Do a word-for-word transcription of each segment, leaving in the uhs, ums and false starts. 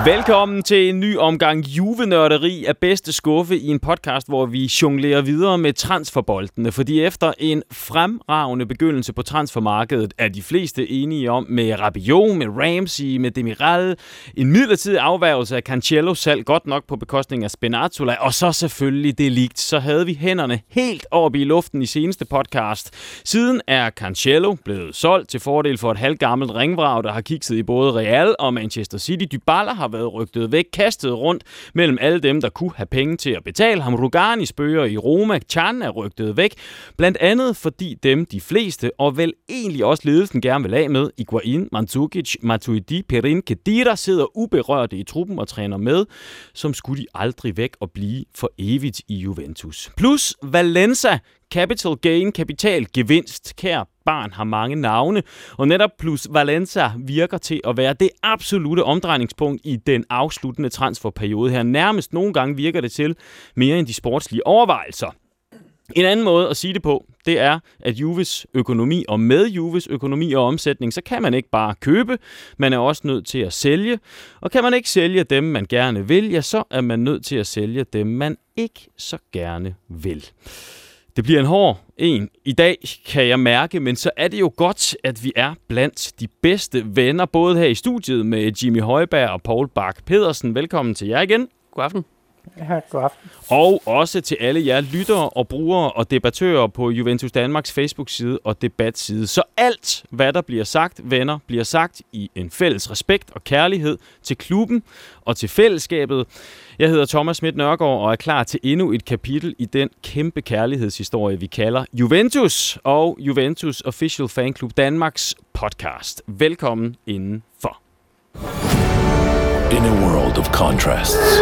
Velkommen til en ny omgang Juve-nørderi af bedste skuffe i en podcast, hvor vi jonglerer videre med transferboldene. Fordi efter en fremragende begyndelse på transfermarkedet er de fleste enige om med Rabiot, med Ramsey, med Demiral, en midlertidig afværgelse af Cancelos salg, godt nok på bekostning af Spinazzola, og så selvfølgelig det ligt. Så havde vi hænderne helt oppe i luften i seneste podcast. Siden er Cancelo blevet solgt til fordel for et halvgammelt ringvrag, der har kigget i både Real og Manchester City. Dybala har været rygtet væk, kastet rundt mellem alle dem, der kunne have penge til at betale ham. Rugani spøger i Roma, Can er rygtet væk, blandt andet fordi dem, de fleste, og vel egentlig også ledelsen gerne vil af med, Higuaín, Mandzukic, Matuidi, Perin, Khedira, sidder uberørte i truppen og træner med, som skulle de aldrig væk og blive for evigt i Juventus. Plus Valencia, capital gain, kapitalgevinst, kær barn har mange navne, og netop plus Valencia virker til at være det absolutte omdrejningspunkt i den afsluttende transferperiode her. Nærmest nogle gange virker det til mere end de sportslige overvejelser. En anden måde at sige det på, det er, at Juves økonomi, og med Juves økonomi og omsætning, så kan man ikke bare købe, man er også nødt til at sælge. Og kan man ikke sælge dem, man gerne vil, ja, så er man nødt til at sælge dem, man ikke så gerne vil. Det bliver en hård en i dag, kan jeg mærke, men så er det jo godt, at vi er blandt de bedste venner, både her i studiet med Jimmy Højberg og Paul Bak Pedersen. Velkommen til jer igen. God aften. Ja, god aften. Og også til alle jer lyttere og brugere og debattører på Juventus Danmarks Facebook-side og debatside. Så alt, hvad der bliver sagt, venner, bliver sagt i en fælles respekt og kærlighed til klubben og til fællesskabet. Jeg hedder Thomas Schmidt Nørgaard og er klar til endnu et kapitel i den kæmpe kærlighedshistorie, vi kalder Juventus og Juventus Official Fan Club Danmarks podcast. Velkommen indenfor. In a world of contrasts,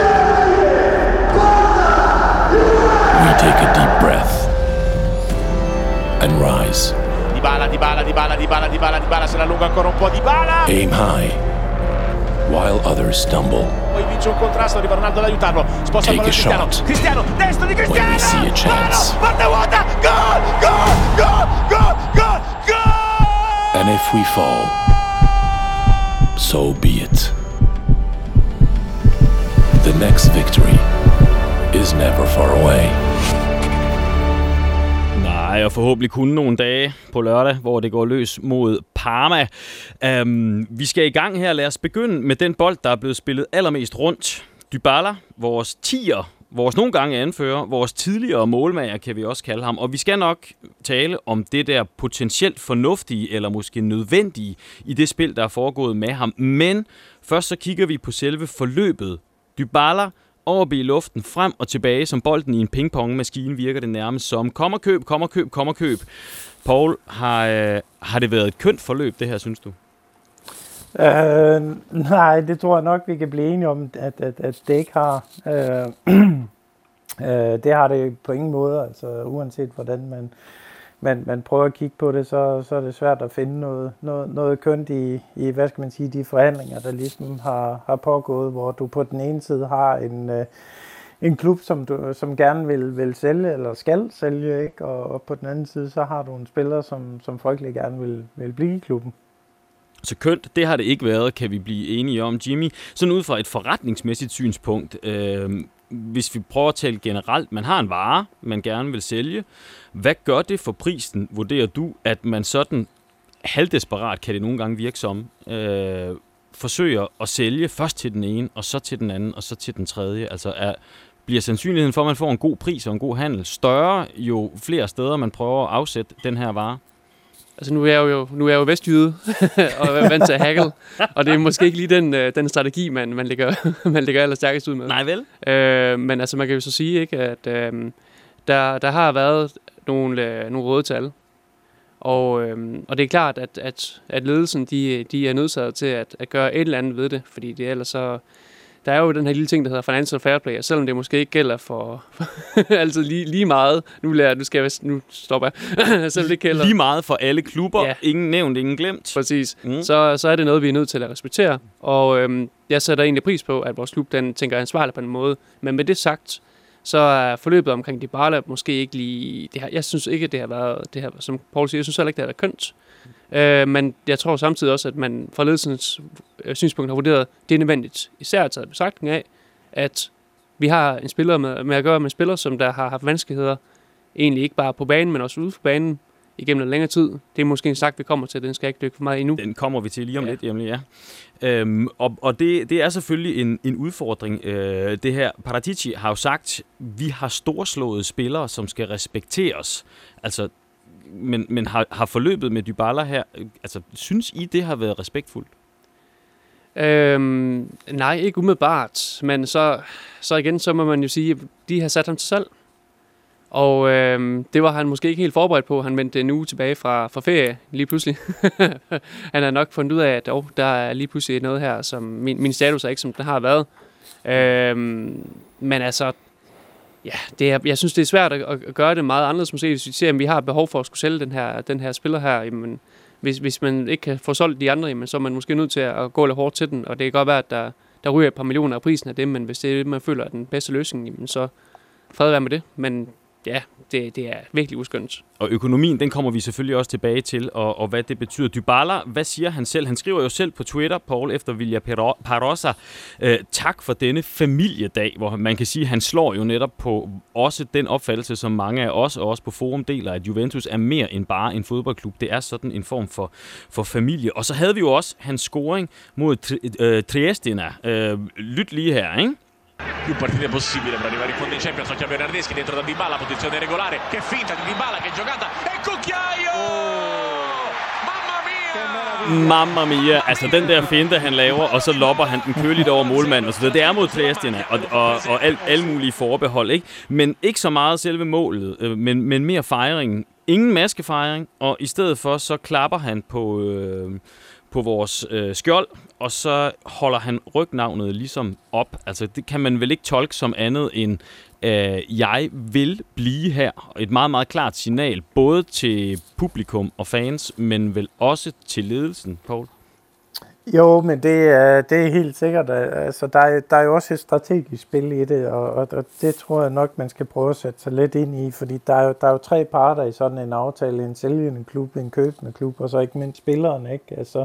we take a deep breath and rise. Dybala, Dybala, Dybala, Dybala, Dybala, Dybala, se la allunga ancora un po' Dybala. Aim high, while others stumble. Poi vince un contrasto, arriva Ronaldo ad aiutarlo. Sposta il pallone Cristiano. Cristiano, destro di Cristiano. When we see a chance. Parte vuota, gol, gol, gol, gol, gol, gol. And if we fall, so be it. The next victory is never far away. Nej, og forhåbentlig kun nogle dage på lørdag, hvor det går løs mod Parma. Um, vi skal i gang her. Lad os begynde med den bold, der er blevet spillet allermest rundt. Dybala, vores tier, vores nogle gange anfører, vores tidligere målmager, kan vi også kalde ham. Og vi skal nok tale om det der potentielt fornuftige, eller måske nødvendige, i det spil, der er foregået med ham. Men først så kigger vi på selve forløbet. Dybala over i luften, frem og tilbage, som bolden i en pingpongmaskine virker det nærmest som. Kom og køb, kom og køb, kom og køb. Paul, har, øh, har det været et kønt forløb, det her, synes du? Øh, nej, det tror jeg nok, vi kan blive enige om, at, at, at det ikke har. Øh, øh, det har det på ingen måde, altså uanset hvordan man, man, man prøver at kigge på det, så, så er det svært at finde noget, noget, noget kønt i, i, hvad skal man sige, de forhandlinger, der ligesom har, har pågået, hvor du på den ene side har en, øh, en klub, som, du, som gerne vil, vil sælge, eller skal sælge, ikke? Og, og på den anden side, så har du en spiller, som, som frygtelig gerne vil, vil blive i klubben. Så kønt, det har det ikke været, kan vi blive enige om, Jimmy. Sådan ud fra et forretningsmæssigt synspunkt, øh, hvis vi prøver at tale generelt, man har en vare, man gerne vil sælge. Hvad gør det for prisen, vurderer du, at man sådan halvdesperat, kan det nogle gange virke som, øh, forsøger at sælge først til den ene, og så til den anden, og så til den tredje? Altså er, bliver sandsynligheden for, at man får en god pris og en god handel større, jo flere steder man prøver at afsætte den her vare? Altså nu er jeg jo, nu er jeg jo vestjyde og er vant til at haggle, og det er måske ikke lige den, den strategi, man, man lægger, man lægger allerstærkest ud med. Nej vel? Øh, men altså man kan jo så sige, ikke, at øh, der, der har været nogle, øh, nogle røde tal, og, øh, og det er klart, at, at, at ledelsen de, de er nødsaget til at, at gøre et eller andet ved det, fordi det ellers så... Der er jo den her lille ting, der hedder financial fair play, og selvom det måske ikke gælder for, for altid lige, lige meget, nu, lærer, nu skal jeg nu stopper jeg, selvom det gælder lige meget for alle klubber, ja. Ingen nævnt, ingen glemt. Præcis, mm. så, så er det noget, vi er nødt til at respektere, og øhm, jeg sætter egentlig pris på, at vores klub den tænker ansvarligt på en måde, men med det sagt, så er forløbet omkring Dybala måske ikke lige, det her, jeg synes ikke, at det har været, det her, som Paul siger, jeg synes heller ikke, det har været kønt. Øh, men jeg tror samtidig også, at man fra ledelsens øh, synspunkt har vurderet, det er nødvendigt. Især taget betragtning af, at vi har en spiller med, med at gøre med spillere, som der har haft vanskeligheder, egentlig ikke bare på banen, men også ude for banen, igennem en længere tid. Det er måske en snak, vi kommer til. Den skal jeg ikke dykke for meget endnu. Den kommer vi til lige om ja. lidt, jamen, ja. Øhm, og og det, det er selvfølgelig en, en udfordring. Øh, det her, Paratici har jo sagt, vi har storslåede spillere, som skal respekteres. Altså, men, men har, har forløbet med Dybala her, altså, synes I, det har været respektfuldt? Øhm, nej, ikke umiddelbart. Men så, så igen, så må man jo sige, at de har sat ham til salg. Og øhm, det var han måske ikke helt forberedt på. Han vendte en uge tilbage fra, fra ferie lige pludselig. Han har nok fundet ud af, at oh, der er lige pludselig noget her, som min, min status er ikke, som den har været. Øhm, men altså, ja, det er, jeg synes, det er svært at, at gøre det meget anderledes. Måske hvis vi ser, at vi har behov for at skulle sælge den her, den her spiller her. Jamen, hvis, hvis man ikke kan få solgt de andre, jamen, så er man måske nødt til at gå lidt hårdt til den. Og det kan godt være, at der, der ryger et par millioner af prisen af det, men hvis det er det, man føler er den bedste løsning, jamen, så fred være med det. Men ja, det, det er virkelig uskyndt. Og økonomien, den kommer vi selvfølgelig også tilbage til, og, og hvad det betyder. Dybala, hvad siger han selv? Han skriver jo selv på Twitter, Paul, efter Villa Parosa, øh, tak for denne familiedag, hvor man kan sige, at han slår jo netop på også den opfattelse, som mange af os, og også på forum deler, at Juventus er mere end bare en fodboldklub. Det er sådan en form for, for familie. Og så havde vi jo også hans scoring mod tri- øh, Triestina. Øh, lyt lige her, ikke? Più partite possibile per arrivare in fondo in Champions. Occhio a Bernardeschi dentro da Dybala, posizione regolare, che finta di Dybala, che giocata, e cucchiaio! Oh, mamma mia! Mamma mia, altså den der finte, han laver, og så lopper han den køligt over målmanden, og så det er mod Triestina, og, og, og al, alle mulige forbehold, ikke? Men ikke så meget selve målet, men, men mere fejringen. Ingen maskefejring, og i stedet for, så klapper han på... Øh, på vores øh, skjold, og så holder han rygnavnet ligesom op. Altså, det kan man vel ikke tolke som andet end, øh, jeg vil blive her. Et meget, meget klart signal, både til publikum og fans, men vel også til ledelsen, Paul. Jo, men det er, det er helt sikkert. Altså, der, er, der er jo også et strategisk spil i det, og, og, og det tror jeg nok, man skal prøve at sætte sig lidt ind i, fordi der er jo, der er jo tre parter i sådan en aftale, en sælgende klub, en købende klub, og så ikke mindst spilleren, ikke? Altså,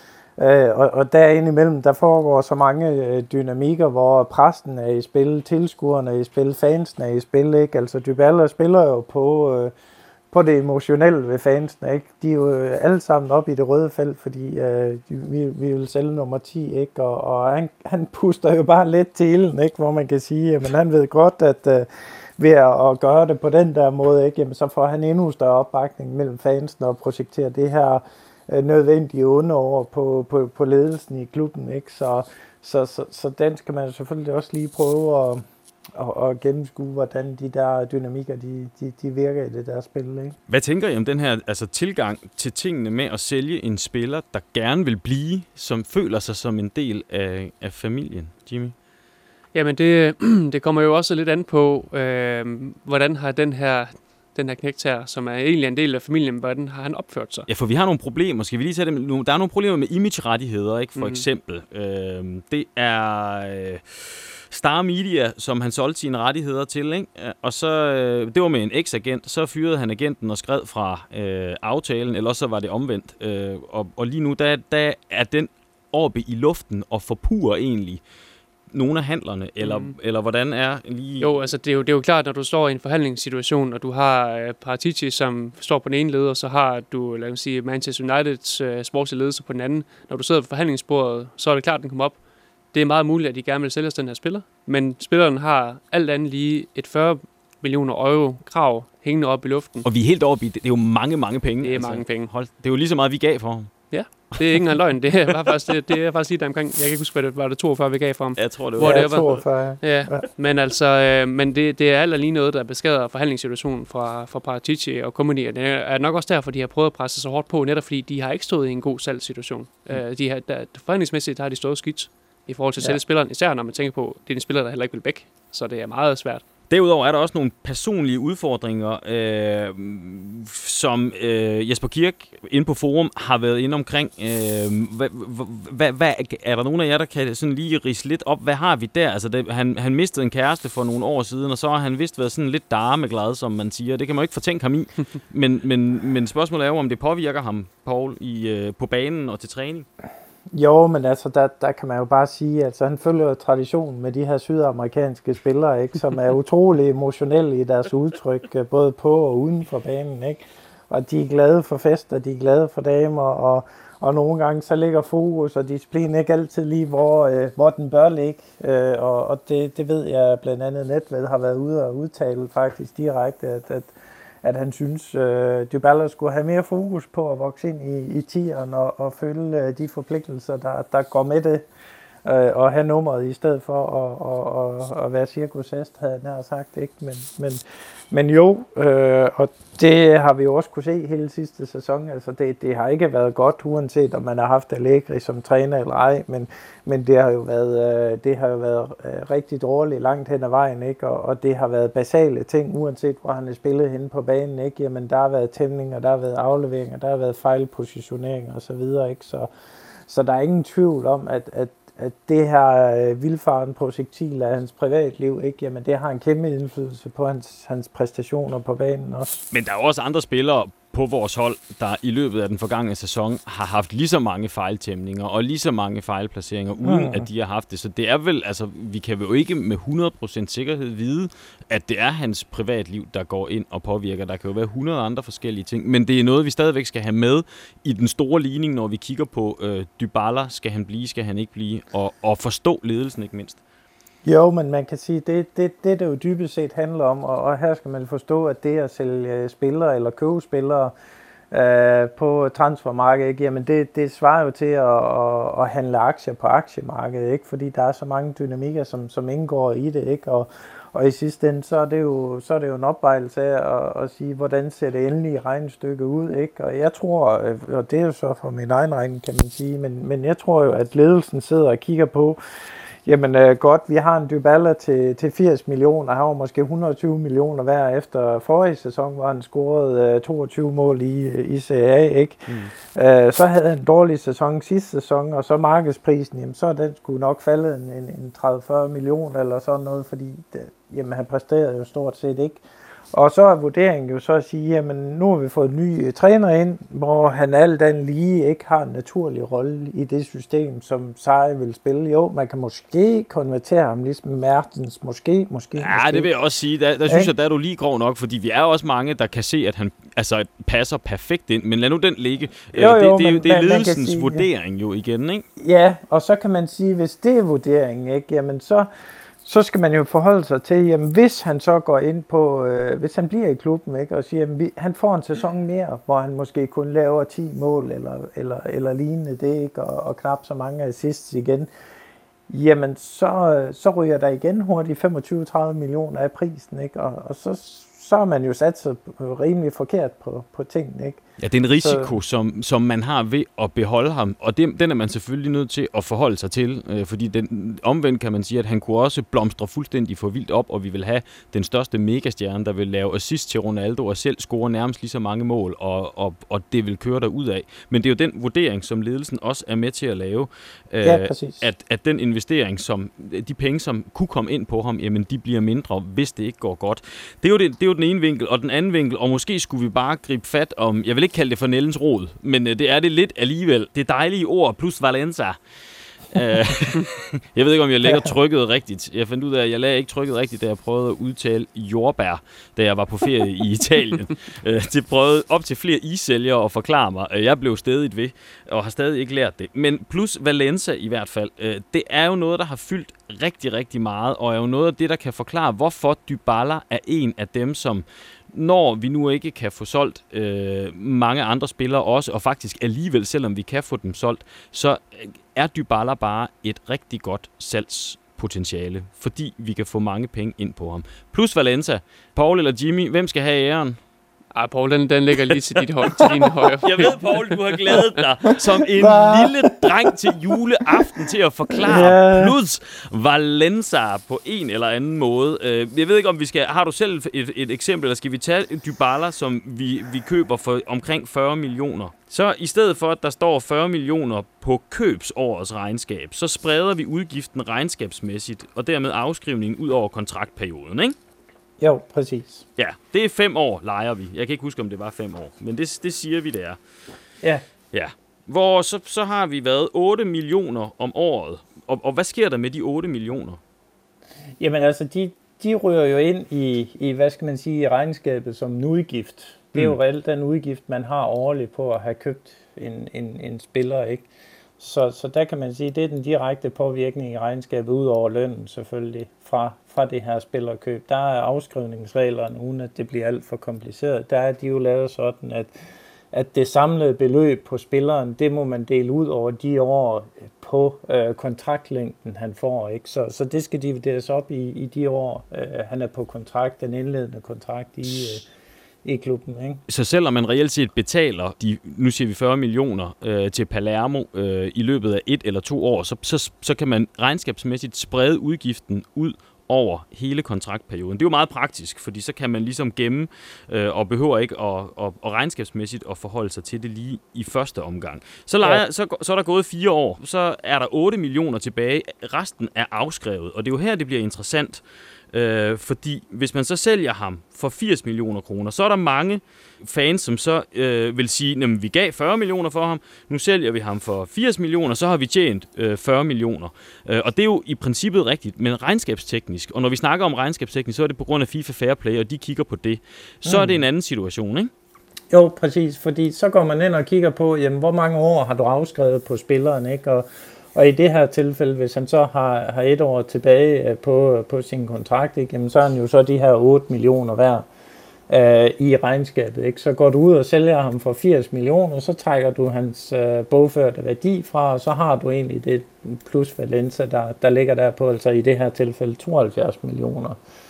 øh, og, og derinde imellem, der foregår så mange øh, dynamikker, hvor præsten er i spil, tilskuerne er i spil, fansen er i spil, ikke? Altså, Dybala spiller jo på... Øh, på det emotionelle ved fansene, ikke? De er jo alle sammen oppe i det røde felt, fordi øh, vi, vi vil sælge nummer ti, ikke? Og, og han, han puster jo bare lidt til ilden, ikke? Hvor man kan sige, men han ved godt, at øh, ved at, at gøre det på den der måde, ikke? Jamen, så får han endnu større opbakning mellem fansene og projekterer det her øh, nødvendige onde over på, på, på ledelsen i klubben, ikke? Så, så, så, så den skal man selvfølgelig også lige prøve at Og, og gennemskue, hvordan de der dynamikker, de, de, de virker i det der spil, ikke? Hvad tænker I om den her altså, tilgang til tingene med at sælge en spiller, der gerne vil blive, som føler sig som en del af, af familien, Jimmy? Jamen, det, det kommer jo også lidt an på, øh, hvordan har den her, den her knægt her, som er egentlig en del af familien, hvordan har han opført sig? Ja, for vi har nogle problemer. Skal vi lige tage dem? Der er nogle problemer med image-rettigheder, ikke? For mm. eksempel. Øh, det er... Øh, Star Media, som han solgte sine rettigheder til, ikke? Og så, øh, det var med en eks-agent, så fyrede han agenten og skred fra øh, aftalen, eller så var det omvendt. Øh, og, og lige nu, der, der er den oppe i luften og forpurer egentlig nogle af handlerne, eller, mm. eller hvordan er lige... Jo, altså det er jo, det er jo klart, når du står i en forhandlingssituation, og du har øh, Paratici, som står på den ene led, og så har du, lad os sige, Manchester Uniteds øh, sportslige ledelse på den anden. Når du sidder på forhandlingsbordet, så er det klart, at den kommer op. Det er meget muligt, at de gerne vil sælge den her spiller, men spilleren har alt andet lige et fyrre millioner euro krav hængende op i luften. Og vi er helt oppe i det. Det er jo mange, mange penge. Det er altså, mange penge. Hold, det er jo lige så meget, vi gav for ham. Ja, det er ikke engang løgn. Det er faktisk, det, det er faktisk lige der omkring. Jeg kan ikke huske, hvad det var, det toogfyrre, vi gav for ham. Jeg tror, det var. Hvor det ja, toogfyrre. Ja, men altså, øh, men det, det er alt lige noget, der beskader forhandlingssituationen fra, fra Paratici og company. Det er nok også derfor, de har prøvet at presse så hårdt på, netop fordi de har ikke stået i en god salgssituation. Mm. Øh, de har, der, forhandlingsmæssigt har de stået skidt i forhold til at sælge ja. spilleren, især når man tænker på, at det er en spiller, der heller ikke vil væk. Så det er meget svært. Derudover er der også nogle personlige udfordringer, øh, som øh, Jesper Kirk inde på forum har været inde omkring. Øh, hvad, hvad, hvad, er der nogen af jer, der kan sådan lige ridse lidt op? Hvad har vi der? Altså, det, han, han mistede en kæreste for nogle år siden, og så har han vist været sådan lidt darmeglad, som man siger. Det kan man jo ikke fortænke ham i. men, men, men spørgsmålet er jo, om det påvirker ham, Paul, i, øh, på banen og til træning. Jo, men altså, der, der kan man jo bare sige, at altså, han følger traditionen med de her sydamerikanske spillere, ikke, som er utrolig emotionelle i deres udtryk, både på og uden for banen, ikke? Og de er glade for fester, de er glade for damer, og, og nogle gange så ligger fokus og disciplin ikke altid lige, hvor, øh, hvor den bør ligge. Øh, og og det, det ved jeg blandt andet Nedved har været ude og udtale faktisk direkte, at, at, at han synes, øh, Dybala skulle have mere fokus på at vokse ind i, i tieren og, og følge øh, de forpligtelser, der, der går med det. Øh, og have nummeret i stedet for at, at, at, at være cirkushest, havde jeg nær sagt, ikke? Men, men, men jo, øh, og det har vi jo også kunne se hele sidste sæson. Altså det, det har ikke været godt, uanset om man har haft Allegri som træner eller ej, men, men det har jo været, øh, det har jo været øh, rigtig dårligt langt hen ad vejen, ikke? Og, og det har været basale ting, uanset hvor han har spillet henne på banen, ikke? Jamen der har været tæmninger, der har været afleveringer, der har været fejlpositioneringer osv., ikke? Så, så der er ingen tvivl om, at, at at det her øh, vildfarende projektil af hans privatliv, ikke, jamen det har en kæmpe indflydelse på hans, hans præstationer på banen også. Men der er også andre spillere på vores hold, der i løbet af den forgangne sæson har haft lige så mange fejltæmninger og lige så mange fejlplaceringer, uden mm. at de har haft det. Så det er vel, altså, vi kan jo ikke med hundrede procent sikkerhed vide, at det er hans privatliv, der går ind og påvirker. Der kan jo være hundrede andre forskellige ting, men det er noget, vi stadigvæk skal have med i den store ligning, når vi kigger på øh, Dybala. Skal han blive, skal han ikke blive, og, og forstå ledelsen ikke mindst. Jo, men man kan sige, det det, det, det jo dybest set handler om, og, og her skal man forstå, at det at sælge spillere eller købe spillere øh, på transfermarkedet, ikke? Jamen det, det svarer jo til at, at, at handle aktier på aktiemarkedet, ikke? Fordi der er så mange dynamikker, som, som indgår i det, ikke? Og, og i sidste ende, så er det jo, så er det jo en opvejelse af at, at sige, hvordan ser det endelige regnestykke ud, ikke? Og jeg tror, og det er jo så for min egen regning, kan man sige, men, men jeg tror jo, at ledelsen sidder og kigger på, jamen øh, godt, vi har en Dybala til, til firs millioner, han var måske et hundrede og tyve millioner hver efter forrige sæson, hvor han scorede øh, toogtyve mål i, i Serie A, ikke? Mm. Øh, så havde han en dårlig sæson sidste sæson, og så markedsprisen, jamen så den skulle nok falde en, en, en tredive til fyrre millioner eller sådan noget, fordi det, jamen, han præsterede jo stort set ikke. Og så er vurderingen jo så at sige, jamen nu har vi fået en ny træner ind, hvor han alt andet lige ikke har en naturlig rolle i det system, som Sarri vil spille. Jo, man kan måske konvertere ham ligesom Mertens, måske, måske, Ja, måske. det vil jeg også sige. Der, der synes jeg, der er du lige grov nok, fordi vi er også mange, der kan se, at han altså, passer perfekt ind. Men lad nu den ligge. Jo, jo, det, det, men, det, det er man, ledelsens man sige, vurdering jo igen, ikke? Ja, og så kan man sige, hvis det er vurderingen, ikke, jamen så... Så skal man jo forholde sig til, jamen hvis han så går ind på, øh, hvis han bliver i klubben, ikke, og siger, jamen vi, han får en sæson mere, hvor han måske kun laver ti mål eller, eller, eller lignende det, ikke, og, og knap så mange assists igen, jamen så, så ryger der igen hurtigt femogtyve til tredive millioner af prisen, ikke, og, og så, så er man jo sat sig rimelig forkert på, på tingene, ikke. Ja, det er en risiko, som, som man har ved at beholde ham, og det, den er man selvfølgelig nødt til at forholde sig til, øh, fordi den, omvendt kan man sige, at han kunne også blomstre fuldstændig for vildt op, og vi vil have den største megastjerne, der vil lave assist til Ronaldo og selv score nærmest lige så mange mål, og, og, og det vil køre derud af. Men det er jo den vurdering, som ledelsen også er med til at lave, øh, ja, at, at den investering, som de penge, som kunne komme ind på ham, jamen de bliver mindre, hvis det ikke går godt. Det er jo, det, det er jo den ene vinkel, og den anden vinkel, og måske skulle vi bare gribe fat om, jeg vil ikke kalde det for Nellens rod, men det er det lidt alligevel. Det dejlige ord plus Valencia. Jeg ved ikke, om jeg lægger trykket rigtigt. Jeg fandt ud af, at jeg lagde ikke trykket rigtigt, da jeg prøvede at udtale jordbær, da jeg var på ferie i Italien. Det prøvede op til flere issælgere at forklare mig. Jeg blev stædigt ved, og har stadig ikke lært det. Men plus Valencia i hvert fald, det er jo noget, der har fyldt rigtig, rigtig meget, og er jo noget af det, der kan forklare, hvorfor Dybala er en af dem, som når vi nu ikke kan få solgt øh, mange andre spillere også, og faktisk alligevel, selvom vi kan få dem solgt, så er Dybala bare et rigtig godt salgspotentiale, fordi vi kan få mange penge ind på ham. Plus Valencia. Paul eller Jimmy, hvem skal have æren? Ej, Paul, den, den ligger lige til, dit høj, til dine højre. Jeg ved, Paul, du har glædet dig som en lille dreng til juleaften til at forklare yeah. plus Valencia på en eller anden måde. Jeg ved ikke, om vi skal... Har du selv et, et eksempel, eller skal vi tage Dybala, som vi, vi køber for omkring fyrre millioner? Så i stedet for, at der står fyrre millioner på købsårets regnskab, så spreder vi udgiften regnskabsmæssigt, og dermed afskrivningen ud over kontraktperioden, ikke? Jo, præcis. Ja, det er fem år, leger vi. Jeg kan ikke huske, om det var fem år, men det, det siger vi, det er. Ja. Ja. hvor så, så har vi været otte millioner om året. Og, og hvad sker der med de otte millioner? Jamen altså, de, de ryger jo ind i, i, hvad skal man sige, i regnskabet som en udgift. Det er mm. jo reelt den udgift, man har årligt på at have købt en, en, en spiller, ikke? Så, så der kan man sige, det er den direkte påvirkning i regnskabet, ud over lønnen selvfølgelig, fra, fra det her spillerkøb. Der er afskrivningsreglerne, uden at det bliver alt for kompliceret. Der er de jo lavet sådan, at, at det samlede beløb på spilleren, det må man dele ud over de år på øh, kontraktlængden, han får, ikke? Så, så det skal divideres op i, i de år, øh, han er på kontrakt, den indledende kontrakt i... Øh, i klubben, ikke? Så selvom man reelt set betaler de, nu siger vi fyrre millioner øh, til Palermo øh, i løbet af et eller to år, så, så, så kan man regnskabsmæssigt sprede udgiften ud over hele kontraktperioden. Det er jo meget praktisk, fordi så kan man ligesom gemme øh, og behøver ikke at, at, at regnskabsmæssigt at forholde sig til det lige i første omgang. Så, leger, ja. så, så er der gået fire år, så er der otte millioner tilbage, resten er afskrevet, og det er jo her, det bliver interessant. Øh, fordi hvis man så sælger ham for firs millioner kroner, så er der mange fans, som så øh, vil sige, at vi gav fyrre millioner for ham, nu sælger vi ham for firs millioner, så har vi tjent øh, fyrre millioner. Øh, og det er jo i princippet rigtigt, men regnskabsteknisk, og når vi snakker om regnskabsteknisk, så er det på grund af FIFA Fair Play, og de kigger på det. Så mm. er det en anden situation, ikke? Jo, præcis, fordi så går man ind og kigger på, jamen, hvor mange år har du afskrevet på spilleren, ikke? Og Og i det her tilfælde, hvis han så har, har et år tilbage på, på sin kontrakt, ikke, jamen, så er han jo så de her otte millioner værd øh, i regnskabet. Ikke? Så går du ud og sælger ham for firs millioner, så trækker du hans øh, bogførte værdi fra, og så har du egentlig det plus valenza, der, der ligger der på, altså i det her tilfælde tooghalvfjerds millioner.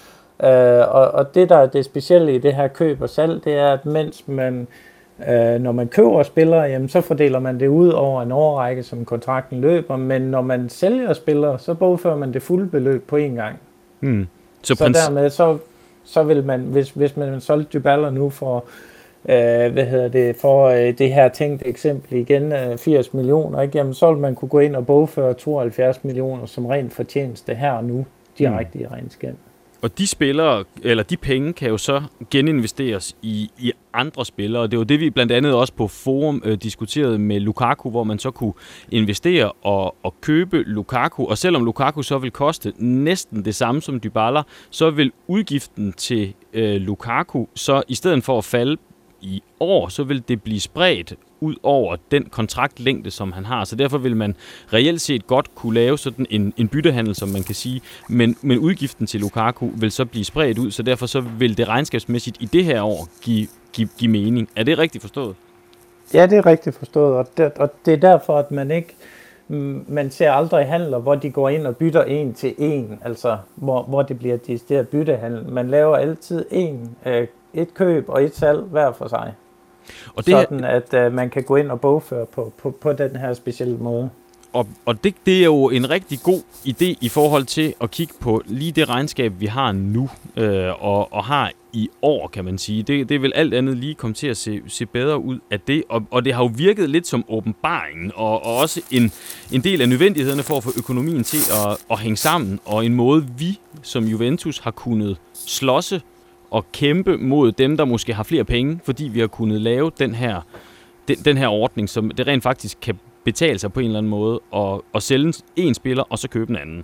Øh, og, og det, der er det specielle i det her køb og salg, det er, at mens man... Uh, når man køber spillere, jamen, så fordeler man det ud over en årrække, som kontrakten løber, men når man sælger spillere, så bogfører man det fulde beløb på én gang. Hmm. Så, så prins... dermed, så, så vil man, hvis, hvis man solgte Dybala nu for, uh, hvad hedder det, for uh, det her tænkte eksempel igen, uh, firs millioner, ikke? Jamen, så vil man kunne gå ind og bogføre tooghalvfjerds millioner som rent fortjeneste her og nu, direkte hmm. i regnskab. Og de spillere, eller de penge, kan jo så geninvesteres i, i andre spillere. Og det var det, vi blandt andet også på forum øh, diskuterede med Lukaku, hvor man så kunne investere og, og købe Lukaku. Og selvom Lukaku så vil koste næsten det samme som Dybala, så vil udgiften til øh, Lukaku så i stedet for at falde i år, så vil det blive spredt ud over den kontraktlængde, som han har. Så derfor vil man reelt set godt kunne lave sådan en, en byttehandel, som man kan sige, men, men udgiften til Lukaku vil så blive spredt ud, så derfor så vil det regnskabsmæssigt i det her år give, give, give mening. Er det rigtigt forstået? Ja, det er rigtigt forstået, og det, og det er derfor, at man ikke man ser aldrig handler, hvor de går ind og bytter en til en, altså hvor, hvor det bliver decideret byttehandel. Man laver altid en, øh, et køb og et salg hver for sig. Og det sådan her, at øh, man kan gå ind og bogføre på, på, på den her specielle måde. Og, og det, det er jo en rigtig god idé i forhold til at kigge på lige det regnskab, vi har nu, øh, og, og har i år, kan man sige. Det, det vil alt andet lige komme til at se, se bedre ud af det, og, og det har jo virket lidt som åbenbaringen, og, og også en, en del af nødvendighederne for at få økonomien til at, at hænge sammen, og en måde, vi som Juventus har kunnet slåsse og kæmpe mod dem, der måske har flere penge, fordi vi har kunnet lave den her, den, den her ordning, som det rent faktisk kan betale sig på en eller anden måde, og, og sælge en spiller, og så købe en anden.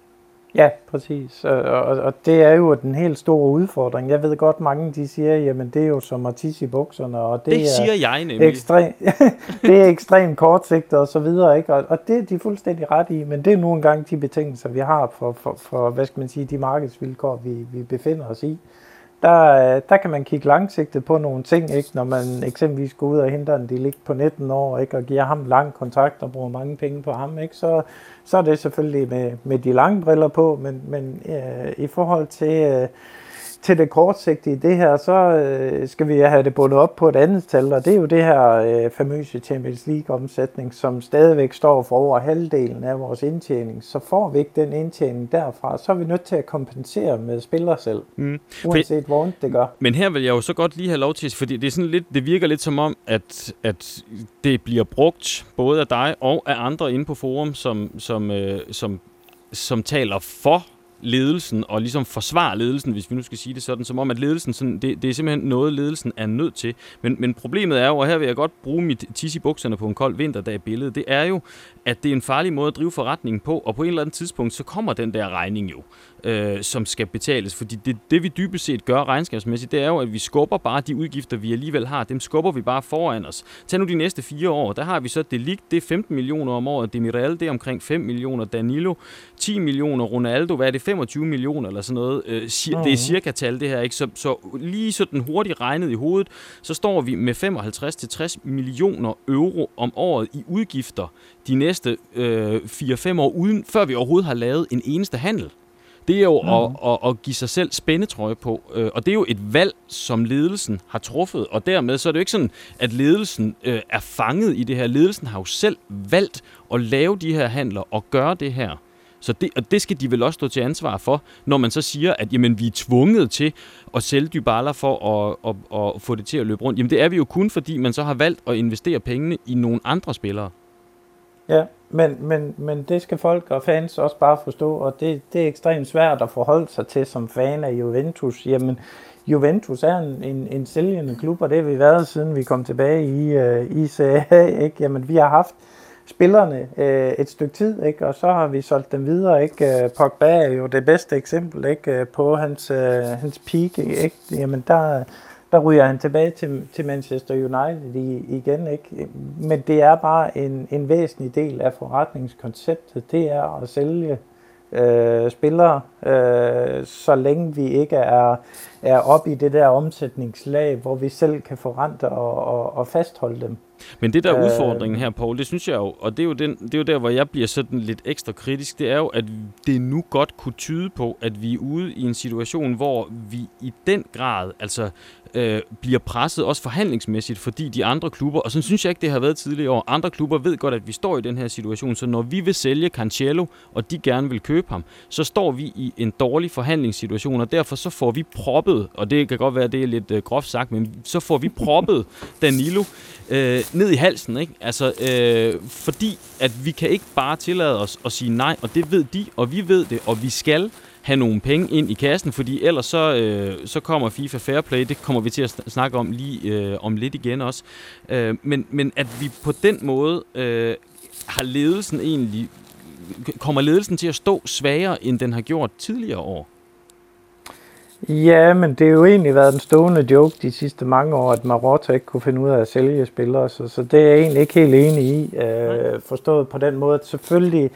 Ja, præcis. Og, og det er jo den helt store udfordring. Jeg ved godt, mange de siger, jamen det er jo som at tisse i bukserne, og det, det siger er jeg nemlig. Ekstrem, det er ekstremt kortsigtet og så videre, ikke? Og, og det er de fuldstændig ret i, men det er nu engang de betingelser, vi har for, for, for hvad skal man sige, de markedsvilkår, vi, vi befinder os i. Der, der kan man kigge langsigtet på nogle ting, ikke? Når man eksempelvis går ud og henter en delik på nitten år, ikke? Og giver ham lang kontrakt og bruger mange penge på ham, ikke? Så, så er det selvfølgelig med, med de lange briller på, men, men øh, i forhold til, øh, til det kortsigtede i det her, så øh, skal vi have det bundet op på et andet tal, og det er jo det her øh, famøse Champions League-omsætning, som stadigvæk står for over halvdelen af vores indtjening. Så får vi ikke den indtjening derfra, så er vi nødt til at kompensere med spillere selv, mm. uanset hvor ondt det gør. Men her vil jeg jo så godt lige have lov til, fordi det, er sådan lidt, det virker lidt som om, at, at det bliver brugt både af dig og af andre inde på forum, som, som, øh, som, som taler for ledelsen og ligesom forsvare ledelsen, hvis vi nu skal sige det sådan, som om at ledelsen, sådan, det, det er simpelthen noget, ledelsen er nødt til. Men, men problemet er jo, og her vil jeg godt bruge mit tis i bukserne på en kold vinterdag billede, det er jo, at det er en farlig måde at drive forretningen på, og på en eller anden tidspunkt, så kommer den der regning jo, øh, som skal betales. Fordi det, det, vi dybest set gør regnskabsmæssigt, det er jo, at vi skubber bare de udgifter, vi alligevel har, dem skubber vi bare foran os. Tag nu de næste fire år, der har vi så De Ligt, det er femten millioner om året, Demiral, det er omkring fem millioner, Danilo, ti millioner, Ronaldo, hvad er det, femogtyve millioner eller sådan noget. Øh, cir- det er cirka tal, det her, ikke? Så, så lige sådan hurtigt regnet i hovedet, så står vi med femoghalvtreds til tres millioner euro om året i udgifter de næste øh, fire fem år, uden, før vi overhovedet har lavet en eneste handel. Det er jo mm. at, at, at give sig selv spændetrøje på, øh, og det er jo et valg, som ledelsen har truffet, og dermed så er det jo ikke sådan, at ledelsen øh, er fanget i det her. Ledelsen har jo selv valgt at lave de her handler og gøre det her. Så det, og det skal de vel også stå til ansvar for, når man så siger, at jamen, vi er tvunget til at sælge Dybala for at, at, at få det til at løbe rundt. Jamen det er vi jo kun, fordi man så har valgt at investere pengene i nogle andre spillere. Ja, men, men, men det skal folk og fans også bare forstå, og det, det er ekstremt svært at forholde sig til som fan af Juventus. Jamen, Juventus er en, en, en sælgende klub, og det har vi været, siden vi kom tilbage i, uh, i Serie A, ikke? Jamen, vi har haft spillerne øh, et stykke tid, ikke? Og så har vi solgt dem videre, ikke? Pogba er jo det bedste eksempel, ikke? På hans, øh, hans peak, ikke? Jamen, der, der ryger han tilbage til, til Manchester United i, igen, ikke? Men det er bare en, en væsentlig del af forretningskonceptet, det er at sælge øh, spillere, øh, så længe vi ikke er, er oppe i det der omsætningslag, hvor vi selv kan forrente og, og, og fastholde dem. Men det der er udfordringen her, Poul, det synes jeg jo, og det er jo, den, det er jo der, hvor jeg bliver sådan lidt ekstra kritisk, det er jo, at det nu godt kunne tyde på, at vi er ude i en situation, hvor vi i den grad altså øh, bliver presset, også forhandlingsmæssigt, fordi de andre klubber, og sådan synes jeg ikke, det har været tidligere år, andre klubber ved godt, at vi står i den her situation, så når vi vil sælge Cancelo, og de gerne vil købe ham, så står vi i en dårlig forhandlingssituation, og derfor så får vi proppet, og det kan godt være, det er lidt øh, groft sagt, men så får vi proppet Danilo øh, ned i halsen, ikke? Altså, øh, fordi at vi kan ikke bare tillade os at sige nej, og det ved de, og vi ved det, og vi skal have nogle penge ind i kassen, fordi ellers så, øh, så kommer FIFA Fair Play, det kommer vi til at snakke om lige øh, om lidt igen også. Øh, men, men at vi på den måde øh, har ledelsen egentlig, kommer ledelsen til at stå svagere, end den har gjort tidligere år? Ja, men det har jo egentlig været en stående joke de sidste mange år, at Marotta ikke kunne finde ud af at sælge spillere, så, så det er jeg egentlig ikke helt enig i, øh, forstået på den måde, at selvfølgelig,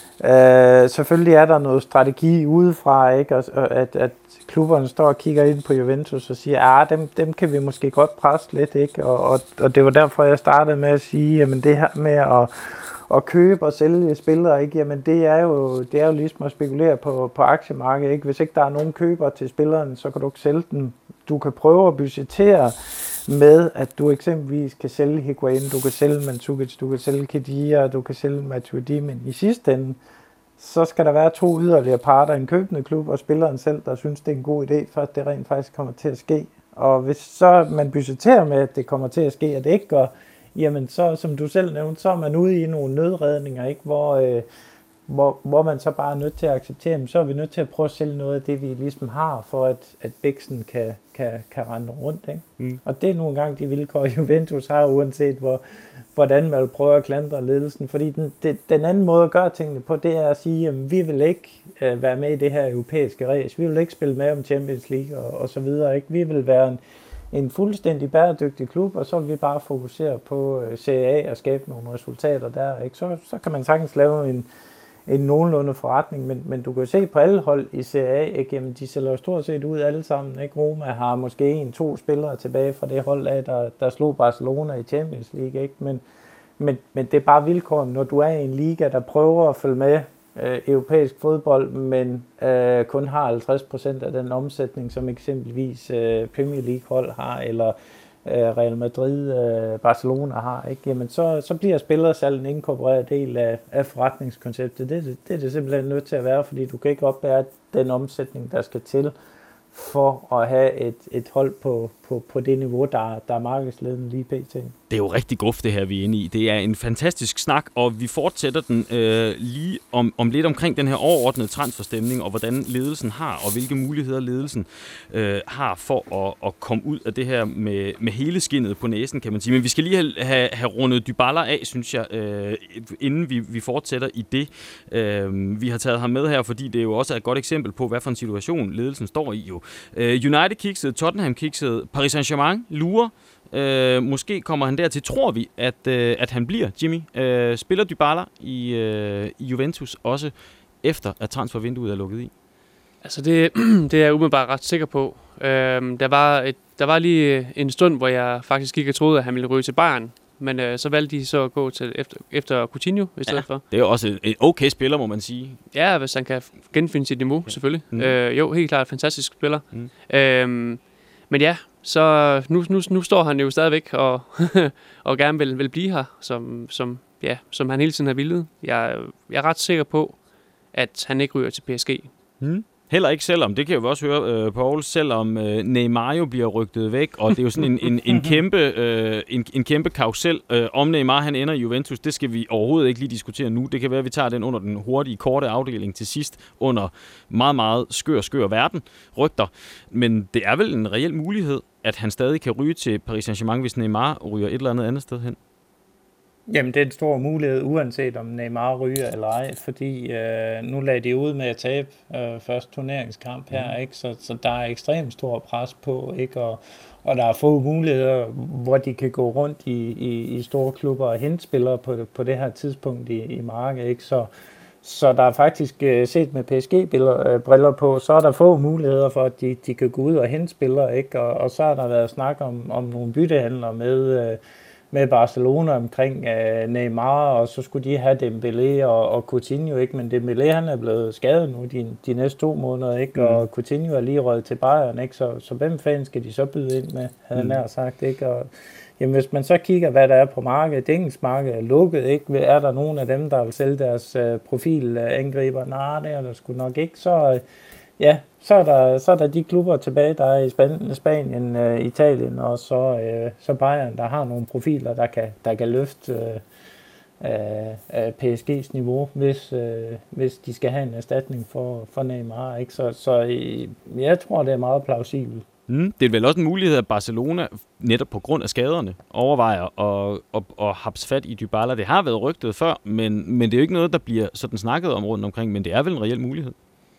øh, selvfølgelig er der noget strategi udefra, ikke? Og, at, at klubberne står og kigger ind på Juventus og siger, at ah, dem, dem kan vi måske godt presse lidt, ikke? Og, og, og det var derfor, jeg startede med at sige, jamen det her med at at købe og sælge spillere, ikke? Jamen det er jo det er jo ligesom at spekulere på på aktiemarkedet, ikke? Hvis ikke der er nogen køber til spilleren, så kan du ikke sælge den. Du kan prøve at budgettere med, at du eksempelvis kan sælge Higuain, du kan sælge Mandzukic, du kan sælge Khedira, du kan sælge Matuidi, men i sidste ende, så skal der være to yderligere parter, en købende klub og spilleren selv, der synes, det er en god idé, for at det rent faktisk kommer til at ske. Og hvis så man budgetterer med, at det kommer til at ske, og det ikke gør, jamen så, som du selv nævnte, så er man ude i nogle nødredninger, ikke? Hvor, øh, hvor, hvor man så bare er nødt til at acceptere, men så er vi nødt til at prøve at sælge noget af det, vi ligesom har, for at, at Bæksen kan, kan, kan rende rundt, ikke? Mm. Og det er nogle gange de vilkår, Juventus har, uanset hvor, hvordan man vil prøve at klandre ledelsen. Fordi den, det, den anden måde at gøre tingene på, det er at sige, at vi vil ikke øh, være med i det her europæiske race. Vi vil ikke spille med om Champions League og, og så videre, ikke? Vi vil være en en fuldstændig bæredygtig klub, og så vil vi bare fokusere på Serie A og skabe nogle resultater der, ikke? Så, så kan man sagtens lave en, en nogenlunde forretning, men, men du kan jo se på alle hold i Serie A, ikke? Jamen, de sælger jo stort set ud alle sammen, ikke? Roma har måske en, to spillere tilbage fra det hold af, der, der slog Barcelona i Champions League, ikke? Men, men, men det er bare vilkåret, når du er i en liga, der prøver at følge med Øh, europæisk fodbold, men øh, kun har halvtreds procent af den omsætning, som eksempelvis øh, Premier League hold har, eller øh, Real Madrid, øh, Barcelona har, ikke? Jamen så, så bliver spillersalg en inkorporeret del af, af forretningskonceptet. Det, det, det er det simpelthen nødt til at være, fordi du kan ikke opbære den omsætning, der skal til, for at have et, et hold på, på, på det niveau, der, der er markedsledende lige pt. Det er jo rigtig guf, det her, vi er inde i. Det er en fantastisk snak, og vi fortsætter den øh, lige om, om lidt omkring den her overordnede transferstemning, og hvordan ledelsen har, og hvilke muligheder ledelsen øh, har for at, at komme ud af det her med, med hele skindet på næsen, kan man sige. Men vi skal lige have, have, have rundet Dybala af, synes jeg, øh, inden vi, vi fortsætter i det. Øh, vi har taget ham med her, fordi det jo også er et godt eksempel på, hvad for en situation ledelsen står i. Jo. Øh, United kiksede, Tottenham kiksede, Paris Saint-Germain lurer. Øh, måske kommer han dertil, tror vi, at, øh, at han bliver, Jimmy. Øh, spiller Dybala i, øh, i Juventus også efter, at transfervinduet er lukket i? Altså det, det er jeg umiddelbart ret sikker på. Øhm, der, var et, der var lige en stund, hvor jeg faktisk ikke troede, at han ville ryge til Bayern. Men øh, så valgte de så at gå til efter, efter Coutinho i stedet ja, for. Det er jo også en okay spiller, må man sige. Ja, hvis han kan genfinde sit niveau, ja. selvfølgelig. Mm. Øh, jo, helt klart fantastisk spiller. Mm. Øhm, men ja, så nu, nu, nu står han jo stadigvæk og, og gerne vil, vil blive her, som, som, ja, som han hele tiden har villet. Jeg, jeg er ret sikker på, at han ikke ryger til P S G. Mm. Heller ikke selvom, det kan jeg jo også høre, øh, Paul, selvom øh, Neymar jo bliver rygtet væk, og det er jo sådan en, en, en kæmpe, øh, en, en kæmpe kausel. Øh, om Neymar han ender i Juventus, det skal vi overhovedet ikke lige diskutere nu. Det kan være, at vi tager den under den hurtige, korte afdeling til sidst, under meget, meget skør, skør verden, rygter. Men det er vel en reel mulighed, at han stadig kan ryge til Paris Saint-Germain, hvis Neymar ryger et eller andet andet sted hen? Jamen, det er en stor mulighed, uanset om Neymar ryger eller ej, fordi øh, nu lagde de ud med at tabe øh, første turneringskamp her, mm. ikke? Så, så der er ekstremt stor pres på, ikke? Og, og der er få muligheder, hvor de kan gå rundt i, i, i store klubber og hente spillere på det, på det her tidspunkt i, i markedet, ikke? Så, så der er faktisk øh, set med P S G-briller på, så er der få muligheder for, at de, de kan gå ud og hente spillere, ikke? Og, og så har der været snak om, om nogle byttehandler med... Øh, med Barcelona omkring uh, Neymar, og så skulle de have Dembélé og, og Coutinho, ikke? Men Dembélé, han er blevet skadet nu de, de næste to måneder, ikke? Mm. Og Coutinho er lige røget til Bayern, ikke? Så, så hvem fanden skal de så byde ind med, havde mm. nær sagt, ikke? Og jamen, hvis man så kigger, hvad der er på markedet, det engelske marked er lukket, ikke? Er der nogen af dem, der vil sælge deres uh, profilangriber? Nej, det er der sgu nok ikke, så... Uh, Ja, så er, der, så er der de klubber tilbage, der er i Span- Spanien, øh, Italien og så, øh, så Bayern, der har nogle profiler, der kan, der kan løfte øh, øh, P S G's niveau, hvis, øh, hvis de skal have en erstatning for, for Neymar. Ikke? Så, så øh, jeg tror, det er meget plausibelt. Mm, det er vel også en mulighed, at Barcelona, netop på grund af skaderne, overvejer at, at, at hapse fat i Dybala. Det har været rygtet før, men, men det er jo ikke noget, der bliver sådan snakket om rundt omkring, men det er vel en reel mulighed.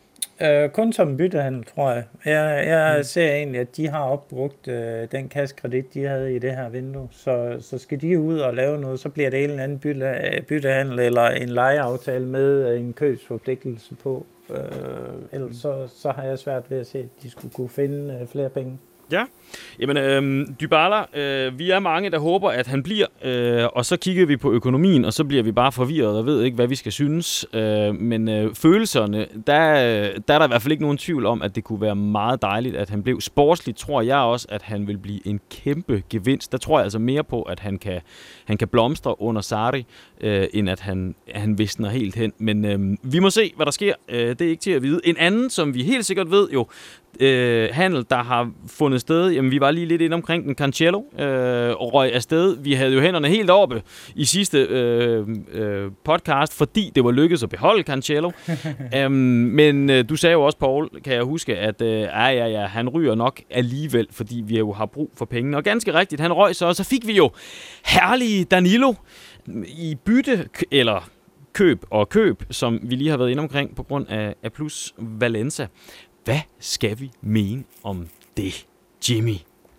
Uh, kun som byttehandel, tror jeg. Jeg, jeg mm. ser egentlig, at de har opbrugt uh, den kassekredit, de havde i det her vindue. Så, så skal de ud og lave noget, så bliver det en eller anden bytte, byttehandel eller en lejeaftale med uh, en købsforpligtelse på. Uh, ellers så, så har jeg svært ved at se, at de skulle kunne finde uh, flere penge. Ja, jamen øh, Dybala, øh, vi er mange, der håber, at han bliver, øh, og så kigger vi på økonomien, og så bliver vi bare forvirret og ved ikke, hvad vi skal synes. Øh, men øh, følelserne, der, der er der i hvert fald ikke nogen tvivl om, at det kunne være meget dejligt, at han blev. Sportsligt tror jeg også, at han vil blive en kæmpe gevinst. Der tror jeg altså mere på, at han kan, han kan blomstre under Sarri, øh, end at han, han visner helt hen. Men øh, vi må se, hvad der sker. Øh, det er ikke til at vide. En anden, som vi helt sikkert ved jo, Øh, handel, der har fundet sted, jamen vi var lige lidt inde omkring den, Cancelo øh, røg afsted. Vi havde jo hænderne helt oppe i sidste øh, øh, podcast, fordi det var lykkedes at beholde Cancelo. um, men øh, du sagde jo også, Paul, kan jeg huske, at øh, ja, ja, ja, han ryger nok alligevel, fordi vi jo har brug for pengene. Og ganske rigtigt, han røg så, og så fik vi jo herlige Danilo i bytte, eller køb og køb, som vi lige har været inde omkring på grund af, af Plus Valencia. Hvad skal vi mene om det, Jimmy?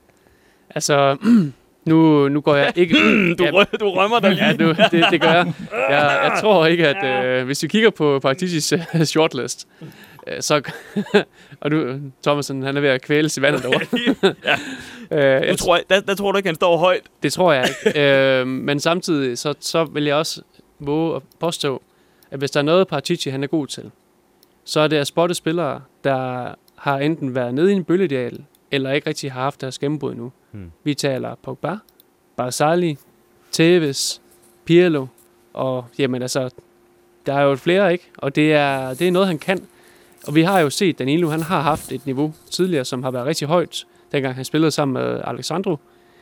Altså, nu, nu går jeg ikke... du, rø, du rømmer dig lige. Ja, nu, det, det gør jeg. Jeg, jeg tror ikke, at øh, hvis vi kigger på Paraticis uh, shortlist, øh, så... og du, Thomasen, han er ved at kvæles i vandet derovre. ja. øh, du tror, der, der tror du ikke, han står højt? Det tror jeg ikke. øh, men samtidig, så, så vil jeg også våge at påstå, at hvis der er noget, Paratici han er god til, så er det at spotte spillere, der har enten været nede i en bølgedal, eller ikke rigtig har haft deres gennembrud endnu. Hmm. Vi taler Pogba, Barzagli, Tevez, Pirlo, og jamen altså, der er jo flere, ikke? Og det er, det er noget, han kan. og vi har jo set, Danilo, han har haft et niveau tidligere, som har været rigtig højt, dengang han spillede sammen med Alexandro.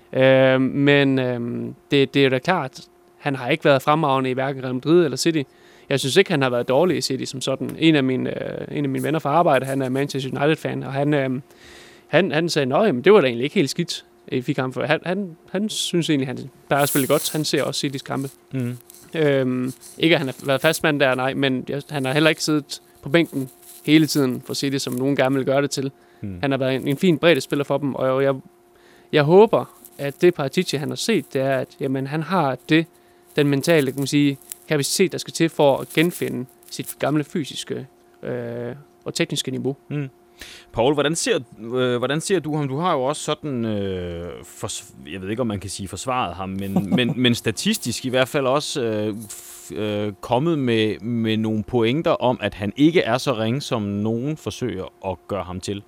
Øh, men øh, det, det er jo da klart, han har ikke været fremragende i hverken Real Madrid eller City. Jeg synes ikke, han har været dårlig i City som sådan. En af mine, øh, en af mine venner fra arbejde, han er Manchester United-fan, og han, øh, han, han sagde, at det var da egentlig ikke helt skidt, I fik ham for. Han, han, han synes egentlig, han plejer at spille godt. Han ser også City's kampe. Mm. Øhm, ikke at han har været fastmand der, nej, men han har heller ikke siddet på bænken hele tiden for City, som nogen gerne vil gøre det til. Mm. Han har været en, en fin bredde spiller for dem, og jeg, jeg håber, at det Paratici, han har set, det er, at jamen, han har det, den mentale, kan man sige, kapacitet, der skal til for at genfinde sit gamle fysiske øh, og tekniske niveau. Mm. Paul, hvordan ser, øh, hvordan ser du ham? Du har jo også sådan, øh, for, jeg ved ikke, om man kan sige forsvaret ham, men, men, men statistisk i hvert fald også øh, f, øh, kommet med, med nogle pointer om, at han ikke er så ringe, som nogen forsøger at gøre ham til.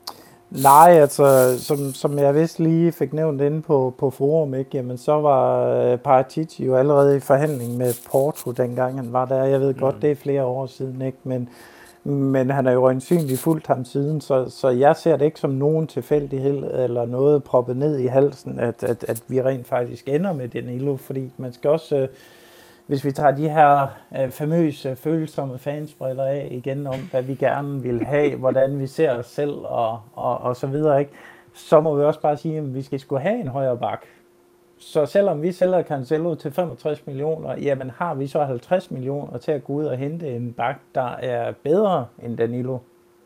Nej, altså, som, som jeg vist lige fik nævnt inde på, på forum, ikke, jamen, så var uh, Paratici jo allerede i forhandling med Porto, dengang han var der. Jeg ved godt, mm. det er flere år siden, ikke, men, men han har jo øjensynligt fulgt ham siden, så, så jeg ser det ikke som nogen tilfældighed eller noget proppet ned i halsen, at, at, at vi rent faktisk ender med Danilo, fordi man skal også... Uh, Hvis vi tager de her øh, famøse, følsomme fansbriller af igen om, hvad vi gerne vil have, hvordan vi ser os selv og, og, og så videre, ikke? Så må vi også bare sige, at vi skal sgu have en højere bak. Så selvom vi sælger Cancelo til femogtres millioner, jamen har vi så halvtreds millioner til at gå ud og hente en bak, der er bedre end Danilo.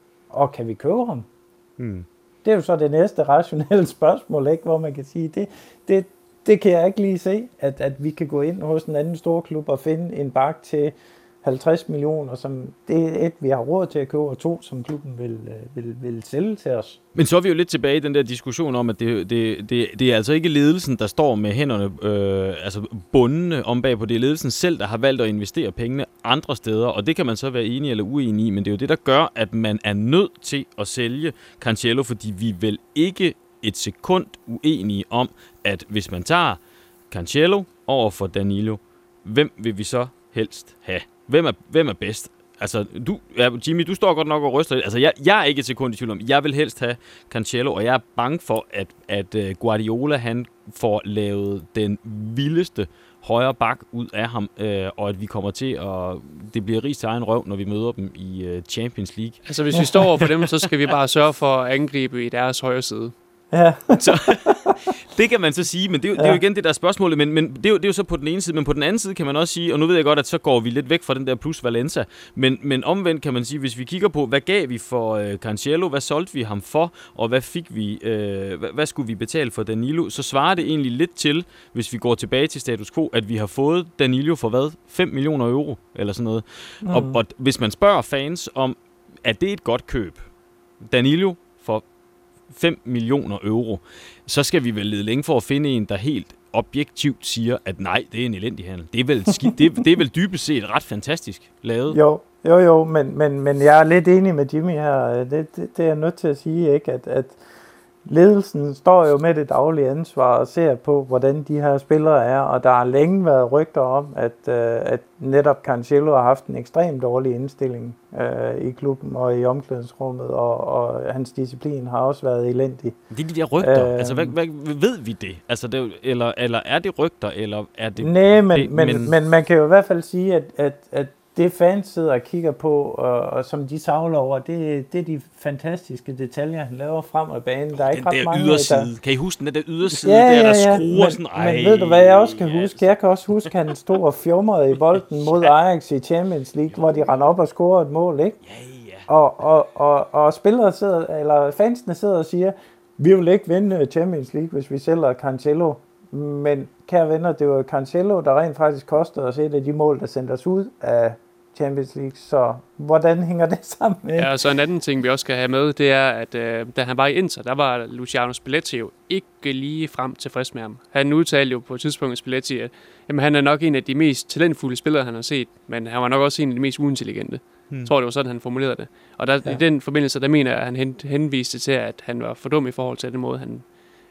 Og kan vi købe ham? Hmm. Det er jo så det næste rationelle spørgsmål, ikke? Hvor man kan sige, det, det Det kan jeg ikke lige se, at, at vi kan gå ind hos en anden stor klub og finde en bak til halvtreds millioner, som det er et, vi har råd til at købe, og to, som klubben vil, vil, vil sælge til os. Men så er vi jo lidt tilbage i den der diskussion om, at det, det, det, det er altså ikke ledelsen, der står med hænderne øh, altså bundne om bag på. Det er ledelsen selv, der har valgt at investere pengene andre steder, og det kan man så være enig eller uenig i, men det er jo det, der gør, at man er nødt til at sælge Cancelo, fordi vi vel ikke et sekund uenige om, at hvis man tager Cancelo over for Danilo, hvem vil vi så helst have? Hvem er, hvem er bedst? Altså, du, ja, Jimmy, du står godt nok og ryster lidt. Altså, jeg, jeg er ikke et sekund i tvivl om, jeg vil helst have Cancelo, og jeg er bange for, at, at Guardiola, han får lavet den vildeste højre bak ud af ham, øh, og at vi kommer til at... Det bliver rig til egen røv, når vi møder dem i uh, Champions League. Altså, hvis vi står over for dem, så skal vi bare sørge for at angribe i deres højre side. Ja. Så, det kan man så sige, men det er, jo, ja. det er jo igen det der spørgsmål, men, men det, er jo, det er jo så på den ene side, men på den anden side kan man også sige, og nu ved jeg godt, at så går vi lidt væk fra den der plus Valencia, men, men omvendt kan man sige, hvis vi kigger på, hvad gav vi for øh, Cancelo, hvad solgte vi ham for, og hvad fik vi, øh, hvad, hvad skulle vi betale for Danilo, så svarer det egentlig lidt til, hvis vi går tilbage til status quo, at vi har fået Danilo for hvad? fem millioner euro, eller sådan noget. Mm. Og, og hvis man spørger fans om, er det et godt køb? Danilo for fem millioner euro, så skal vi vel lede længe for at finde en, der helt objektivt siger, at nej, det er en elendig handel. Det er vel, skidt, det, det er vel dybest set ret fantastisk lavet. Jo, jo, jo, men, men, men jeg er lidt enig med Jimmy her. Det, det, det er jeg nødt til at sige, ikke? At, at ledelsen står jo med det daglige ansvar og ser på, hvordan de her spillere er, og der har længe været rygter om, at, uh, at netop Cancelo har haft en ekstremt dårlig indstilling uh, i klubben og i omklædningsrummet, og, og hans disciplin har også været elendig. Det er de der rygter. Uh, altså, hvad, hvad, ved vi det? Altså, det eller, eller er det rygter, eller er det... Nej, men, det, men, men... men man kan jo i hvert fald sige, at, at, at det fans sidder og kigger på, og, og som de savler over, det, det er de fantastiske detaljer, han laver frem af banen. Der er ikke den ret der mange, yderside. Der... Kan I huske den der yderside, ja, ja, der, der ja, skruer men, sådan? Ej, men ved du, hvad jeg også kan ja, huske? Jeg kan også huske, at han stod og fjumrede i bolden mod Ajax i Champions League, hvor de rendte op og scorede et mål, ikke? Ja, ja. Og, og, og, og spillere sidder, eller fansene sidder og siger, vi vil ikke vinde Champions League, hvis vi sælger Cancelo. Men kære venner, det var Cancelo, der rent faktisk kostede os et af de mål, der sendte os ud af Champions League, så hvordan hænger det sammen med? Ja, og så en anden ting, vi også skal have med, det er, at øh, da han var i Inter, der var Luciano Spalletti jo ikke lige frem tilfreds med ham. Han udtalte jo på et tidspunkt Spalletti, at jamen, han er nok en af de mest talentfulde spillere, han har set, men han var nok også en af de mest uintelligente. Hmm. Jeg tror, det var sådan, han formulerede det. Og der, ja. i den forbindelse, der mener jeg, at han hen, henviste til, at han var for dum i forhold til den måde, han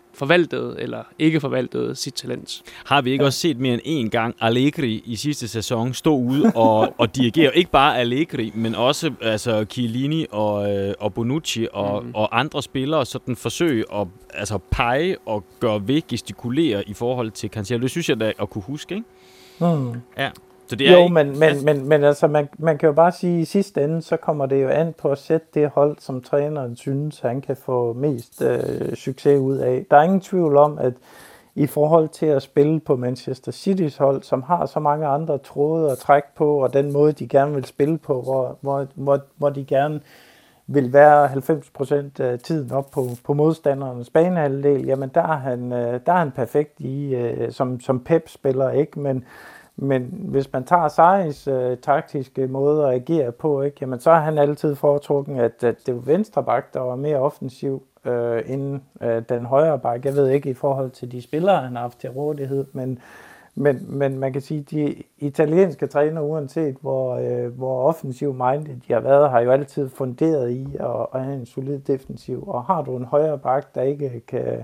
forvaltede eller ikke forvaltede sit talent. Har vi ikke ja. også set mere end én gang Allegri i sidste sæson stå ude og, og dirigere, ikke bare Allegri, men også altså, Chiellini og, øh, og Bonucci og, mm. og andre spillere sådan forsøge at altså, pege og gøre ved, gestikulere i forhold til Cancelo. Det synes jeg da at kunne huske, ikke? Mm. Ja. Så det er jo, ikke, men, men, altså, men, men altså, man, man kan jo bare sige, at i sidste ende, så kommer det jo an på at sætte det hold, som træneren synes, han kan få mest øh, succes ud af. Der er ingen tvivl om, at i forhold til at spille på Manchester Citys hold, som har så mange andre tråde at trække på, og den måde, de gerne vil spille på, hvor, hvor, hvor, hvor de gerne vil være halvfems procent af tiden op på, på modstanderens banehalvdel, jamen der er han, øh, der er han perfekt i, øh, som, som Pep-spiller, ikke? Men Men hvis man tager Sarris øh, taktiske måde at agere på, ikke, jamen så har han altid foretrukken, at, at det var venstre bak, der var mere offensiv øh, end øh, den højre bak. Jeg ved ikke i forhold til de spillere, han har haft til rådighed, men, men, men man kan sige, at de italienske trænere, uanset hvor, øh, hvor offensiv minded de har været, har jo altid funderet i at, at have en solid defensiv. Og har du en højre bak, der ikke kan...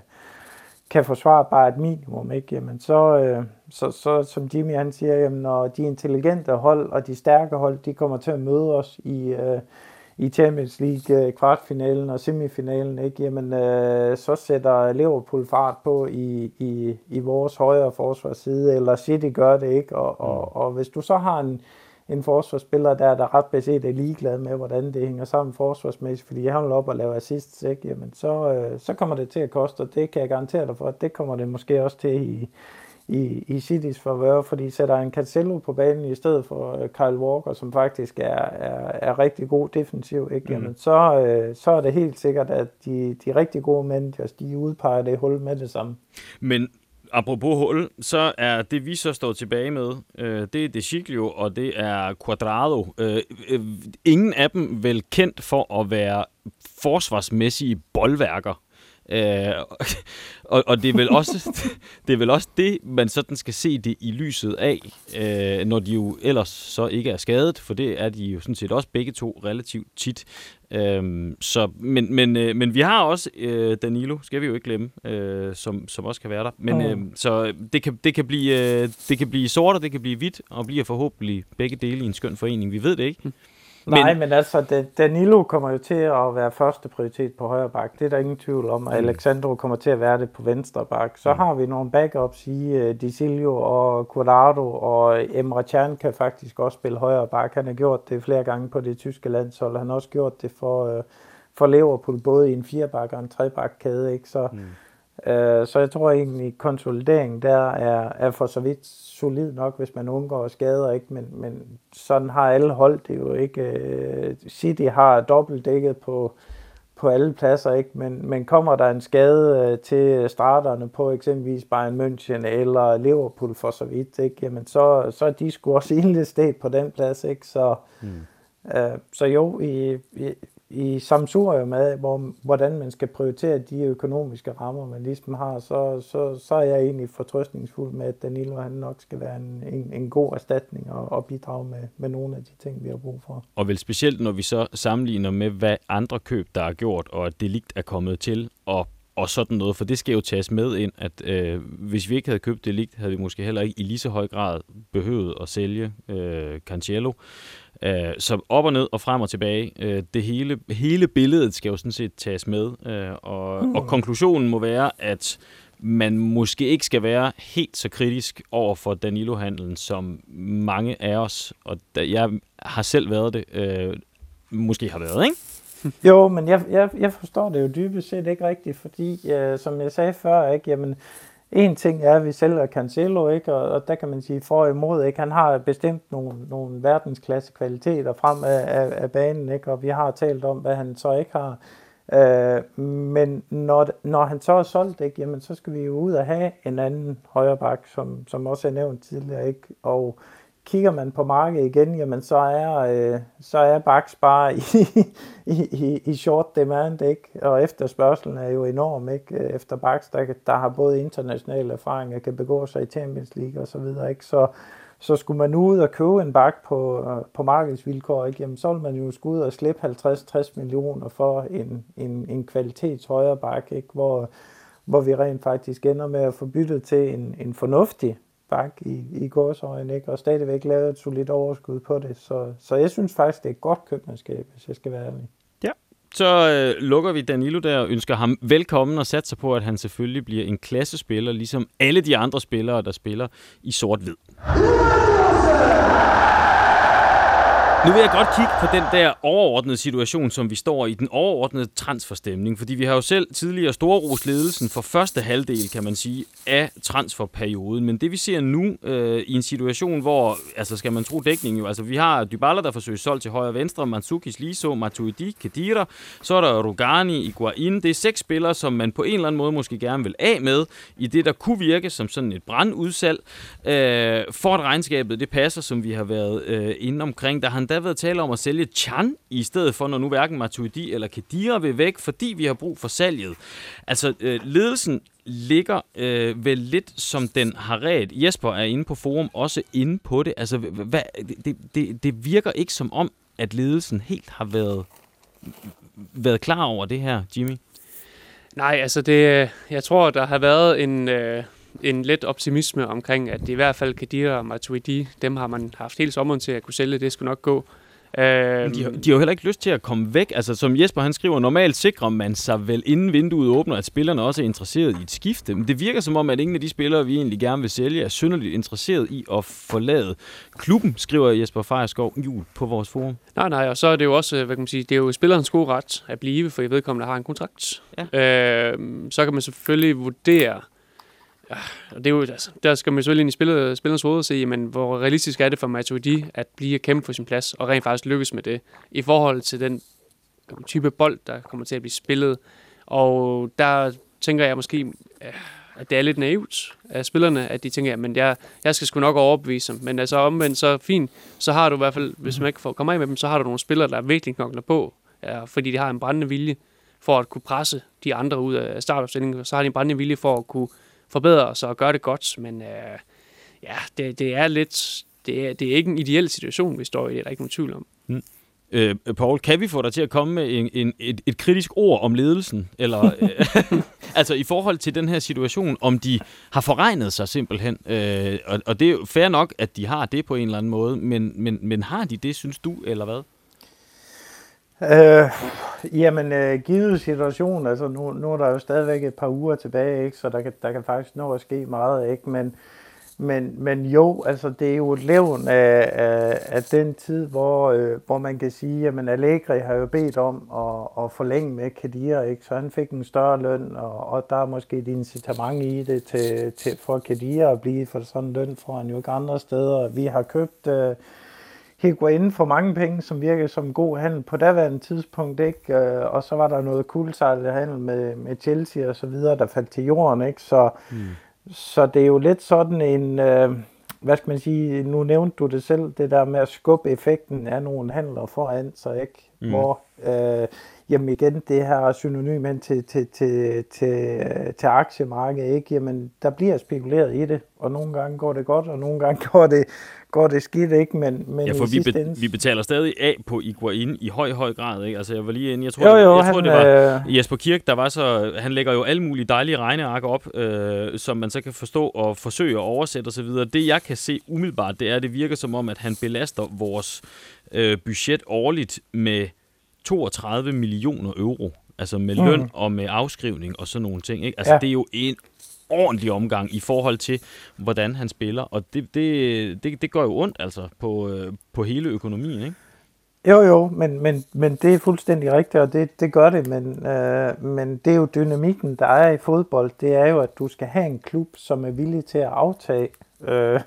kan forsvare bare et minimum, ikke? Jamen så, øh, så, så som Jimmy han siger, jamen når de intelligente hold og de stærke hold, de kommer til at møde os i, øh, i Champions League kvartfinalen og semifinalen, ikke? Jamen øh, så sætter Liverpool fart på i, i, i vores højre forsvarsside, eller City gør det, ikke? Og, og, og hvis du så har en en forsvarsspiller, der, der ret beset er ligeglad med, hvordan det hænger sammen forsvarsmæssigt, fordi han vil op og lave assists, ikke? Jamen så, øh, så kommer det til at koste, og det kan jeg garantere dig for, at det kommer det måske også til i, i, i Citys favør, fordi sætter en Cancelo på banen i stedet for uh, Kyle Walker, som faktisk er, er, er rigtig god defensiv, ikke? Jamen mm. så, øh, så er det helt sikkert, at de, de rigtig gode managers, de udpeger det hul med det samme. Men apropos hul, så er det, vi så står tilbage med, øh, det er De Sciglio, og det er Cuadrado. Øh, øh, ingen af dem vel kendt for at være forsvarsmæssige boldværker. Øh, og, og det er vel også det er vel også det, man sådan skal se det i lyset af, øh, når de jo ellers så ikke er skadet, for det er de jo sådan set også begge to relativt tit. Øh, så, men, men, øh, men vi har også øh, Danilo, skal vi jo ikke glemme, øh, som, som også kan være der. Men øh, så det kan, det, kan blive, øh, det kan blive sort, og det kan blive hvidt, og bliver forhåbentlig begge dele i en skøn forening. Vi ved det ikke. Men, Nej, men altså, Danilo kommer jo til at være første prioritet på højre bak. Det er der ingen tvivl om, og mm. Alexandro kommer til at være det på venstre bak. Så mm. har vi nogle backups i uh, De Sciglio og Cuadrado, og Emre Can kan faktisk også spille højre bak. Han har gjort det flere gange på det tyske landshold. Han har også gjort det for, uh, for Liverpool, både i en firebak og en trebakkæde, ikke? Så, mm. uh, så jeg tror egentlig, at konsolideringen der er, er for så vidt solid nok, hvis man undgår skader, ikke? Men, men sådan har alle hold det jo ikke. City har dobbeltdækket på, på alle pladser, ikke? Men, men kommer der en skade til starterne på eksempelvis Bayern München eller Liverpool for så vidt, ikke? Jamen så, så er de sgu også enligt sted på den plads, ikke? Så, mm. øh, så jo, i, i, i samsurium med, hvor, hvordan man skal prioritere de økonomiske rammer, man ligesom har, så, så, så er jeg egentlig fortrøstningsfuld med, at Danilo han nok skal være en, en, en god erstatning og, og bidrage med, med nogle af de ting, vi har brug for. Og vel specielt, når vi så sammenligner med, hvad andre køb, der er gjort, og at De Ligt er kommet til, og og sådan noget, for det skal jo tages med ind, at øh, hvis vi ikke havde købt De Ligt, havde vi måske heller ikke i lige så høj grad behøvet at sælge øh, Cancelo. Øh, så op og ned og frem og tilbage, øh, det hele, hele billedet skal jo sådan set tages med, øh, og, mm. og konklusionen må være, at man måske ikke skal være helt så kritisk over for Danilo-handlen, som mange af os, og da jeg har selv været det, øh, måske har været, ikke? Jo, men jeg, jeg, jeg forstår det jo dybest set ikke rigtigt, fordi øh, som jeg sagde før, ikke, jamen, en ting er, at vi sælger Cancelo, ikke, og, og der kan man sige for og imod, ikke, han har bestemt nogle, nogle verdensklasse kvaliteter frem af, af, af banen, ikke, og vi har talt om, hvad han så ikke har. Øh, men når, når han så er solgt, ikke, jamen, så skal vi jo ud og have en anden højre bak, som, som også er nævnt tidligere, ikke, og kigger man på markedet igen, jamen så er, øh, så er backs bare i, i, i short demand, ikke? Og efterspørgselen er jo enorm, ikke? Efter backs, der, der har både internationale erfaringer, kan begå sig i Champions League og så videre, ikke? Så, så skulle man ud og købe en back på, på markedsvilkår, ikke? Jamen så vil man jo skulle ud og slippe halvtreds til tres millioner for en, en, en kvalitets højre back, ikke? Hvor hvor vi rent faktisk ender med at få byttet til en, en fornuftig bak i, i gårsøjne, ikke? Og stadigvæk lave et solidt overskud på det. Så, så jeg synes faktisk, det er et godt købmandskab, hvis jeg skal være ærlig. Ja, så øh, lukker vi Danilo der og ønsker ham velkommen og satser på, at han selvfølgelig bliver en klassespiller, ligesom alle de andre spillere, der spiller i sort-hvid. Nu vil jeg godt kigge på den der overordnede situation, som vi står i, den overordnede transferstemning, fordi vi har jo selv tidligere storrost ledelsen for første halvdel, kan man sige, af transferperioden. Men det vi ser nu øh, i en situation, hvor, altså skal man tro dækningen jo, altså vi har Dybala, der forsøger solgt til højre og venstre, Mandzukic, Liso, Matuidi, Khedira, så er der Rugani, Higuain. Det er seks spillere, som man på en eller anden måde måske gerne vil af med, i det der kunne virke som sådan et brandudsalg. Øh, for at regnskabet, det passer, som vi har været øh, inde omkring, der har han der været tale om at sælge Can i stedet for, når nu hverken Matuidi eller Khedira vil væk, fordi vi har brug for salget. Altså, øh, ledelsen ligger øh, vel lidt som den har ret. Jesper er inde på forum, også inde på det. Altså, hvad, det, det, det virker ikke som om, at ledelsen helt har været, været klar over det her, Jimmy. Nej, altså det, jeg tror, der har været en, øh, en let optimisme omkring, at det i hvert fald Khedira og Matuidi, dem har man haft hele sommeren til at kunne sælge, det skulle nok gå. De har, de har jo heller ikke lyst til at komme væk. Altså, som Jesper han skriver, normalt sikrer man sig vel inden vinduet åbner, at spillerne også er interesseret i et skifte. Men det virker som om, at ingen af de spillere, vi egentlig gerne vil sælge, er synderligt interesseret i at forlade klubben, skriver Jesper Fejerskov Juhl på vores forum. Nej, nej, og så er det jo også, hvad kan man sige, det er jo spillerens gode ret at blive, for jeg vedkommende har en kontrakt. Ja. Øh, så kan man selvfølgelig vurdere, og det er jo, altså, der skal man selvfølgelig ind i spillet, spillerens hoved og se, men hvor realistisk er det for Matuidi at blive kæmpe for sin plads, og rent faktisk lykkes med det, i forhold til den type bold, der kommer til at blive spillet. Og der tænker jeg måske, at det er lidt naivt af spillerne, at de tænker, at men jeg, jeg skal sgu nok overbevise dem. Men altså omvendt, så fint, så har du i hvert fald, hvis man ikke får komme af med dem, så har du nogle spillere, der virkelig knokler på, ja, fordi de har en brændende vilje for at kunne presse de andre ud af startopstillingen, så har de en brændende vilje for at kunne forbedre sig og gøre det godt, men øh, ja, det, det er lidt, det er, det er ikke en ideel situation, vi står i, det er der ikke nogen tvivl om. Mm. Øh, Paul, kan vi få dig til at komme med en, en, et, et kritisk ord om ledelsen? Eller, øh, altså i forhold til den her situation, om de har forregnet sig simpelthen, øh, og, og det er jo fair nok, at de har det på en eller anden måde, men, men, men har de det, synes du, eller hvad? Øh, jamen, øh, givet situation, altså nu, nu er der jo stadigvæk et par uger tilbage, ikke, så der kan, der kan faktisk nå at ske meget, ikke, men, men, men jo, altså det er jo et levn af, af, af den tid, hvor, øh, hvor man kan sige, at Allegri har jo bedt om at, at forlænge med Khedira, ikke, så han fik en større løn, og, og der er måske et incitament i det til, til for Khedira at blive, for sådan en løn får han jo ikke andre steder. Vi har købt øh, Higuain for mange penge, som virker som en god handel på daværende tidspunkt, ikke? Og så var der noget kuldsejlet handel med, med Chelsea og så videre, der faldt til jorden, ikke? Så, mm. så det er jo lidt sådan en, øh, hvad skal man sige, nu nævnte du det selv, det der med at skubbe effekten af nogle handler foran sig, ikke? Mm. Hvor, øh, jamen igen, det her synonym til, til, til, til, til aktiemarkedet, ikke? Jamen, der bliver spekuleret i det, og nogle gange går det godt, og nogle gange går det, går det skidt, ikke? Men, men ja, for vi, be- ende... vi betaler stadig af på Higuain i høj, høj grad, ikke? Altså, jeg var lige inde, jeg tror, jo, jo, det, jeg han, tror det var øh... Jesper Kirk, der var så, han lægger jo alle mulige dejlige regneark op, øh, som man så kan forstå og forsøge at oversætte osv. Det, jeg kan se umiddelbart, det er, at det virker som om, at han belaster vores øh, budget årligt med toogtredive millioner euro, altså med løn mm. og med afskrivning og sådan nogle ting, ikke? Altså, ja. Det er jo en ordentlig omgang i forhold til, hvordan han spiller, og det, det, det, det går jo ondt altså på, på hele økonomien, ikke? Jo, jo, men, men, men det er fuldstændig rigtigt, og det, det gør det, men, øh, men det er jo dynamikken, der er i fodbold, det er jo, at du skal have en klub, som er villig til at aftage øh,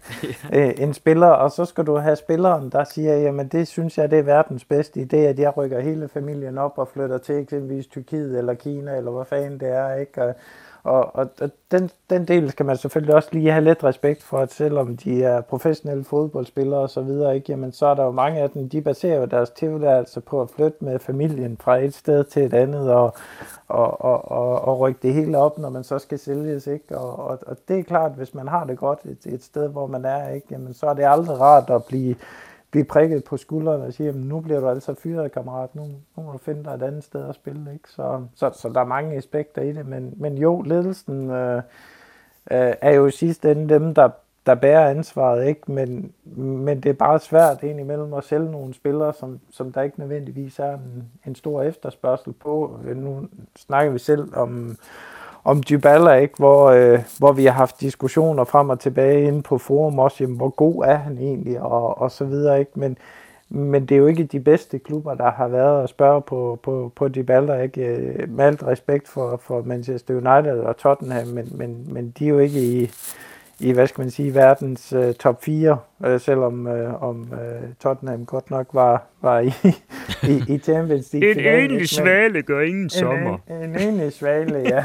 en spiller, og så skal du have spilleren, der siger, jamen det synes jeg, det er verdens bedste idé, at jeg rykker hele familien op og flytter til eksempelvis Tyrkiet eller Kina, eller hvad fanden det er, ikke? Og, Og, og, og den, den del skal man selvfølgelig også lige have lidt respekt for, at selvom de er professionelle fodboldspillere og så videre, ikke, jamen, så er der jo mange af dem, de baserer jo deres tilværelse på at flytte med familien fra et sted til et andet og, og, og, og, og rykke det hele op, når man så skal sælges, ikke? Og, og, og det er klart, hvis man har det godt et, et sted, hvor man er, ikke, jamen, så er det aldrig rart at blive blive prikket på skulderen og sige, nu bliver du altså fyret, kammerat, nu, nu må du finde dig et andet sted at spille, ikke? Så, så, så der er mange aspekter i det, men, men jo, ledelsen øh, øh, er jo i sidste ende dem, der, der bærer ansvaret, ikke? Men, men det er bare svært indimellem at sælge nogle spillere, som, som der ikke nødvendigvis er en, en stor efterspørgsel på. Nu snakker vi selv om om Dybala, ikke? Hvor, øh, hvor vi har haft diskussioner frem og tilbage inde på forum også, jamen, hvor god er han egentlig, og, og så videre, ikke? Men, men det er jo ikke de bedste klubber, der har været at spørge på, på, på Dybala, ikke? Med alt respekt for, for Manchester United og Tottenham, men, men, men de er jo ikke i, i hvad skal man sige, verdens uh, top fire, uh, selvom uh, om, uh, Tottenham godt nok var, var i, i, i Champions League. En enlig svale gør ingen sommer. En, en enlig svale, ja.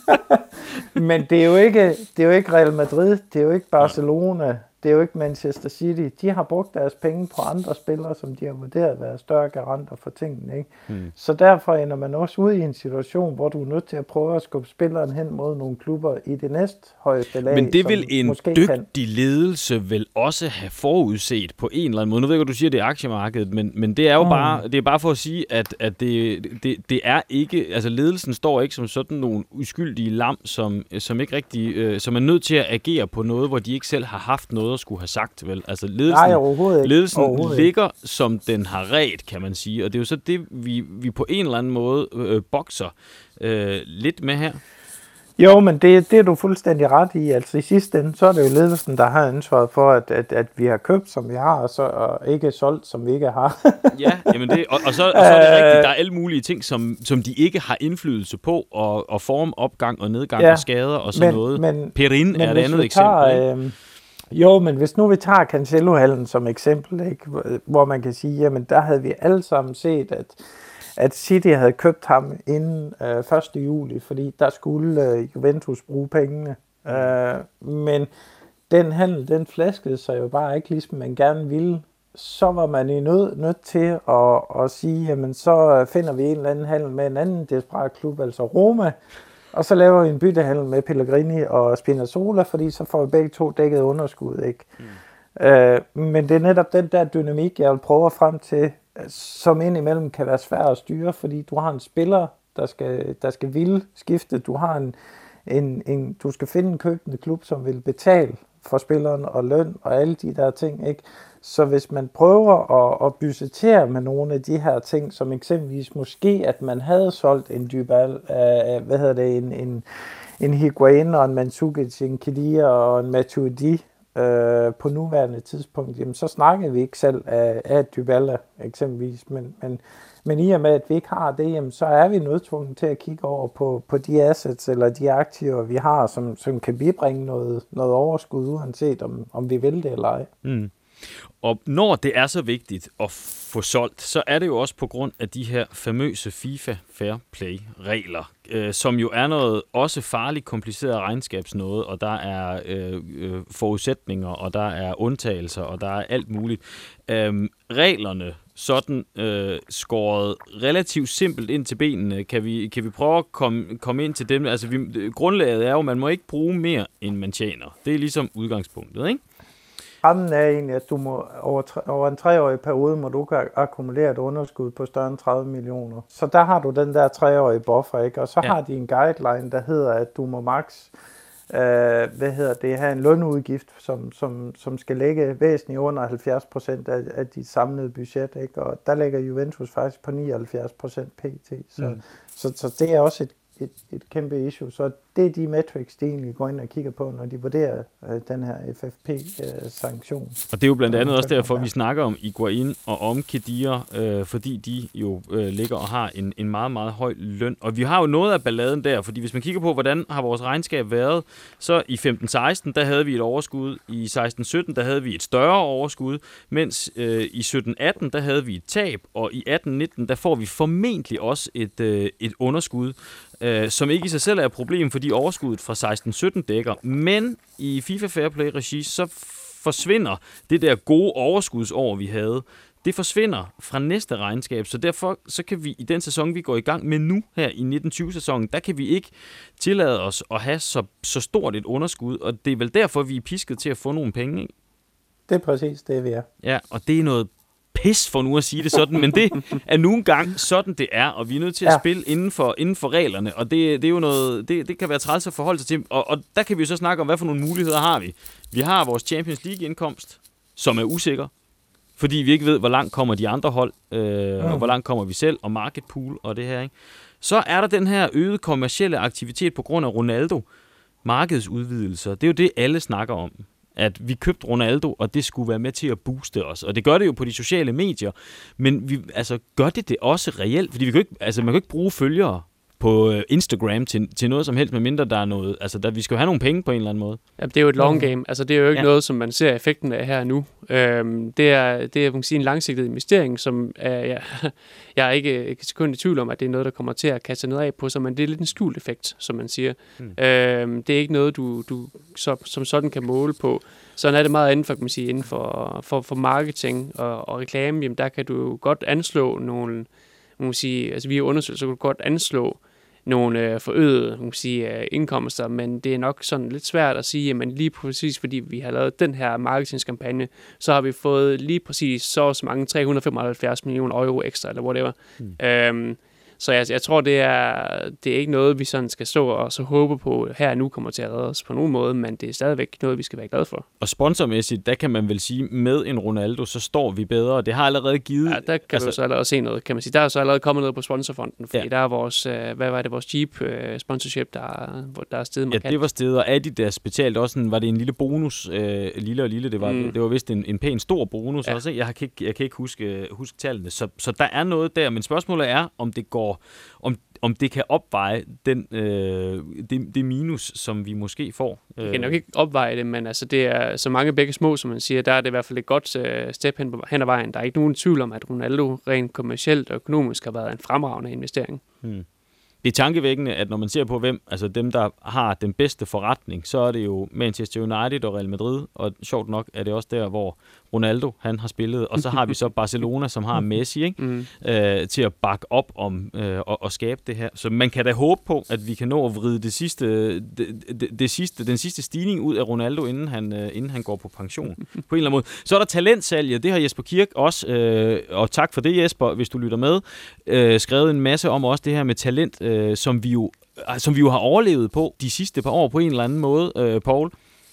Men det er, jo ikke, det er jo ikke Real Madrid, det er jo ikke Barcelona, det er jo ikke Manchester City. De har brugt deres penge på andre spillere, som de har vurderet at være større garanter for tingene, ikke? Hmm. Så derfor ender man også ud i en situation, hvor du er nødt til at prøve at skubbe spilleren hen mod nogle klubber i det næst højeste lag. Men det vil en dygtig kan. ledelse vel også have forudset på en eller anden måde. Nu ved jeg, at du siger, at det er aktiemarkedet, men, men det er jo mm. bare, det er bare for at sige, at, at det, det, det er ikke, altså ledelsen står ikke som sådan nogle uskyldige lam, som, som ikke rigtig, øh, som er nødt til at agere på noget, hvor de ikke selv har haft noget at skulle have sagt, vel? Altså ledelsen, Nej, overhovedet ikke. ledelsen overhovedet ligger, ikke. Som den har ret, kan man sige, og det er jo så det, vi, vi på en eller anden måde øh, bokser øh, lidt med her. Jo, men det, det er du fuldstændig ret i. Altså i sidste ende, så er det jo ledelsen, der har ansvaret for, at, at, at vi har købt, som vi har, og, så, og ikke solgt, som vi ikke har. Ja, jamen det, og, og, så, og så er det rigtigt, der er alle mulige ting, som, som de ikke har indflydelse på, og, og form, opgang og nedgang ja, og skader og sådan men, noget. Men, Perin men er et andet eksempel. Tager, øh, jo, men hvis nu vi tager Cancelo-hallen som eksempel, ikke, hvor man kan sige, jamen der havde vi alle sammen set, at at City havde købt ham inden øh, første juli, fordi der skulle øh, Juventus bruge pengene. Mm. Øh, men den handel, den flaskede sig jo bare ikke, ligesom man gerne ville. Så var man i nød, nødt til at, at sige, jamen så finder vi en eller anden handel med en anden desperat klub, altså Roma, og så laver vi en byttehandel med Pellegrini og Spinazzola, fordi så får vi begge to dækket underskud, ikke? Mm. Øh, men det er netop den der dynamik, jeg vil prøve at frem til, som indimellem kan være svært at styre, fordi du har en spiller, der skal, der skal ville skifte. Du har en, en, en, du skal finde en købende klub, som vil betale for spilleren og løn og alle de der ting, ikke? Så hvis man prøver at, at budgettere med nogle af de her ting, som eksempelvis måske, at man havde solgt en Dybala, uh, hvad hedder det, en, en, en Higuain og en Mandzukic, en Khedira og en Matuidi, Øh, på nuværende tidspunkt, jamen, så snakker vi ikke selv af, af Dybala eksempelvis, men, men, men i og med, at vi ikke har det, jamen, så er vi nødtvunget til at kigge over på, på de assets eller de aktiver, vi har, som, som kan bibringe noget, noget overskud, uanset om, om vi vil det eller ej. Mm. Og når det er så vigtigt at få solgt, så er det jo også på grund af de her famøse FIFA Fair Play-regler, øh, som jo er noget også farligt kompliceret regnskabsnode, og der er øh, øh, forudsætninger, og der er undtagelser, og der er alt muligt. Øh, reglerne, sådan øh, skåret relativt simpelt ind til benene, kan vi, kan vi prøve at komme, komme ind til dem. Altså, vi, grundlaget er jo, at man må ikke bruge mere, end man tjener. Det er ligesom udgangspunktet, ikke? Rammen er egentlig, at du må over, tre, over en treårig periode må du akkumulere et underskud på større end tredive millioner. Så der har du den der treårige buffer, ikke? Og så ja. har de en guideline, der hedder, at du må max øh, hvad hedder det, have en lønudgift, som, som, som skal ligge væsentligt under halvfjerds procent af, af dit samlede budget, ikke? Og der ligger Juventus faktisk på nioghalvfjerds procent pt. Så, mm. så, så det er også et Et, et kæmpe issue. Så det er de metrics, de egentlig går ind og kigger på, når de vurderer øh, den her F F P-sanktion. Øh, og det er jo blandt andet også derfor, at vi snakker om Higuain og om Khedira, øh, fordi de jo øh, ligger og har en, en meget, meget høj løn. Og vi har jo noget af balladen der, fordi hvis man kigger på, hvordan har vores regnskab været, så i femten seksten, der havde vi et overskud, i seksten sytten, der havde vi et større overskud, mens øh, i sytten atten, der havde vi et tab, og i atten nitten, der får vi formentlig også et, øh, et underskud, Øh, som ikke i sig selv er et problem, fordi overskuddet fra seksten sytten dækker. Men i FIFA Fair Play-regi, så forsvinder det der gode overskudsår, vi havde, det forsvinder fra næste regnskab. Så derfor så kan vi i den sæson, vi går i gang med nu, her i nitten tyve-sæsonen, der kan vi ikke tillade os at have så, så stort et underskud, og det er vel derfor, vi er pisket til at få nogle penge, ikke? det er præcis det, vi er. Ja, og det er noget pis for nu at sige det sådan, men det er nogle gange sådan, det er, og vi er nødt til at ja. spille inden for, inden for reglerne, og det, det er jo noget, det, det kan være træls at forholde sig til, og, og der kan vi jo så snakke om, hvad for nogle muligheder har vi. Vi har vores Champions League-indkomst, som er usikker, fordi vi ikke ved, hvor langt kommer de andre hold, øh, mm. og hvor langt kommer vi selv, og market pool og det her, ikke? Så er der den her øgede kommercielle aktivitet på grund af Ronaldo, markedsudvidelser, det er jo det, alle snakker om. At vi købte Ronaldo, og det skulle være med til at booste os. Og det gør det jo på de sociale medier. Men vi, altså, gør det det også reelt? Fordi vi kan ikke, altså, man kan ikke bruge følgere på Instagram til, til noget som helst, medmindre der er noget. Altså, der, vi skal jo have nogle penge på en eller anden måde. Ja, det er jo et long game. Altså, det er jo ikke ja. noget, som man ser effekten af her nu. Øhm, det er, det er man kan sige, en langsigtet investering, som er, ja, jeg er ikke, ikke sekund i tvivl om, at det er noget, der kommer til at kaste noget af på sig, men det er lidt en skjult effekt, som man siger. Hmm. Øhm, det er ikke noget, du, du så, som sådan kan måle på. Sådan er det meget inden for, kan man sige, inden for, for, for marketing og, og reklame. Jamen, der kan du godt anslå nogle, man kan sige, altså via undersøgelser kan du godt anslå nogle øh, forøgede man kan sige, øh, indkomster, men det er nok sådan lidt svært at sige, men lige præcis fordi vi har lavet den her marketingskampagne, så har vi fået lige præcis så, så mange tre hundrede femoghalvfjerds millioner euro ekstra, eller whatever. Mm. Øhm, så jeg, jeg tror, det er, det er ikke noget, vi sådan skal stå og så håbe på, her nu kommer til at redde os på nogen måde, men det er stadigvæk noget, vi skal være glade for. Og sponsormæssigt, der kan man vel sige, med en Ronaldo, så står vi bedre, og det har allerede givet... Ja, der kan altså, du så allerede se noget, kan man sige. Der er så allerede kommet noget på sponsorfonden, fordi ja. der er vores, øh, hvad var det, vores Jeep øh, sponsorship, der, der er steget markant. Ja, det var steget, og Adidas betalte også sådan, var det en lille bonus, øh, lille og lille, det var, mm. det var vist en, en pæn stor bonus ja. også, jeg kan ikke, jeg kan ikke huske, huske tallene, så, så der er noget der, men spørgsmålet er, om det går, om om det kan opveje den, øh, det, det minus, som vi måske får. Det kan nok ikke opveje det, men altså, det er så mange begge små, som man siger, der er det i hvert fald et godt uh, step hen, hen ad vejen. Der er ikke nogen tvivl om, at Ronaldo rent kommercielt og økonomisk har været en fremragende investering. Hmm. Det er tankevækkende, at når man ser på hvem, altså dem, der har den bedste forretning, så er det jo Manchester United og Real Madrid, og sjovt nok er det også der, hvor Ronaldo, han har spillet, og så har vi så Barcelona, som har Messi, ikke? Mm. Øh, til at bakke op om øh, og, og skabe det her. Så man kan da håbe på, at vi kan nå at vride det sidste, det, det, det sidste, den sidste stigning ud af Ronaldo, inden han, øh, inden han går på pension. På en eller anden måde. Så er der talentsalget, det har Jesper Kirk også, øh, og tak for det, Jesper, hvis du lytter med, øh, skrevet en masse om også det her med talent, øh, som vi jo som vi jo har overlevet på de sidste par år på en eller anden måde, øh, Paul.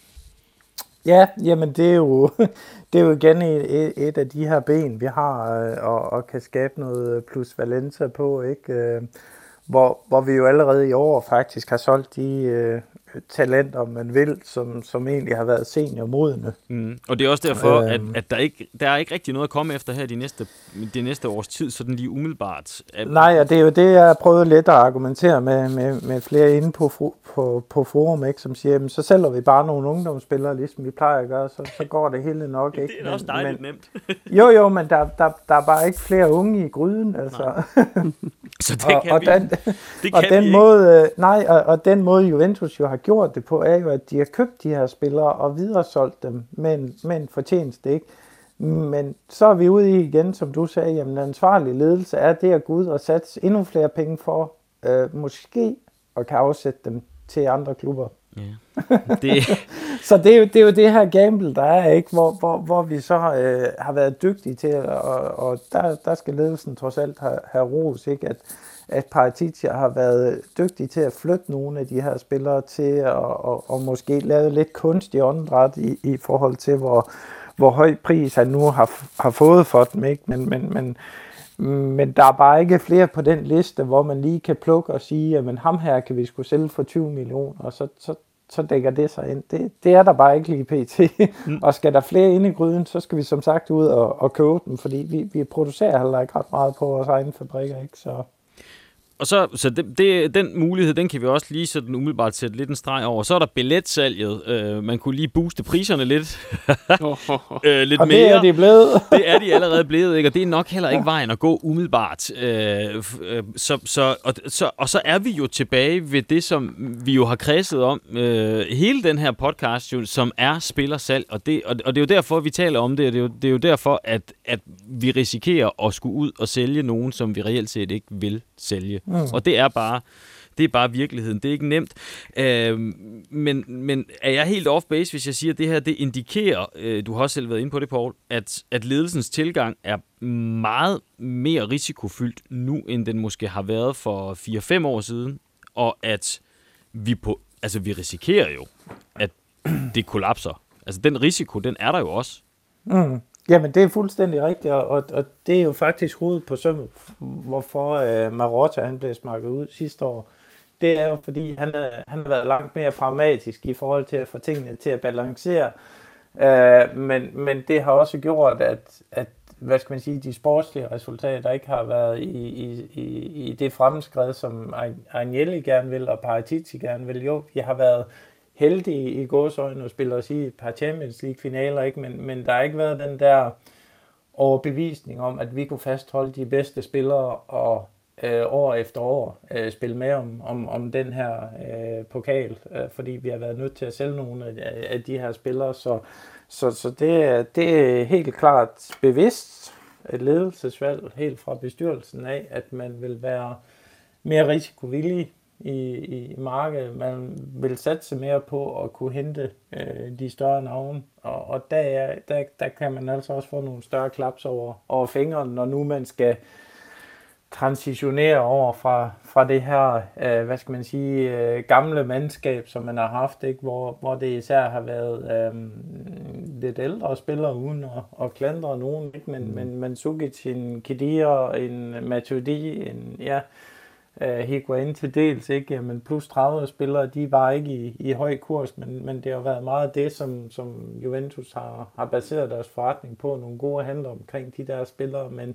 Ja, jamen det er jo, det er jo igen et, et af de her ben, vi har, øh, og, og kan skabe noget plus valenza på, ikke? Øh, hvor, hvor vi jo allerede i år faktisk har solgt de øh, talenter, man vil, som, som egentlig har været seniormodne. Mm. Og det er også derfor, øh, at, at der, ikke, der er ikke rigtig noget at komme efter her de næste, de næste års tid, sådan lige umiddelbart. Nej, og det er jo det, jeg har prøvet lidt at argumentere med, med, med flere inde på, på, på forum, ikke, som siger, jamen, så sælger vi bare nogle ungdomsspillere, ligesom vi plejer at gøre, så, så går det hele nok. Ikke? Det er også dejligt men, nemt. jo, jo, men der, der, der er bare ikke flere unge i gryden, altså. Så det kan og, vi, og den, det og kan den vi måde, nej, og, og den måde Juventus jo har gjort det på, er jo, at de har købt de her spillere og videresolgt dem med en, med en fortjeneste, ikke? Men så er vi ude i igen, som du sagde, jamen den ansvarlige ledelse er det at gå ud og satse endnu flere penge for, øh, måske, og kan afsætte dem til andre klubber. Ja. Det... så det er, jo, det er jo det her gamble, der er, ikke, hvor, hvor, hvor vi så øh, har været dygtige til, og, og der, der skal ledelsen trods alt have, have ros, ikke, at at Paratici har været dygtig til at flytte nogle af de her spillere til, og, og, og måske lave lidt kunstig åndedræt i, i forhold til, hvor, hvor høj pris han nu har, har fået for dem, ikke? Men, men, men, men der er bare ikke flere på den liste, hvor man lige kan plukke og sige, at ham her kan vi sgu sælge for tyve millioner, og så, så, så dækker det sig ind. Det, det er der bare ikke lige pt. Mm. Og skal der flere inde i gryden, så skal vi som sagt ud og, og købe dem, fordi vi, vi producerer heller ikke ret meget på vores egne fabrikker, ikke? Så... Og så, så det, det, den mulighed, den kan vi også lige sådan umiddelbart sætte lidt en streg over. Så er der billetsalget. Øh, man kunne lige booste priserne lidt, øh, lidt og mere. det er de blevet. Det er de allerede blevet, ikke? Og det er nok heller ikke vejen at gå umiddelbart. Øh, så, så, og, så, og så er vi jo tilbage ved det, som vi jo har kredset om øh, hele den her podcast, jo, som er spillersalg. Og det, og, og det er jo derfor, vi taler om det, og det er jo, det er jo derfor, at, at vi risikerer at skulle ud og sælge nogen, som vi reelt set ikke vil sælge. Mm. Og det er bare Det er bare virkeligheden. Det er ikke nemt. Øh, men, men er jeg helt off base, hvis jeg siger, at det her det indikerer, øh, du har også selv været inde på det, Paul, at, at ledelsens tilgang er meget mere risikofyldt nu, end den måske har været for fire fem år siden, og at vi på, altså vi risikerer jo, at det kollapser. Altså den risiko, den er der jo også. Mm. Jamen det er fuldstændig rigtigt, og, og det er jo faktisk hovedet på sømmet, hvorfor øh, Marotta han blev smakket ud sidste år. Det er jo fordi, han, er, han har været langt mere pragmatisk i forhold til at få tingene til at balancere, øh, men, men det har også gjort, at, at hvad skal man sige, de sportslige resultater ikke har været i, i, i, i det fremskred, som Agnelli gerne vil, og Paratici gerne vil. Jo, vi har været heldige i gåseøjne og spiller os i et par Champions League-finaler, ikke? Men, men der har ikke været den der overbevisning om, at vi kunne fastholde de bedste spillere og øh, år efter år øh, spille med om, om, om den her øh, pokal, øh, fordi vi har været nødt til at sælge nogle af, af de her spillere, så, så, så det, det er helt klart bevidst et ledelsesvalg helt fra bestyrelsen af, at man vil være mere risikovillig i, i markedet. Man vil satse mere på at kunne hente øh, de større navne, og, og der, er, der, der kan man altså også få nogle større klaps over, over fingrene, når nu man skal transitionere over fra, fra det her, øh, hvad skal man sige, øh, gamle mandskab, som man har haft, ikke? Hvor, hvor det især har været øh, lidt ældre spillere uden at, at klandre nogen, ikke? Men, mm. men Mandzukic, en Khedira, en Matuidi, en, ja, Uh, Higuain til dels, ikke? Jamen plus tredive spillere, de var ikke i, i høj kurs, men, men det har været meget det, som, som Juventus har, har baseret deres forretning på, nogle gode handler omkring de der spillere, men,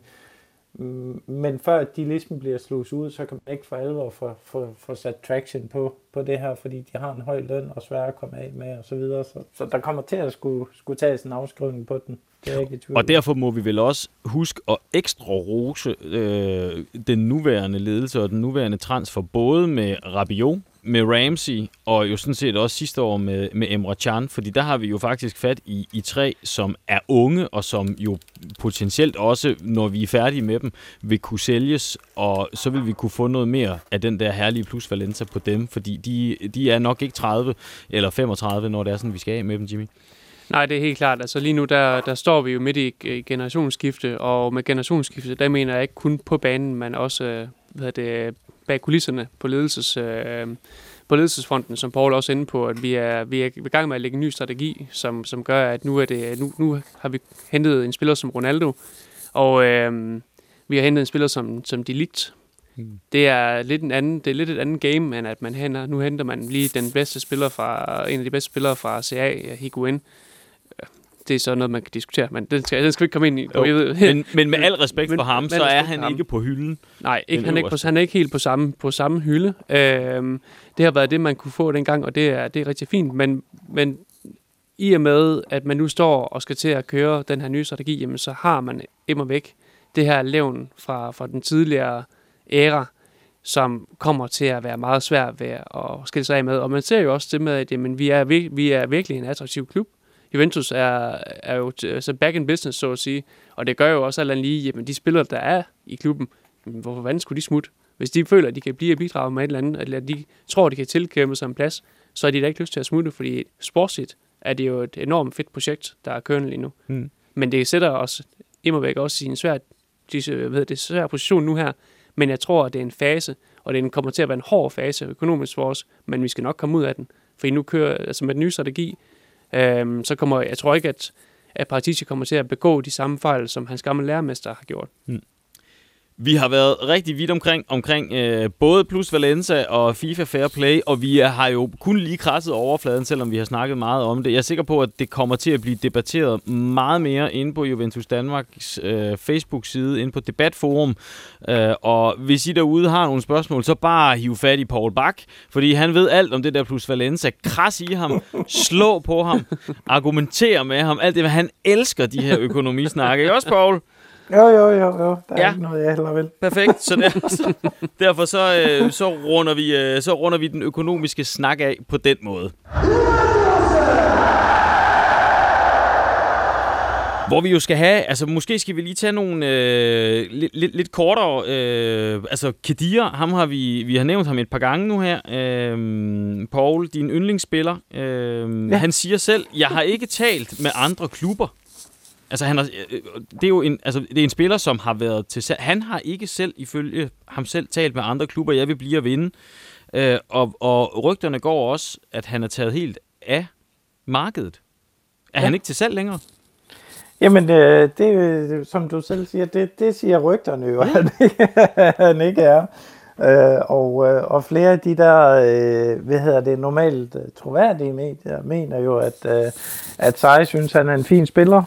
mm, men før de ligesom bliver slået ud, så kan man ikke for alvor få, få, få sat traction på, på det her, fordi de har en høj løn og svære at komme af med og så videre, så, så der kommer til at skulle, skulle tages en afskrivning på den. Og derfor må vi vel også huske at ekstra rose øh, den nuværende ledelse og den nuværende transfer, både med Rabiot, med Ramsey og jo sådan set også sidste år med, med Emre Can, fordi der har vi jo faktisk fat i, i tre, som er unge og som jo potentielt også, når vi er færdige med dem, vil kunne sælges, og så vil vi kunne få noget mere af den der herlige plusvalenza på dem, fordi de, de er nok ikke tredive eller femogtredive, når det er sådan, vi skal af med dem, Jimmy. Nej, det er helt klart. Altså lige nu, der, der står vi jo midt i generationsskifte, og med generationsskifte, der mener jeg ikke kun på banen, men også hvad er det, bag kulisserne på, ledelses, øh, på ledelsesfronten, som Paul også er inde på, at vi er, vi er i gang med at lægge en ny strategi, som, som gør, at nu, er det, nu, nu har vi hentet en spiller som Ronaldo, og øh, vi har hentet en spiller som, som De Ligt. Hmm. Det er lidt en anden, det er lidt et andet game, end at man henter, nu henter man lige den bedste spiller fra, en af de bedste spillere fra C A, Higuain. Det er så noget, man kan diskutere, men den skal, den skal vi ikke komme ind i. Ved, men, men med al respekt men, for ham, så er han ham. ikke på hylden. Nej, ikke, han, er ikke på, han er ikke helt på samme, på samme hylde. Øhm, det har været det, man kunne få dengang, og det er, det er rigtig fint. Men, men i og med, at man nu står og skal til at køre den her nye strategi, jamen, så har man immer væk det her levn fra, fra den tidligere æra, som kommer til at være meget svært ved at skille sig af med. Og man ser jo også det med, at jamen, vi, er, vi er virkelig en attraktiv klub. Juventus er, er jo altså back in business, så at sige, og det gør jo også alt andet lige, jamen de spillere, der er i klubben, hvorfor fanden skulle de smutte? Hvis de føler, at de kan blive og bidrage med et eller andet, eller de tror, at de kan tilkæmpe sig en plads, så er de da ikke lyst til at smutte, fordi sportsligt er det jo et enormt fedt projekt, der er kørende lige nu. Hmm. Men det sætter os immervæk også i en svær, ved det, svær position nu her, men jeg tror, at det er en fase, og den kommer til at være en hård fase økonomisk for os, men vi skal nok komme ud af den, for nu kører, altså med den nye strategi, Øhm, så kommer jeg tror ikke, at, at Paratici kommer til at begå de samme fejl, som hans gamle lærermester har gjort. Hmm. Vi har været rigtig vidt omkring, omkring øh, både plusvalenza og FIFA Fair Play, og vi er, har jo kun lige krasset overfladen, selvom vi har snakket meget om det. Jeg er sikker på, at det kommer til at blive debatteret meget mere inde på Juventus Danmarks øh, Facebook-side, inde på Debatforum. Øh, og hvis I derude har nogle spørgsmål, så bare hiv fat i Paul Bak, fordi han ved alt om det der plusvalenza. Kras i ham, slå på ham, argumentere med ham, alt det, han elsker de her økonomisnakke. Ikke også, Paul? Jo, jo, jo, jo. Der er ja. ikke noget, jeg heller vil. Perfekt. Så, der, så derfor så, øh, så, runder vi, øh, så runder vi den økonomiske snak af på den måde. Hvor vi jo skal have, altså måske skal vi lige tage nogle øh, lidt, lidt, lidt kortere, øh, altså Khedira, ham har vi, vi har nævnt ham et par gange nu her. Øh, Paul, din yndlingsspiller, øh, ja. Han siger selv, jeg har ikke talt med andre klubber. Altså han har, det er jo en, altså det er en spiller, som har været til salg. Han har ikke selv, ifølge ham selv, talt med andre klubber. Jeg vil blive at vinde. Øh, og, og rygterne går også, at han er taget helt af markedet. Er ja. han ikke til salg længere? Jamen, øh, det som du selv siger, det, det siger rygterne jo, at han ikke er. Øh, og, øh, og flere af de der, øh, hvad hedder det, normalt uh, troværdige medier, mener jo, at, øh, at Sarri synes, han er en fin spiller.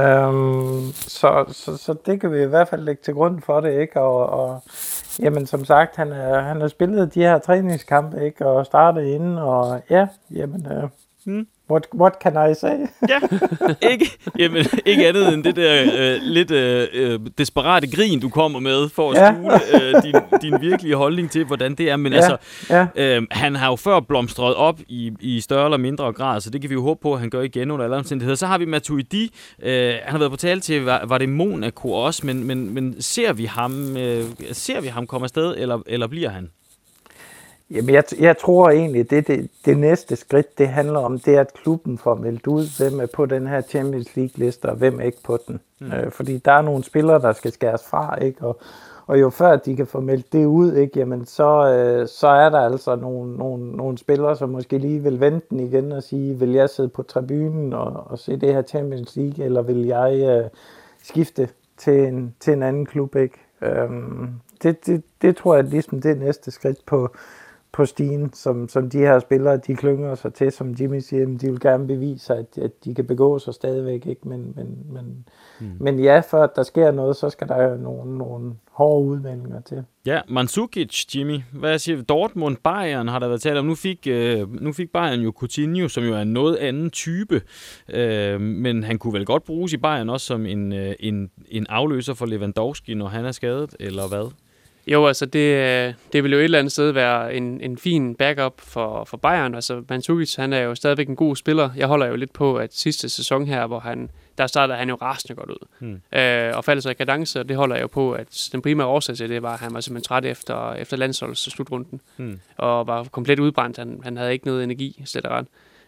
Øh, så, så, så det kan vi i hvert fald lægge til grund for det, ikke? Og, og jamen, som sagt, han, er, han har spillet de her træningskampe, ikke? Og startet inden, og ja, jamen... Øh, hmm. What, what can I say? Ja, ikke, jamen, ikke andet end det der øh, lidt øh, desperate grin, du kommer med, for at ja. skjule øh, din, din virkelige holdning til, hvordan det er. Men ja. altså, ja. Øh, han har jo før blomstret op i, i større eller mindre grad, så det kan vi jo håbe på, at han gør igen under alle omstændigheder. Så har vi Matuidi. Øh, han har været på tale til, var, var det Monaco også, men, men, men ser vi ham, øh, ser vi ham komme afsted, eller, eller bliver han? Jamen, jeg, jeg tror egentlig, det, det det næste skridt, det handler om, det er, at klubben får meldt ud, hvem er på den her Champions League-liste, og hvem er ikke på den. Mm. Øh, fordi der er nogle spillere, der skal skæres fra, ikke? Og, og jo før de kan få meldt det ud, ikke? Jamen, så, øh, så er der altså nogle, nogle, nogle spillere, som måske lige vil vente den igen og sige, vil jeg sidde på tribunen og, og se det her Champions League, eller vil jeg øh, skifte til en, til en anden klub, ikke? Øh, det, det, det tror jeg ligesom det er næste skridt på på stigen, som, som de her spillere, de klynger sig til, som Jimmy siger, de vil gerne bevise, at, at de kan begå sig stadigvæk, ikke? Men, men, men, mm. men ja, for at der sker noget, så skal der jo nogle, nogle hårde udmeldinger til. Ja, Mandzukic, Jimmy, hvad siger Dortmund, Bayern har der været talt om. Nu fik, øh, nu fik Bayern jo Coutinho, som jo er en noget anden type, øh, men han kunne vel godt bruges i Bayern også som en, øh, en, en afløser for Lewandowski, når han er skadet, eller hvad? Jo, altså det, det vil jo et eller andet sted være en, en fin backup for, for Bayern. Altså Mandzukic, han er jo stadigvæk en god spiller. Jeg holder jo lidt på, at sidste sæson her, hvor han, der startede han jo rasende godt ud. Hmm. Øh, og faldt så i kadence, og det holder jeg jo på, at den primære årsag til det var, at han var simpelthen træt efter, efter landsholds slutrunden. Hmm. Og var komplet udbrændt. Han, han havde ikke noget energi, slet og ret.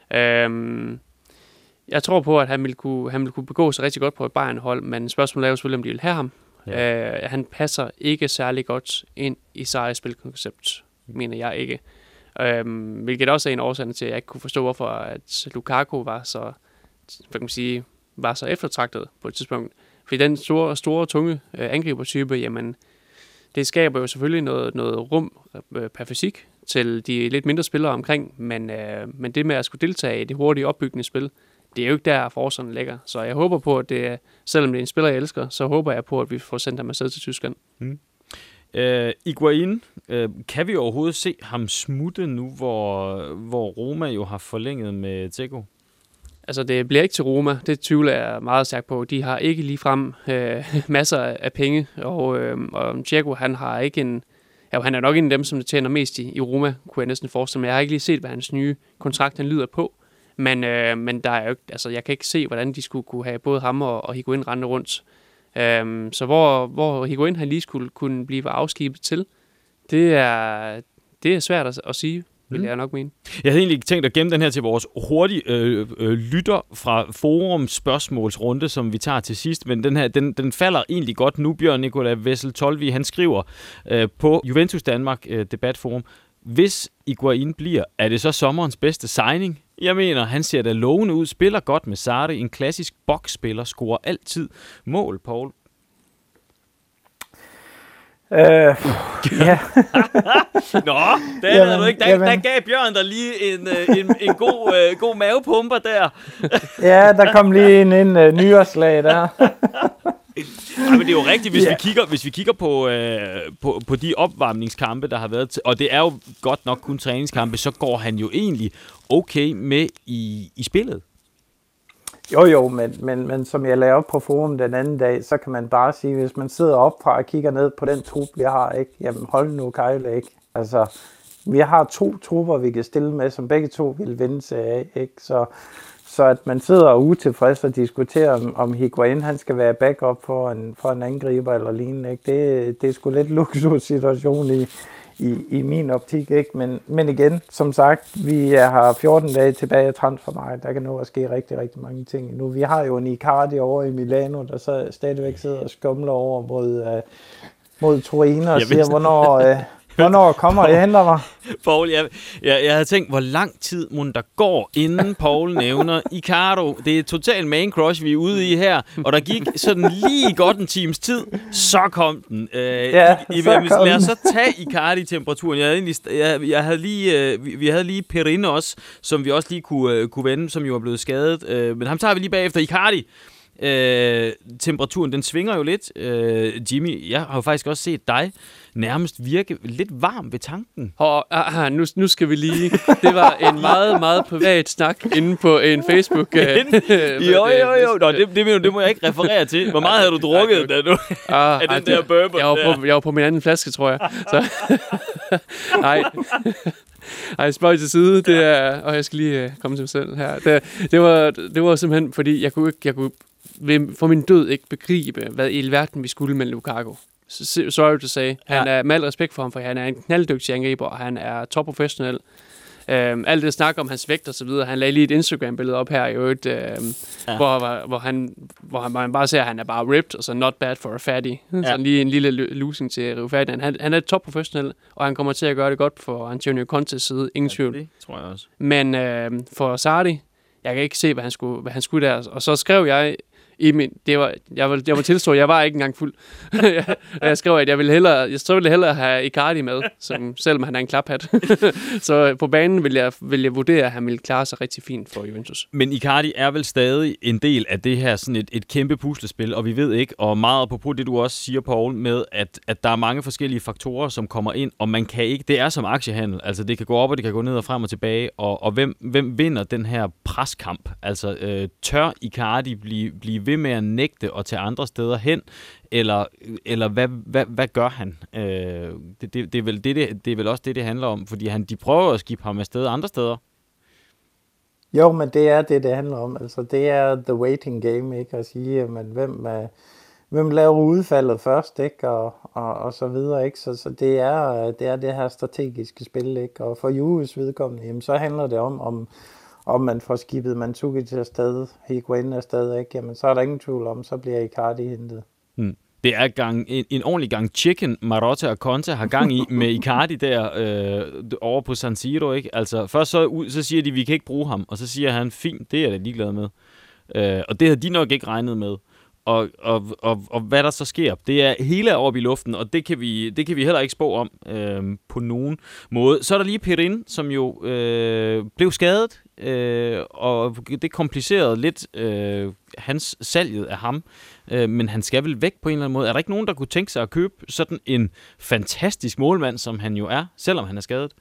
Øh, jeg tror på, at han ville kunne, han ville kunne begå sig rigtig godt på et Bayern-hold, men spørgsmålet er jo selvfølgelig, om de vil have ham. Ja. Uh, han passer ikke særlig godt ind i Sarris spilkoncept, mener jeg ikke. Um, hvilket også er en årsag til, at jeg ikke kunne forstå, hvorfor at Lukaku var så, hvad kan man sige, var så eftertragtet på et tidspunkt. Fordi den store, store tunge uh, angribertype, jamen, det skaber jo selvfølgelig noget, noget rum uh, per fysik til de lidt mindre spillere omkring, men, uh, men det med at skulle deltage i det hurtige opbyggende spil, det er jo ikke der, forserne ligger. Så jeg håber på, at det, selvom det er en spiller, jeg elsker, så håber jeg på, at vi får sendt ham afsted til Tyskland. Mm. Uh, Higuaín, uh, kan vi overhovedet se ham smutte nu, hvor, hvor Roma jo har forlænget med Dzeko? Altså, det bliver ikke til Roma. Det tvivler jeg meget stærkt på. De har ikke ligefrem øh, masser af penge, og, øh, og Dzeko, han har ikke en... Ja, han er nok en af dem, som tjener mest i, i Roma, kunne jeg næsten forestille mig. Jeg har ikke lige set, hvad hans nye kontrakt han lyder på. Men, øh, men der er jo, altså, jeg kan ikke se, hvordan de skulle kunne have både ham og, og Higuaín rende rundt. Øhm, så hvor, hvor Higuaín han lige skulle kunne blive afskibet til, det er, det er svært at, at sige, vil mm. jeg nok mene. Jeg havde egentlig tænkt at gemme den her til vores hurtige øh, øh, lytter fra forum spørgsmålsrunde, som vi tager til sidst, men den her, den, den falder egentlig godt nu. Bjørn Nikolaj Vessel Tolvi, han skriver øh, på Juventus Danmark øh, debatforum, hvis Higuaín bliver, er det så sommerens bedste signing? Jeg mener, han ser da lovende ud, spiller godt med Sarri, en klassisk boksspiller, scorer altid mål, Paul. Øh, ja. Nå, der, jamen, du ikke. Der, der gav Bjørn der lige en, en, en god, uh, god mavepumper der. Ja, der kom lige en, en uh, nyårslag der. Ja, men det er jo rigtigt, hvis, yeah. vi, kigger, hvis vi kigger på, øh, på, på de opvarmningskampe, der har været, til, og det er jo godt nok kun træningskampe, så går han jo egentlig okay med i, i spillet. Jo jo, men, men, men som jeg lavede op på forum den anden dag, så kan man bare sige, hvis man sidder op fra og kigger ned på den trup, vi har, ikke, jamen hold nu Kejle, ikke? Altså, vi har to trupper, vi kan stille med, som begge to vil vinde sig af, ikke? Så, så at man sidder utilfreds og diskuterer, om, om Higuain han skal være backup for en, for en angriber eller lignende, ikke? Det, det er sgu lidt luksussituation i, i, i min optik, ikke? Men, men igen, som sagt, vi har fjorten dage tilbage af transfermarkedet. Der kan nå at ske rigtig, rigtig mange ting nu. Vi har jo en Icardi over i Milano, der så stadigvæk sidder og skumler over mod, uh, mod Torino og siger, hvornår... Uh, Hvornår kommer jeg henter mig? Paul, jeg, jeg, jeg havde tænkt, hvor lang tid må der går, inden Paul nævner Icardo. Det er total man crush, vi er ude i her. Og der gik sådan lige godt en times tid, så kom den. Øh, ja, I, så jeg, kom lad os så tage Icardi-temperaturen. Jeg havde egentlig, jeg, jeg havde lige, øh, vi, vi havde lige Perin også, som vi også lige kunne, øh, kunne vende, som jo er blevet skadet. Øh, men ham tager vi lige bagefter. Icardi. Øh, temperaturen, den svinger jo lidt. Øh, Jimmy, jeg har jo faktisk også set dig nærmest virke lidt varm ved tanken. Og, ah, nu, nu skal vi lige... Det var en meget, meget privat snak inde på en Facebook. Øh, jo, jo, jo. Nå, det, det, det må jeg ikke referere til. Hvor meget havde du drukket, da du... Ah, af den der bourbon jeg, var på, jeg var på min anden flaske, tror jeg. Så. Nej. Ej, spøj til side. Det er... Og jeg skal lige uh, komme til mig selv her. Det, det, var, det var simpelthen, fordi jeg kunne ikke... Jeg kunne for min død ikke begribe, hvad i alverden vi skulle med Lukaku. Sorry to say. Han er med al respekt for ham, for han er en knalddygtig angriber, og han er topprofessionel. Um, alt det snak om hans vægt og så videre. Han lagde lige et Instagram-billede op her i øvrigt, um, ja. hvor, hvor, han, hvor han bare ser, at han er bare ripped, og så not bad for a fatty. Ja. Så lige en lille losing til Rio Ferdinand. Han, han er topprofessionel, og han kommer til at gøre det godt for Antonio Contes side. Ingen tvivl. Ja, det tror jeg også. Men uh, for Sarri, jeg kan ikke se, hvad han skulle, hvad han skulle der. Og så skrev jeg i min, det var, jeg vil, jeg må tilstå, jeg var ikke engang fuld. jeg, jeg skrev, at jeg ville hellere, jeg så ville hellere have Icardi med, som, selvom han er en klaphat. Så på banen vil jeg, vil jeg vurdere, at han ville klare sig rigtig fint for Juventus. Men Icardi er vel stadig en del af det her sådan et, et kæmpe puslespil, og vi ved ikke, og meget apropos det, du også siger, Paul, med, at, at der er mange forskellige faktorer, som kommer ind, og man kan ikke, det er som aktiehandel, altså det kan gå op, og det kan gå ned og frem og tilbage, og, og hvem, hvem vinder den her preskamp? Altså øh, tør Icardi blive, blive ved med at nægte og tage andre steder hen, eller, eller hvad, hvad, hvad gør han? Øh, det, det, det, er vel det, det, det er vel også det, det handler om, fordi han, de prøver at skifte ham afsted andre steder. Jo, men det er det, det handler om. Altså, det er the waiting game, ikke? At sige, men hvem, uh, hvem laver udfaldet først, ikke? Og, og, og så videre, ikke? Så, så det, er, det er det her strategiske spil, ikke? Og for Juves vedkommende, jamen, så handler det om, om om man får skibet Mandzukic til afsted, Higuain afsted, ikke? Jamen, så er der ingen tvivl om, så bliver Icardi hentet. Hmm. Det er gang, en, en ordentlig gang chicken, Marotta og Conte har gang i med Icardi der øh, over på San Siro, ikke? Altså, først så, så siger de, vi kan ikke bruge ham, og så siger han, fint, det er jeg da ligeglad med. Øh, og det havde de nok ikke regnet med. Og, og, og, og hvad der så sker, det er hele oppe i luften, og det kan vi, det kan vi heller ikke spå om øh, på nogen måde. Så er der lige Perin, som jo øh, blev skadet, øh, og det komplicerede lidt øh, hans salget af ham, øh, men han skal vel væk på en eller anden måde. Er der ikke nogen, der kunne tænke sig at købe sådan en fantastisk målmand, som han jo er, selvom han er skadet?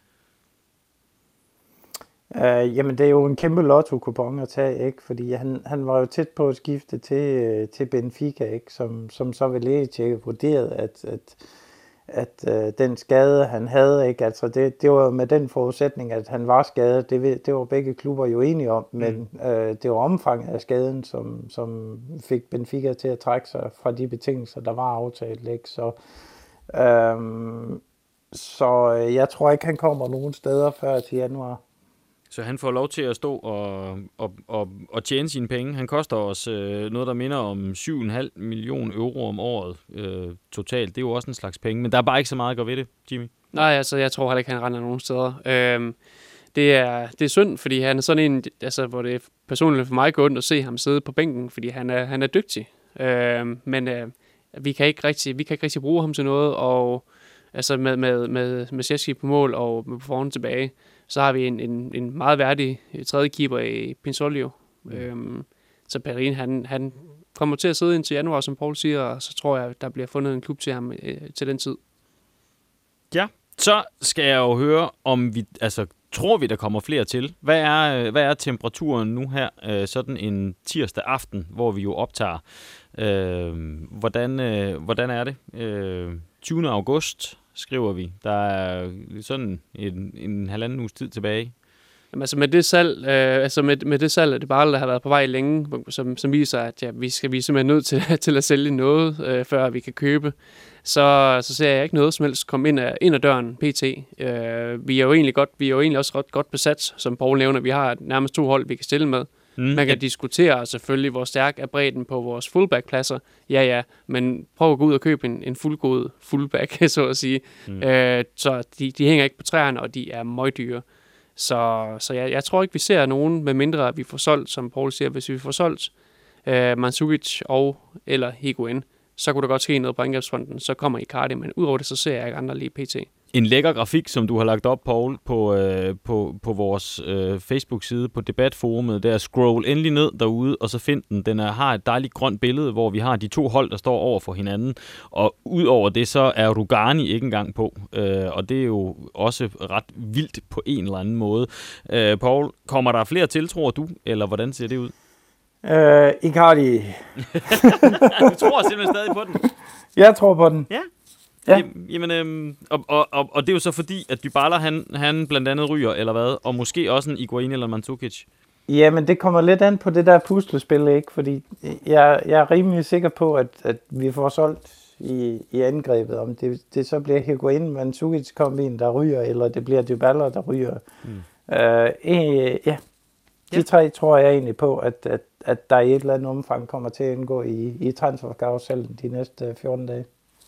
Uh, jamen, det er jo en kæmpe lotto-kupon at tage, ikke? Fordi han, han var jo tæt på at skifte til, til Benfica, ikke? Som, som så ved lægetjekket vurderede, at, at, at uh, den skade, han havde, ikke? Altså, det, det var med den forudsætning, at han var skadet. Det, det var begge klubber jo enige om, men mm. uh, det var omfanget af skaden, som, som fik Benfica til at trække sig fra de betingelser, der var aftalt, ikke? Så... Um, så jeg tror ikke, han kommer nogen steder før til januar. Så han får lov til at stå og, og, og, og tjene sine penge. Han koster os øh, noget, der minder om syv komma fem millioner euro om året øh, totalt. Det er jo også en slags penge, men der er bare ikke så meget at gå ved det, Jimmy. Nej, altså jeg tror heller ikke, han render nogen steder. Øhm, det, er, det er synd, fordi han er sådan en, altså, hvor det er personligt for mig går ondt at se ham sidde på bænken, fordi han er, han er dygtig. Øhm, men øh, vi, kan ikke rigtig, vi kan ikke rigtig bruge ham til noget, og altså med, med, med, med Sjæski på mål og med på forhånd tilbage, så har vi en, en, en meget værdig tredje keeper i Pinsolio. Mm. Øhm, så Perin, han, han kommer til at sidde indtil januar, som Paul siger, og så tror jeg, der bliver fundet en klub til ham øh, til den tid. Ja, så skal jeg jo høre, om vi, altså, tror vi, der kommer flere til? Hvad er, hvad er temperaturen nu her, øh, sådan en tirsdag aften, hvor vi jo optager? Øh, hvordan, øh, hvordan er det? Øh, tyvende august skriver vi. Der er sådan en, en halvanden uges tid tilbage. Jamen, altså med det salg, øh, altså med, med det salg, at det bare har været på vej længe, som, som viser, at ja, vi skal vi er simpelthen nødt til, til at sælge noget, øh, før vi kan købe, så, så ser jeg ikke noget som helst komme ind ad, ind ad døren pt. Øh, vi er jo egentlig godt, vi er jo egentlig også godt, godt besat, som Paul nævner. Vi har nærmest to hold, vi kan stille med. Mm. Man kan ja. diskutere selvfølgelig, hvor stærk er bredden på vores fullback-pladser. Ja, ja, men prøv at gå ud og købe en, en fuldgod fullback, så at sige. Mm. Øh, så de, de hænger ikke på træerne, og de er møgdyre. Så, så jeg, jeg tror ikke, vi ser nogen, med mindre at vi får solgt, som Paul siger, hvis vi får solgt øh, Mandzukic og eller Higuain, så kunne der godt ske noget på angrebsfronten, så kommer Icardi, men udover det, så ser jeg ikke andre lige pt. En lækker grafik, som du har lagt op, Paul, på, øh, på, på vores øh, Facebook-side, på debatforumet, der scroll endelig ned derude, og så find den. Den er, har et dejligt grønt billede, hvor vi har de to hold, der står over for hinanden, og udover det, så er Rugani ikke engang på, øh, og det er jo også ret vildt på en eller anden måde. Øh, Paul, kommer der flere til, tror du, eller hvordan ser det ud? Øh, Icardi. Du tror simpelthen stadig på den? Jeg tror på den. Ja. Ja. Jamen, øhm, og, og, og, og det er jo så fordi, at Dybala, han, han blandt andet ryger, eller hvad? Og måske også en Higuain eller Mandzukic. Jamen, det kommer lidt an på det der puslespil, ikke? Fordi jeg, jeg er rimelig sikker på, at, at vi får solgt i, i angrebet. Om det, det så bliver Higuain, Mandzukic kombin, der ryger, eller det bliver Dybala, der ryger. Mm. Øh, øh, ja, de ja. tre tror jeg egentlig på, at, at, at der i et eller andet omfang kommer til at indgå i, i transferkarusellen de næste fjorten dage.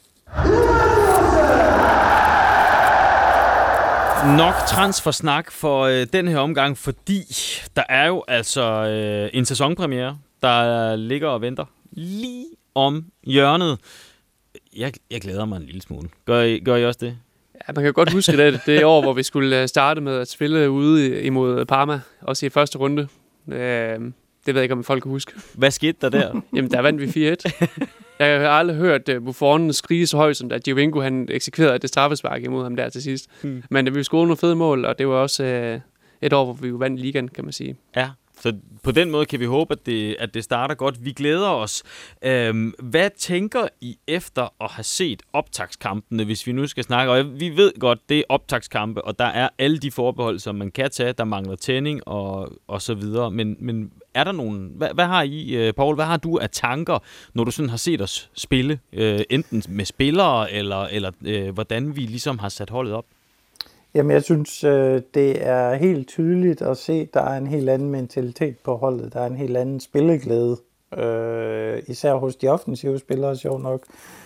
Nok transfersnak for øh, den her omgang, fordi der er jo altså øh, en sæsonpremiere, der ligger og venter lige om hjørnet. Jeg, jeg glæder mig en lille smule. Gør I, gør I også det? Ja, man kan godt huske det, det år, hvor vi skulle starte med at spille ude imod Parma, også i første runde. Øh, det ved jeg ikke, om folk kan huske. Hvad skete der der? Jamen, der vandt vi fire et. Jeg har aldrig hørt uh, Buffon skrige så højt, som da Giovinco han eksekverede det straffespark imod ham der til sidst. Hmm. Men uh, vi scorede nogle fede mål, og det var også uh, et år, hvor vi vandt ligaen, kan man sige. Ja, så på den måde kan vi håbe, at det, at det starter godt. Vi glæder os. Øhm, hvad tænker I efter at have set optaktskampene, hvis vi nu skal snakke? Og vi ved godt, det er optaktskampe, og der er alle de forbehold, som man kan tage. Der mangler tænding og, og så videre. Men, men er der nogen... Hvad, hvad har I, Paul, hvad har du af tanker, når du sådan har set os spille? Øh, enten med spillere, eller, eller øh, hvordan vi ligesom har sat holdet op? Jamen, jeg synes, øh, det er helt tydeligt at se, at der er en helt anden mentalitet på holdet. Der er en helt anden spilleglæde. Øh, især hos de offensive spillere, sjovt nok.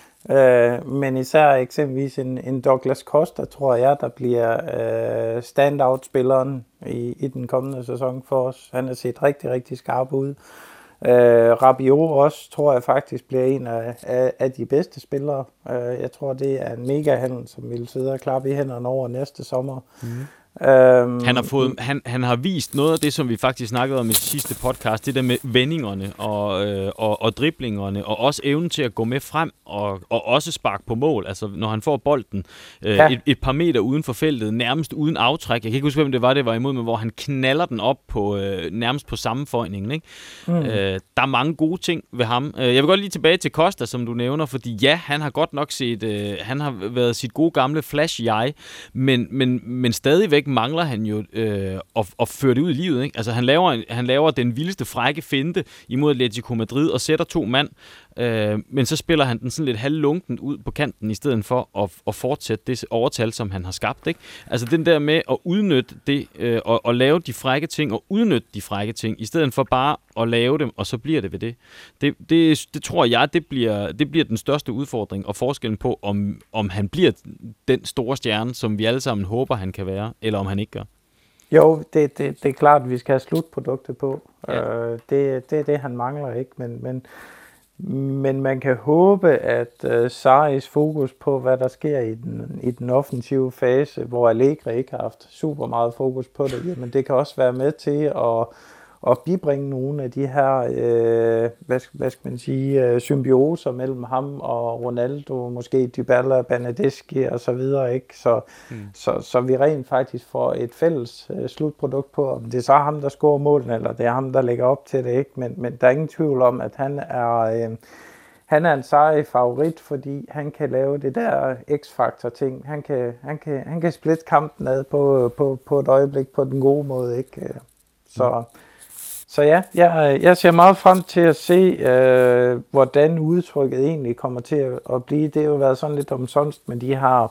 Øh, men især eksempelvis en, en Douglas Costa, tror jeg, der bliver øh, standout-spilleren i, i den kommende sæson for os. Han har set rigtig, rigtig skarp ud. Øh, Rabiot også, tror jeg faktisk, bliver en af, af, af de bedste spillere. Øh, jeg tror, det er en mega-handel, som vil sidde og klappe i hænderne over næste sommer. Mm. Øhm, han, har fået, han, han har vist noget af det, som vi faktisk snakkede om i sidste podcast, det der med vendingerne og, øh, og, og driblingerne, og også evnen til at gå med frem og, og også sparke på mål. Altså, når han får bolden øh, ja. et, et par meter uden for feltet, nærmest uden aftræk. Jeg kan ikke huske, hvem det var, det var imod, men hvor han knaller den op på øh, nærmest på sammenføjningen. Ikke? Mm. Øh, der er mange gode ting ved ham. Jeg vil godt lige tilbage til Costa, som du nævner, fordi ja, han har godt nok set, øh, han har været sit gode gamle flash-jeg, men, men, men stadigvæk mangler han jo øh, at, at føre det ud i livet. Ikke? Altså, han laver, han laver den vildeste frække finte imod Atletico Madrid og sætter to mand, øh, men så spiller han den sådan lidt halvlunken ud på kanten, i stedet for at, at fortsætte det overtal, som han har skabt. Ikke? Altså, den der med at udnytte det, øh, og, og lave de frække ting, og udnytte de frække ting, i stedet for bare at lave dem, og så bliver det ved det. Det, det, det tror jeg, det bliver, det bliver den største udfordring, og forskellen på, om, om han bliver den store stjerne, som vi alle sammen håber, han kan være, eller om han ikke gør. Jo, det, det, det er klart, at vi skal have slutproduktet på. Ja. Øh, det, det er det, han mangler, ikke? Men, men, men man kan håbe, at uh, Sarris fokus på, hvad der sker i den, i den offensive fase, hvor Allegri ikke har haft super meget fokus på det, jamen det kan også være med til at og bibringe nogle af de her, øh, hvad, hvad skal man sige, øh, symbioser mellem ham og Ronaldo, måske Dybala, Bernardeschi og så videre, ikke? Så, mm. så, så vi rent faktisk får et fælles øh, slutprodukt på, om det er så ham, der scorer målene, eller det er ham, der lægger op til det, ikke? Men, men der er ingen tvivl om, at han er, øh, han er en sej favorit, fordi han kan lave det der X-faktor ting. Han kan, han kan, han kan splitte kampen ad på, på, på et øjeblik på den gode måde, ikke? Så, mm. så ja, jeg, jeg ser meget frem til at se, øh, hvordan udtrykket egentlig kommer til at, at blive. Det har jo været sådan lidt omsonst, men de har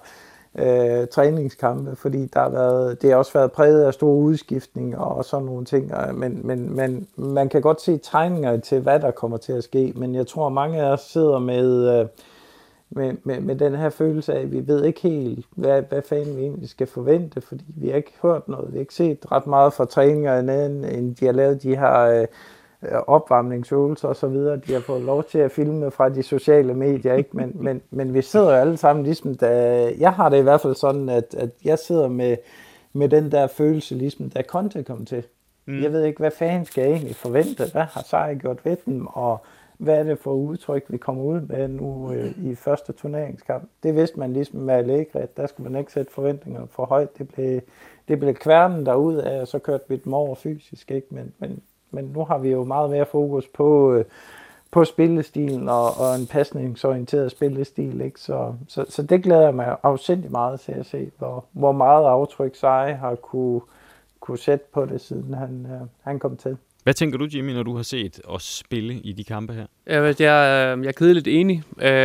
øh, træningskampe, fordi der har været, det har også været præget af store udskiftninger og sådan nogle ting. Men, men, men man kan godt se tegninger til, hvad der kommer til at ske. Men jeg tror, mange af os sidder med, øh, med, med, med den her følelse af, at vi ved ikke helt, hvad, hvad fanden vi egentlig skal forvente, fordi vi har ikke hørt noget. Vi har ikke set ret meget fra træninger, end de har lavet de her øh, opvarmningsøvelser og så videre. De har fået lov til at filme fra de sociale medier, ikke? Men, men, men vi sidder jo alle sammen ligesom, da, jeg har det i hvert fald sådan, at, at jeg sidder med, med den der følelse, ligesom da Conte kom til. Mm. Jeg ved ikke, hvad fanden skal jeg egentlig forvente? Hvad har Sarri gjort ved dem? Og hvad er det for udtryk, vi kommer ud med nu øh, i første turneringskamp? Det vidste man ligesom med Allegri, at der skulle man ikke sætte forventninger for højt. Det blev, det blev kværnen derud af, og så kørte vi dem over fysisk, ikke? Men, men Men nu har vi jo meget mere fokus på, øh, på spillestilen og, og en pasningsorienteret spillestil, ikke? Så, så, så det glæder jeg mig afsindig meget til at se, hvor, hvor meget aftryk Sarri har kunne, kunne sætte på det, siden han, øh, han kom til. Hvad tænker du, Jimmy, når du har set os spille i de kampe her? Jeg, jeg, jeg er kedeligt enig.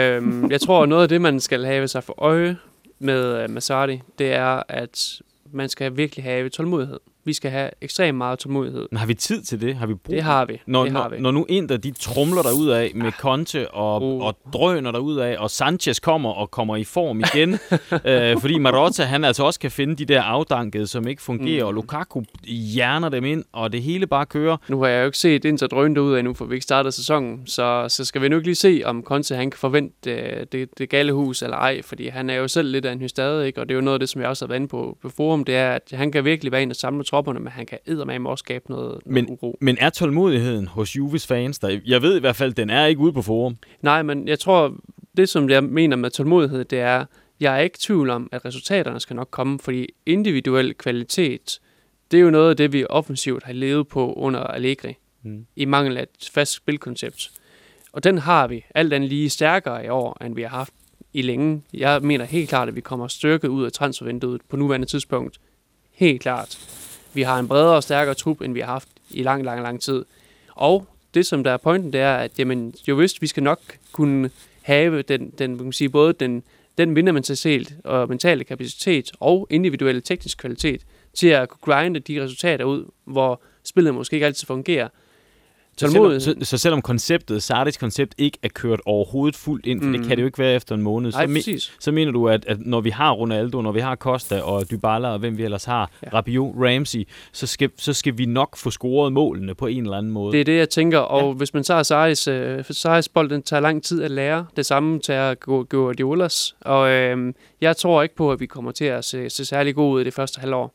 Jeg tror, noget af det, man skal have sig for øje med, med Sarri, det er, at man skal virkelig have tålmodighed. Vi skal have ekstremt meget tålmodighed. Men har vi tid til det? Har vi brug? Det har vi. Når, det har når, vi. når nu Inter, de trumler der ud af med Conte og, uh. og drøner der ud af, og Sanchez kommer og kommer i form igen, øh, fordi Marotta, han altså også kan finde de der afdankede, som ikke fungerer, mm. og Lukaku hjerner dem ind, og det hele bare kører. Nu har jeg jo ikke set Inter drøne derud af nu, for vi ikke startede sæsonen, så, så skal vi nu ikke lige se, om Conte han kan forvente øh, det, det gale hus eller ej, fordi han er jo selv lidt af en hystade, ikke? Og det er jo noget af det, som jeg også har været inde på på forum, det er, at han kan virkelig være en, der samler tropperne, men han kan eddermame også skabe noget, noget men, uro. Men er tålmodigheden hos Juves fans der? Jeg ved i hvert fald, den er ikke ude på forum. Nej, men jeg tror, det som jeg mener med tålmodighed, det er, jeg er ikke i tvivl om, at resultaterne skal nok komme, fordi individuel kvalitet, det er jo noget af det, vi offensivt har levet på under Allegri, mm. i mangel af et fast spilkoncept. Og den har vi alt andet lige stærkere i år, end vi har haft i længe. Jeg mener helt klart, at vi kommer styrket ud af transfervinduet på nuværende tidspunkt. Helt klart. Vi har en bredere og stærkere trup, end vi har haft i lang, lang, lang tid. Og det, som der er pointen, det er, at jamen, jo vist, vi skal nok kunne have den, den, kan man sige, både den, den vindermentalitet og mentale kapacitet og individuelle teknisk kvalitet til at kunne grinde de resultater ud, hvor spillet måske ikke altid fungerer. Så selvom, så, så selvom konceptet, Sarris koncept, ikke er kørt overhovedet fuldt ind, for mm. det kan det jo ikke være efter en måned, Ej, så, me, så mener du, at, at når vi har Ronaldo, når vi har Costa og Dybala og hvem vi ellers har, ja. Rabiot, Ramsey, så skal, så skal vi nok få scoret målene på en eller anden måde. Det er det, jeg tænker, og ja. Hvis man tager Sarris, uh, Sarris bold, den tager lang tid at lære. Det samme tager Guardiolas, og øh, jeg tror ikke på, at vi kommer til at se, se særlig gode ud i det første halvår.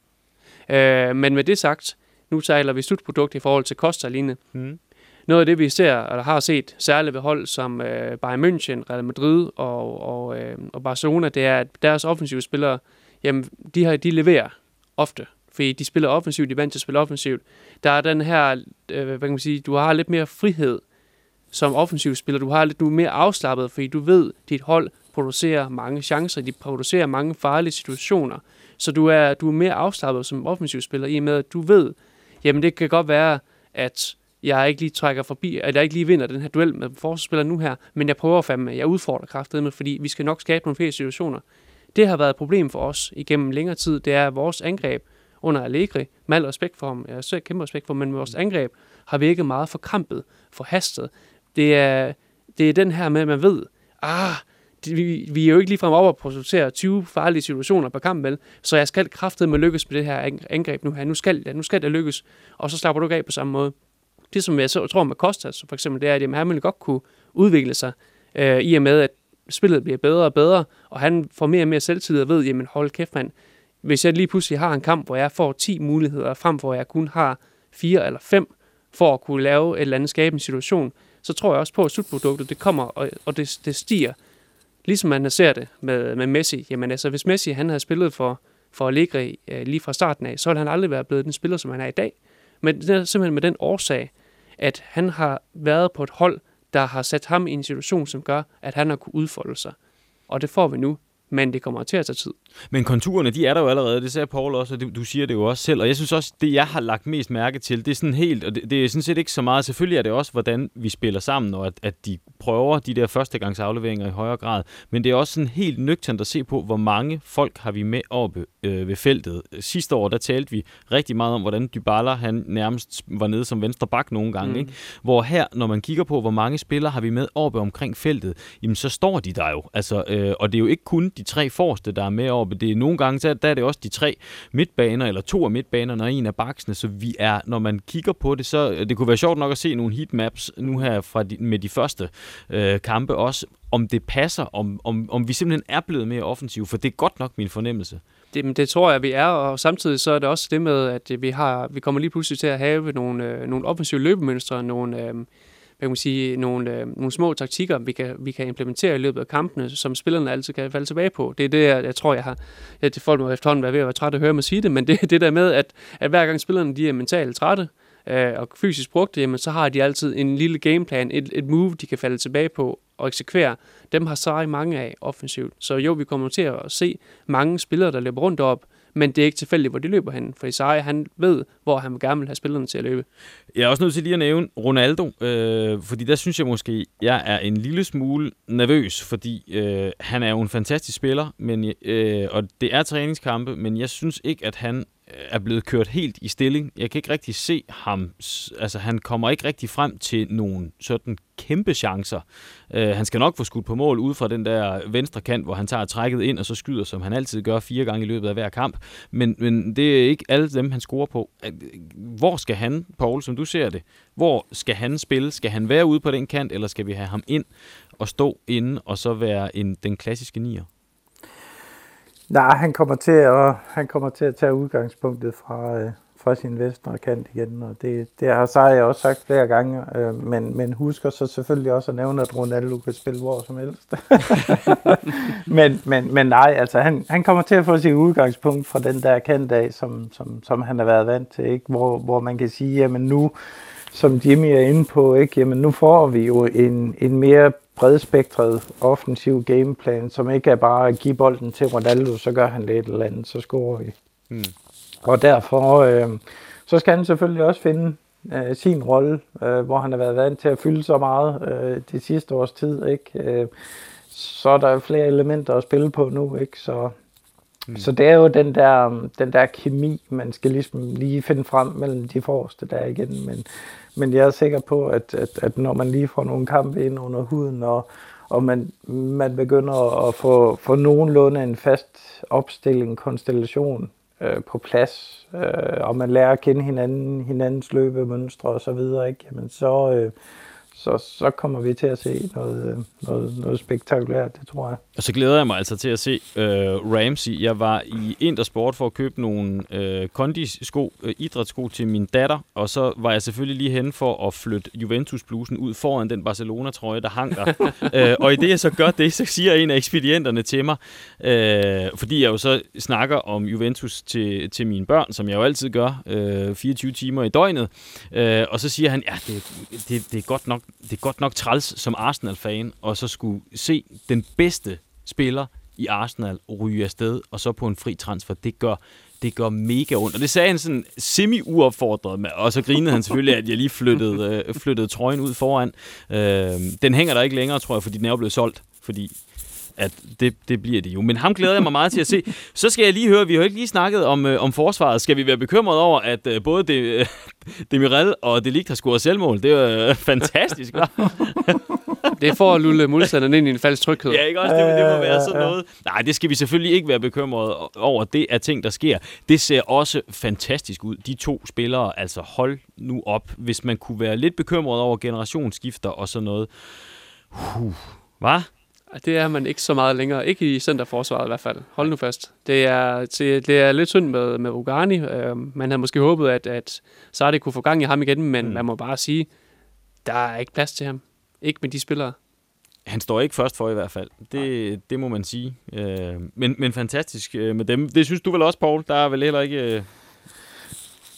Øh, men med det sagt, nu taler vi slutprodukt i forhold til Costa lignende. Mm. Noget af det, vi ser, eller har set, særligt ved hold som øh, Bayern München, Real Madrid og, og, øh, og Barcelona, det er, at deres offensive spillere, jamen, de, har, de leverer ofte, fordi de spiller offensivt, de er vant til at spille offensivt. Der er den her, øh, hvad kan man sige, du har lidt mere frihed som offensiv spiller, du har lidt, du er mere afslappet, fordi du ved, at dit hold producerer mange chancer, de producerer mange farlige situationer, så du er, du er mere afslappet som offensiv spiller, i og med, at du ved, jamen det kan godt være, at jeg ikke lige trækker forbi, at jeg ikke lige vinder den her duel med forsvarsspilleren nu her, men jeg prøver fandme, jeg udfordrer kraftedet med, fordi vi skal nok skabe nogle flere situationer. Det har været et problem for os igennem længere tid, det er vores angreb under Allegri, med al respekt for ham, jeg har kæmpe respekt for ham, men vores angreb har virket meget forkrampet, forhastet. Det er, det er den her med, at man ved, ah, det, vi, vi er jo ikke ligefrem op at producere tyve farlige situationer på kampen, vel? Så jeg skal kraftedet med lykkes med det her angreb nu her, nu skal det, nu skal det lykkes, og så slapper du ikke af på samme måde. Det, som jeg så tror med Costa, for eksempel, det er, at jamen, han vil godt kunne udvikle sig, øh, i og med, at spillet bliver bedre og bedre, og han får mere og mere selvtillid og ved, jamen hold kæft, mand. Hvis jeg lige pludselig har en kamp, hvor jeg får ti muligheder, frem for at jeg kun har fire eller fem, for at kunne lave et eller andet skabende situation, så tror jeg også på, at slutproduktet, det kommer, og, og det, det stiger. Ligesom man ser det med, med Messi. Jamen altså, hvis Messi han havde spillet for, for Allegri øh, lige fra starten af, så ville han aldrig være blevet den spiller, som han er i dag. Men det er simpelthen med den årsag, at han har været på et hold, der har sat ham i en situation, som gør, at han har kunne udfolde sig. Og det får vi nu, men det kommer til at tage tid. Men konturerne, de er der jo allerede, det sagde Paul også, og det, du siger det jo også selv, og jeg synes også, det jeg har lagt mest mærke til, det er sådan helt, og det, det er sådan set ikke så meget, selvfølgelig er det også, hvordan vi spiller sammen, og at, at de prøver de der førstegangsafleveringer i højere grad, men det er også sådan helt nøgternt at se på, hvor mange folk har vi med oppe øh, ved feltet. Sidste år, der talte vi rigtig meget om, hvordan Dybala, han nærmest var nede som venstre bak nogle gange, mm. ikke? Hvor her, når man kigger på, hvor mange spillere har vi med oppe omkring feltet, jamen så står de der jo, altså, øh, og det er jo ikke kun de tre forreste, der er med oppe. Det er nogle gange, så der er det også de tre midtbaner, eller to af midtbanerne og en af baksene, så vi er, når man kigger på det, så det kunne være sjovt nok at se nogle heatmaps nu her fra de, med de første øh, kampe også, om det passer, om, om, om vi simpelthen er blevet mere offensive, for det er godt nok min fornemmelse. Det, det tror jeg, vi er, og samtidig så er det også det med, at vi, har, vi kommer lige pludselig til at have nogle, øh, nogle offensive løbemønstre, nogle øh, hvad kan man sige, nogle, øh, nogle små taktikker, vi kan, vi kan implementere i løbet af kampene, som spillerne altid kan falde tilbage på. Det er det, jeg, jeg tror, jeg har... Ja, det folk må efterhånden være ved at være trætte at høre mig sige det, men det er det der med, at, at hver gang spillerne de er mentalt trætte øh, og fysisk brugte, jamen, så har de altid en lille gameplan, et, et move, de kan falde tilbage på og eksekvere. Dem har Sarri mange af offensivt. Så jo, vi kommer til at se mange spillere, der løber rundt op, men det er ikke tilfældigt, hvor de løber hen. For Sarri, han ved, hvor han gerne vil have spillerne til at løbe. Jeg er også nødt til lige at nævne Ronaldo, øh, fordi der synes jeg måske, jeg er en lille smule nervøs, fordi øh, han er jo en fantastisk spiller, men, øh, og det er træningskampe, men jeg synes ikke, at han er blevet kørt helt i stilling. Jeg kan ikke rigtig se ham, altså han kommer ikke rigtig frem til nogle sådan kæmpe chancer. Uh, han skal nok få skudt på mål ud fra den der venstre kant, hvor han tager trækket ind, og så skyder, som han altid gør, fire gange i løbet af hver kamp. Men, men det er ikke alle dem, han scorer på. Hvor skal han, Paul, som du ser det, hvor skal han spille? Skal han være ude på den kant, eller skal vi have ham ind og stå inde, og så være en, den klassiske nier? Nej, han kommer til at han kommer til at tage udgangspunktet fra øh, fra sin venstre kant igen, og det det har Sarri også sagt flere gange, øh, men men husker så selvfølgelig også at nævne, at Ronaldo kan spille hvor som helst. men men men nej, altså han han kommer til at få sit udgangspunkt fra den der kant af, som som som han har været vant til, ikke, hvor hvor man kan sige, jamen nu, som Jimmy er inde på, ikke, jamen nu får vi jo en en mere bredspektret offensiv gameplan, som ikke er bare at give bolden til Ronaldo, så gør han lidt eller andet, så scorer vi. Mm. Og derfor øh, så skal han selvfølgelig også finde øh, sin rolle, øh, hvor han har været vant til at fylde så meget øh, de sidste års tid, ikke? Øh, så er der flere elementer at spille på nu, ikke? Så mm. så det er jo den der den der kemi, man skal ligesom lige finde frem mellem de forreste der igen, men Men jeg er sikker på, at, at, at når man lige får nogle kampe ind under huden, og, og man, man begynder at få, få nogenlunde en fast opstilling, konstellation øh, på plads, øh, og man lærer at kende hinanden, hinandens løbemønstre og så videre, ikke? Jamen så, øh, så, så kommer vi til at se noget, noget, noget spektakulært, det tror jeg. Og så glæder jeg mig altså til at se øh, Ramsey. Jeg var i Intersport for at købe nogle øh, kondisko, øh, idrætssko til min datter, og så var jeg selvfølgelig lige hen for at flytte Juventus-blusen ud foran den Barcelona-trøje, der hang der. øh, og i det jeg så gør det, så siger en af ekspedienterne til mig, øh, fordi jeg jo så snakker om Juventus til, til mine børn, som jeg jo altid gør, øh, fireogtyve timer i døgnet, øh, og så siger han, ja, det, det, det er godt nok det er godt nok træls som Arsenal-fan, og så skulle se den bedste spiller i Arsenal ryge afsted, og så på en fri transfer. Det gør, det gør mega ondt. Og det sagde han sådan semi-uopfordret med, og så grinede han selvfølgelig, at jeg lige flyttede, øh, flyttede trøjen ud foran. Øh, den hænger der ikke længere, tror jeg, fordi den er jo blevet solgt, fordi at det, det bliver det jo. Men ham glæder jeg mig meget til at se. Så skal jeg lige høre, vi har jo ikke lige snakket om, øh, om forsvaret. Skal vi være bekymrede over, at øh, både det, øh, Demirel og De Ligt har scoret selvmål? Det er jo øh, fantastisk, hva'? Det er for at lulle modstanderen ind i en falsk tryghed. Ja, ikke også? Det, det må være sådan noget. Nej, det skal vi selvfølgelig ikke være bekymrede over. Det er ting, der sker. Det ser også fantastisk ud. De to spillere, altså hold nu op. Hvis man kunne være lidt bekymret over generationsskifter og sådan noget. Uh, hvad? Det er man ikke så meget længere. Ikke i centerforsvaret i hvert fald. Hold nu fast. Det er, det er lidt synd med, med Rugani. Uh, man havde måske håbet, at, at Sarri kunne få gang i ham igen, men mm. man må bare sige, der er ikke plads til ham. Ikke med de spillere. Han står ikke først for i hvert fald. Det, det må man sige. Uh, men, men fantastisk uh, med dem. Det synes du vel også, Paul? Der er vel heller ikke... Uh...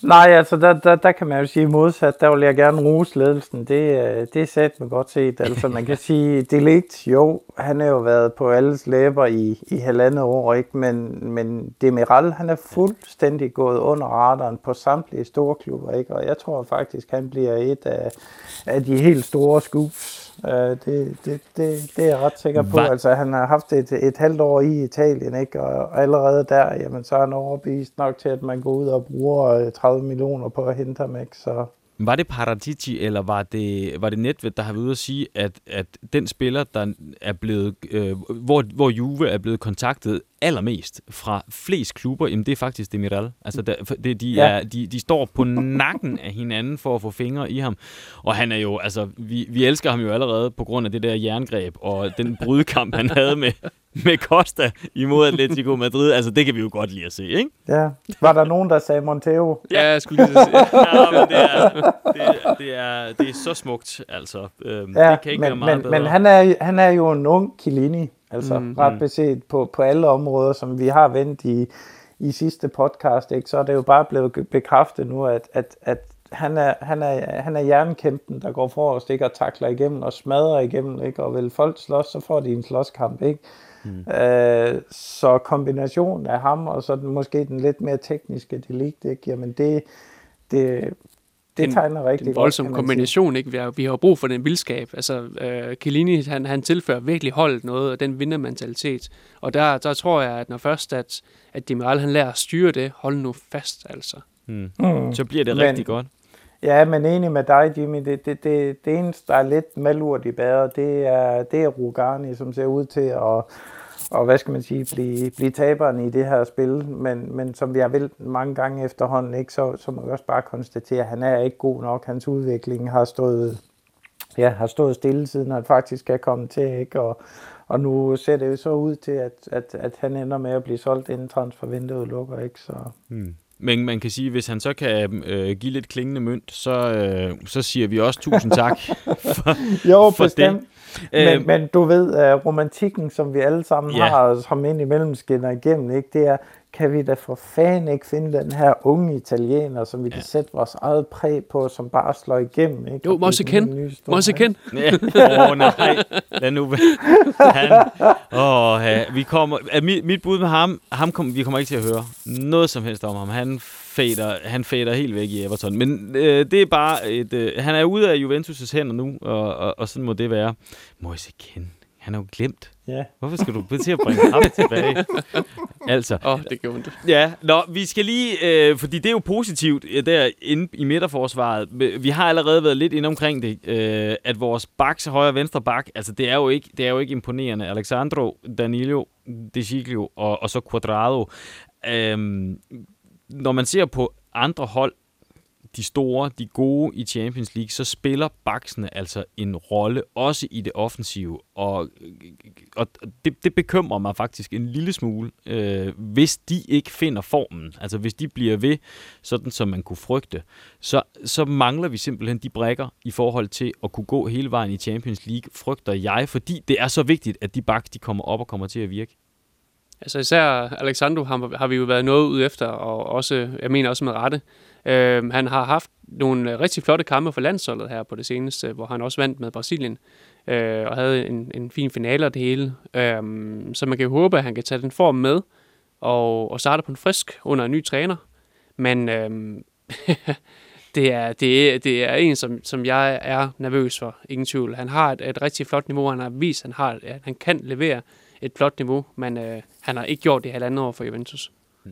Nej, altså der, der, der kan man jo sige modsat, der vil jeg gerne rose ledelsen. Det, det er satme godt set. Altså man kan sige, De Ligt, jo, han har jo været på alles læber i, i halvandet år, ikke? Men, men Demiral, han er fuldstændig gået under radaren på samtlige store klubber, ikke? Og jeg tror faktisk, han bliver et af, af de helt store scoops. Uh, det, det, det, det er jeg ret sikker på. Hva? Altså han har haft et, et halvt år i Italien, ikke? Og allerede der, jamen, så er han overbevist nok til, at man går ud og bruger tredive millioner på at hente ham, ikke? Så var det Paratici, eller var det, var det Nedved, der har været ude at sige, at, at den spiller, der er blevet, øh, hvor, hvor Juve er blevet kontaktet allermest fra flest klubber, jamen det er faktisk Demiral. Altså der, det, de, ja. er, de, de står på nakken af hinanden for at få fingre i ham. Og han er jo, altså, vi, vi elsker ham jo allerede på grund af det der jerngreb, og den brydekamp, han havde med, med Costa imod Atletico Madrid. Altså det kan vi jo godt lide at se, ikke? Ja. Var der nogen, der sagde Montero? Ja, jeg skulle lige sige. Ja, men det er, det, er, det, er, det er så smukt, altså. Øhm, ja, det kan ikke men, være meget men, bedre. Men han er, han er jo en ung Chiellini, altså Mm, ret beset på, på alle områder, som vi har vendt i, i sidste podcast, ikke? Så er det jo bare blevet bekræftet nu, at, at, at han er, han er, han er jernkæmpen, der går forrest, ikke? Og takler igennem og smadrer igennem, ikke? Og vil folk slås, så får de en slåskamp, ikke? Mm. Øh, så kombinationen af ham og så den, måske den lidt mere tekniske De Ligt, ikke? Jamen det, det, det en, tegner rigtig en godt. En voldsom kombination, ikke? Vi har, vi har brug for den vildskab. Altså, øh, Chiellini, han, han tilfører virkelig holdet noget af den vindermentalitet. Og der, der tror jeg, at når først, at, at Demiral, han lærer at styre det, hold nu fast, altså. Mm. Mm. Så bliver det men, rigtig godt. Ja, men enig med dig, Jimmy. Det, det, det, det eneste, der er lidt malurt i bæret, det er, det er Rugani, som ser ud til at og hvad skal man sige, blive, blive taberen i det her spil, men, men som vi har vel mange gange efterhånden, ikke, så, så må vi også bare konstatere, at han er ikke god nok. Hans udvikling har stået, ja, har stået stille, siden han faktisk er kommet til, ikke, og, og nu ser det jo så ud til, at, at, at han ender med at blive solgt, inden transfervinduet lukker, ikke, så... Hmm. Men man kan sige, at hvis han så kan øh, give lidt klingende mønt, så, øh, så siger vi også tusind tak for, jo, for bestemt. det. Men, øh, men du ved, uh, romantikken, som vi alle sammen ja. har, som ind imellem skinner igennem, ikke, det er, kan vi da for fanden ikke finde den her unge italiener, som vi ja. kan sætte vores eget præg på, som bare slår igennem, ikke? Jo, Moise Kean. Moise Kean. Åh, oh, nej. Lad nu han, åh, ja. vi kommer, mit, mit bud med ham, ham kom, vi kommer ikke til at høre noget som helst om ham. Han fader, han fader helt væk i Everton. Men øh, det er bare, et, øh, han er ude af Juventus' hænder nu, og, og, og sådan må det være. Moise Kean, han er jo glemt. Ja. Hvorfor skal du til at bringe ham tilbage? Altså. Åh, oh, det gør ondt. Ja, nå, vi skal lige, øh, fordi det er jo positivt der inde i midterforsvaret. Vi har allerede været lidt inde omkring det, øh, at vores backs, højre og venstre bak, altså det er jo ikke, det er jo ikke imponerende. Alexandro, Danilo, De Sciglio og, og så Cuadrado. Øh, når man ser på andre hold, de store, de gode i Champions League, så spiller baksene altså en rolle, også i det offensive, og, og det, det bekymrer mig faktisk en lille smule, øh, hvis de ikke finder formen, altså hvis de bliver ved, sådan som man kunne frygte, så, så mangler vi simpelthen de brækker i forhold til at kunne gå hele vejen i Champions League, frygter jeg, fordi det er så vigtigt, at de backs, de kommer op og kommer til at virke. Altså især Alexandro har, har vi jo været noget ud efter, og også, jeg mener også med rette. Uh, han har haft nogle rigtig flotte kampe for landsholdet her på det seneste, hvor han også vandt med Brasilien, uh, og havde en, en fin finale af det hele. Uh, så man kan jo håbe, at han kan tage den form med, og, og starte på en frisk under en ny træner. Men uh, det, er, det, er, det er en, som, som jeg er nervøs for, ingen tvivl. Han har et, et rigtig flot niveau, han har vist, at han, har, at han kan levere et flot niveau, men øh, han har ikke gjort det halvandet år for Juventus.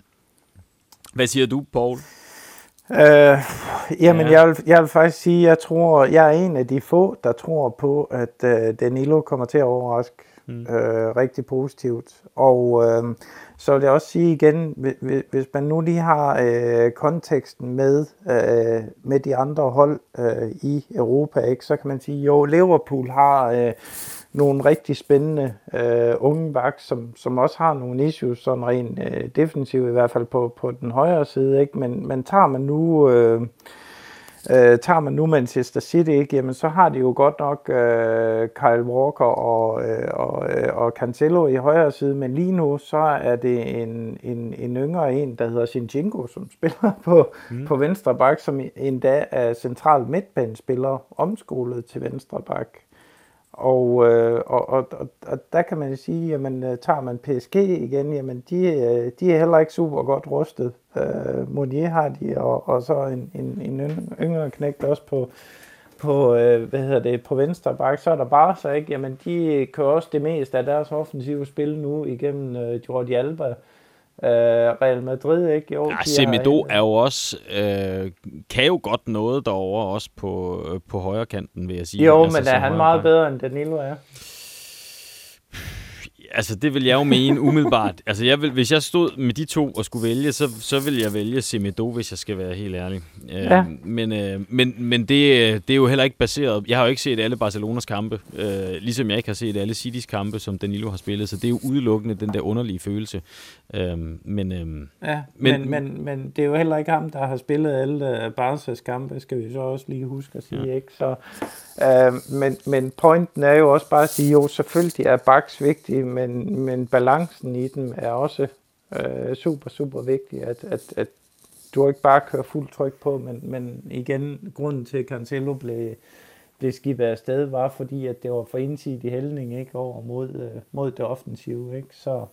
Hvad siger du, Paul? Øh, jamen, ja. jeg, vil, jeg vil faktisk sige, jeg tror, jeg er en af de få, der tror på, at øh, Danilo kommer til at overraske mm. øh, rigtig positivt. Og øh, så vil jeg også sige igen, hvis, hvis man nu lige har øh, konteksten med, øh, med de andre hold øh, i Europa, ikke, så kan man sige, jo, Liverpool har øh, nogle rigtig spændende øh, unge backs, som, som også har nogle issues, sådan rent øh, defensivt, i hvert fald på, på den højre side, ikke? Men, men tager man nu øh, Øh, tager man nu Manchester City, ikke, jamen, så har de jo godt nok øh, Kyle Walker og, øh, og, øh, og Cancelo i højre side, men lige nu så er det en, en, en yngre en, der hedder Zinchenko, som spiller på, mm. på venstre bak, som endda er central midtbanespiller, omskolet til venstre bak. Og, øh, og, og, og, og der kan man sige, jamen tager man P S G igen, jamen de, de er heller ikke super godt rustet. Øh, Meunier har de, og, og så en, en, en yngre knægt også på, på, øh, hvad hedder det, på venstre bak. Så er der bare så ikke, jamen de kører også det meste af deres offensive spil nu igennem øh, Jordi Alba. Uh, Real Madrid, ikke? Jo, ja, Semedo er jo også, øh, kan jo godt noget derovre, også på, øh, på højre kanten, vil jeg sige. Jo, altså, men er han meget bedre, end Danilo er? Altså, det vil jeg jo mene umiddelbart. Altså, jeg vil, hvis jeg stod med de to og skulle vælge, så, så vil jeg vælge Semedo, hvis jeg skal være helt ærlig. Ja. Øh, men øh, men, men det, det er jo heller ikke baseret... Jeg har jo ikke set alle Barcelonas kampe, øh, ligesom jeg ikke har set alle Citys kampe, som Danilo har spillet, så det er jo udelukkende den der underlige følelse. Øh, men, øh, ja, men, men, men, men det er jo heller ikke ham, der har spillet alle Barca's kampe, skal vi så også lige huske at sige, ja. Ikke? Så... Uh, men, men pointen er jo også bare at sige, jo selvfølgelig er backs vigtige, men, men balancen i dem er også uh, super, super vigtig, at, at, at du ikke bare kører fuld tryk på, men, men igen, grunden til, at Cancelo blev, blev skibet afsted, var fordi, at det var for ensidig hældning, ikke, over mod, uh, mod det offensive, ikke, så...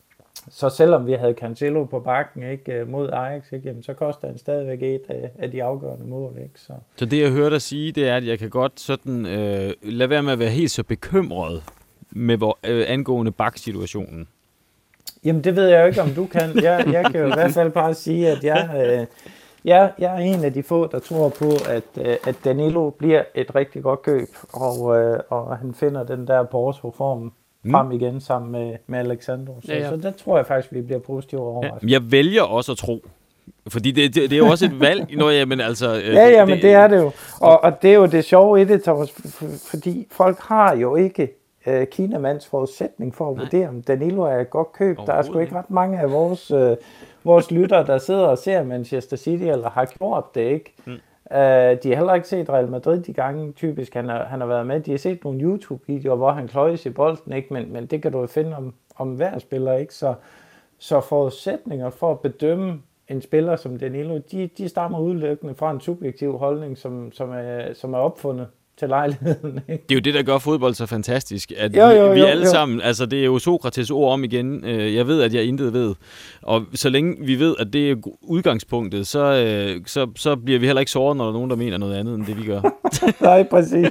Så selvom vi havde Cancelo på bakken, ikke, mod Ajax, ikke, jamen, så koster han stadigvæk et af, af de afgørende mål. Ikke, så. så det, jeg hørte dig sige, det er, at jeg kan godt sådan, øh, lade være med at være helt så bekymret med vor, øh, angående baksituationen. Jamen, det ved jeg jo ikke, om du kan. Jeg, jeg kan jo i hvert fald bare sige, at jeg, øh, jeg, jeg er en af de få, der tror på, at, øh, at Danilo bliver et rigtig godt køb, og, øh, og han finder den der Porto-form frem mm. igen sammen med, med Alexandro. Så, ja, ja. så der tror jeg faktisk, vi bliver positivt overrasket. Ja, jeg vælger også at tro. Fordi det, det, det er jo også et valg. Nå, ja, men altså, ja, ja, men det, det er det jo. Og, og det er jo det sjove i det, Thomas, fordi folk har jo ikke uh, Kinamands forudsætning for at nej. vurdere, om Danilo er et godt køb. Der er sgu ikke ret mange af vores, uh, vores lyttere, der sidder og ser Manchester City, eller har gjort det, ikke? Mm. Uh, de har heller ikke set Real Madrid de gange, typisk han har, han har været med. De har set nogle YouTube-videoer, hvor han kløjes i bolden, ikke? Men, men det kan du jo finde om, om hver spiller, ikke? Så, så forudsætninger for at bedømme en spiller som Danilo, de, de stammer udelukkende fra en subjektiv holdning, som, som, er, som er opfundet til lejligheden. Ikke? Det er jo det, der gør fodbold så fantastisk, at jo, jo, vi, vi jo, alle jo. sammen, altså det er jo Sokrates ord om igen, jeg ved, at jeg intet ved, og så længe vi ved, at det er udgangspunktet, så, så, så bliver vi heller ikke såret, når der er nogen, der mener noget andet, end det vi gør. Nej, præcis.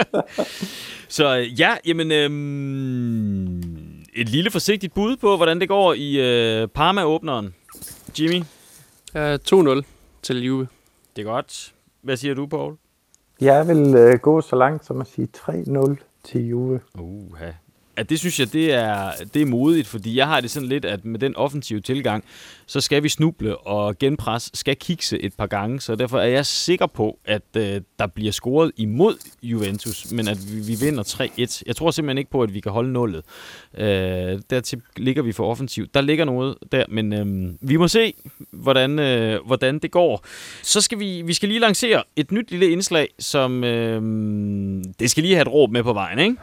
Så ja, jamen, øhm, et lille forsigtigt bud på, hvordan det går i øh, Parma-åbneren. Jimmy? Uh, to nul til Juve. Det er godt. Hvad siger du, Paul? Jeg vil øh, gå så langt som at sige tre nul til Juve. Uha. Ja, det synes jeg, det er, det er modigt, fordi jeg har det sådan lidt, at med den offensive tilgang, så skal vi snuble, og genpres skal kikse et par gange, så derfor er jeg sikker på, at øh, der bliver scoret imod Juventus, men at vi, vi vinder tre et. Jeg tror simpelthen ikke på, at vi kan holde nullet. Øh, dertil ligger vi for offensivt. Der ligger noget der, men øh, vi må se, hvordan, øh, hvordan det går. Så skal vi, vi skal lige lancere et nyt lille indslag, som øh, det skal lige have et råb med på vejen, ikke?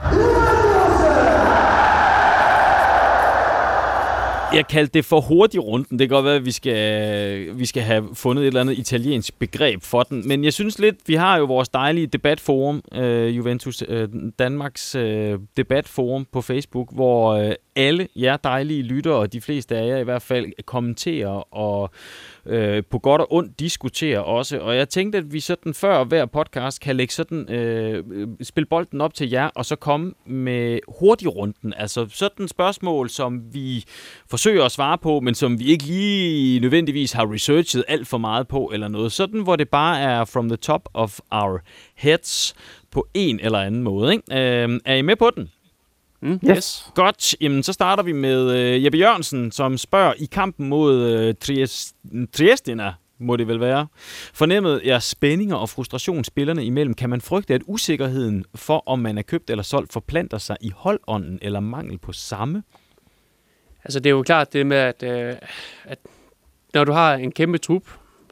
Jeg kaldte det for hurtig runden. Det kan godt være, at vi skal, vi skal have fundet et eller andet italiensk begreb for den. Men jeg synes lidt, vi har jo vores dejlige debatforum, øh, Juventus øh, Danmarks øh, debatforum på Facebook, hvor øh, alle jer dejlige lyttere, og de fleste af jer i hvert fald, kommenterer og øh, på godt og ondt diskuterer også. Og jeg tænkte, at vi sådan før hver podcast kan lægge sådan, øh, spille bolden op til jer, og så komme med hurtigrunden. Altså sådan spørgsmål, som vi forsøger at svare på, men som vi ikke lige nødvendigvis har researchet alt for meget på eller noget. Sådan, hvor det bare er from the top of our heads på en eller anden måde. Ikke? Øh, er I med på den? Mm, yes. yes. Godt, jamen så starter vi med øh, Jeppe Jørgensen, som spørger i kampen mod øh, Triest, Triestina, må det vel være. Fornemmede jeg spændinger og frustration spillerne imellem? Kan man frygte, at usikkerheden for, om man er købt eller solgt, forplanter sig i holdånden eller mangel på samme? Altså det er jo klart det med, at, øh, at når du har en kæmpe trup,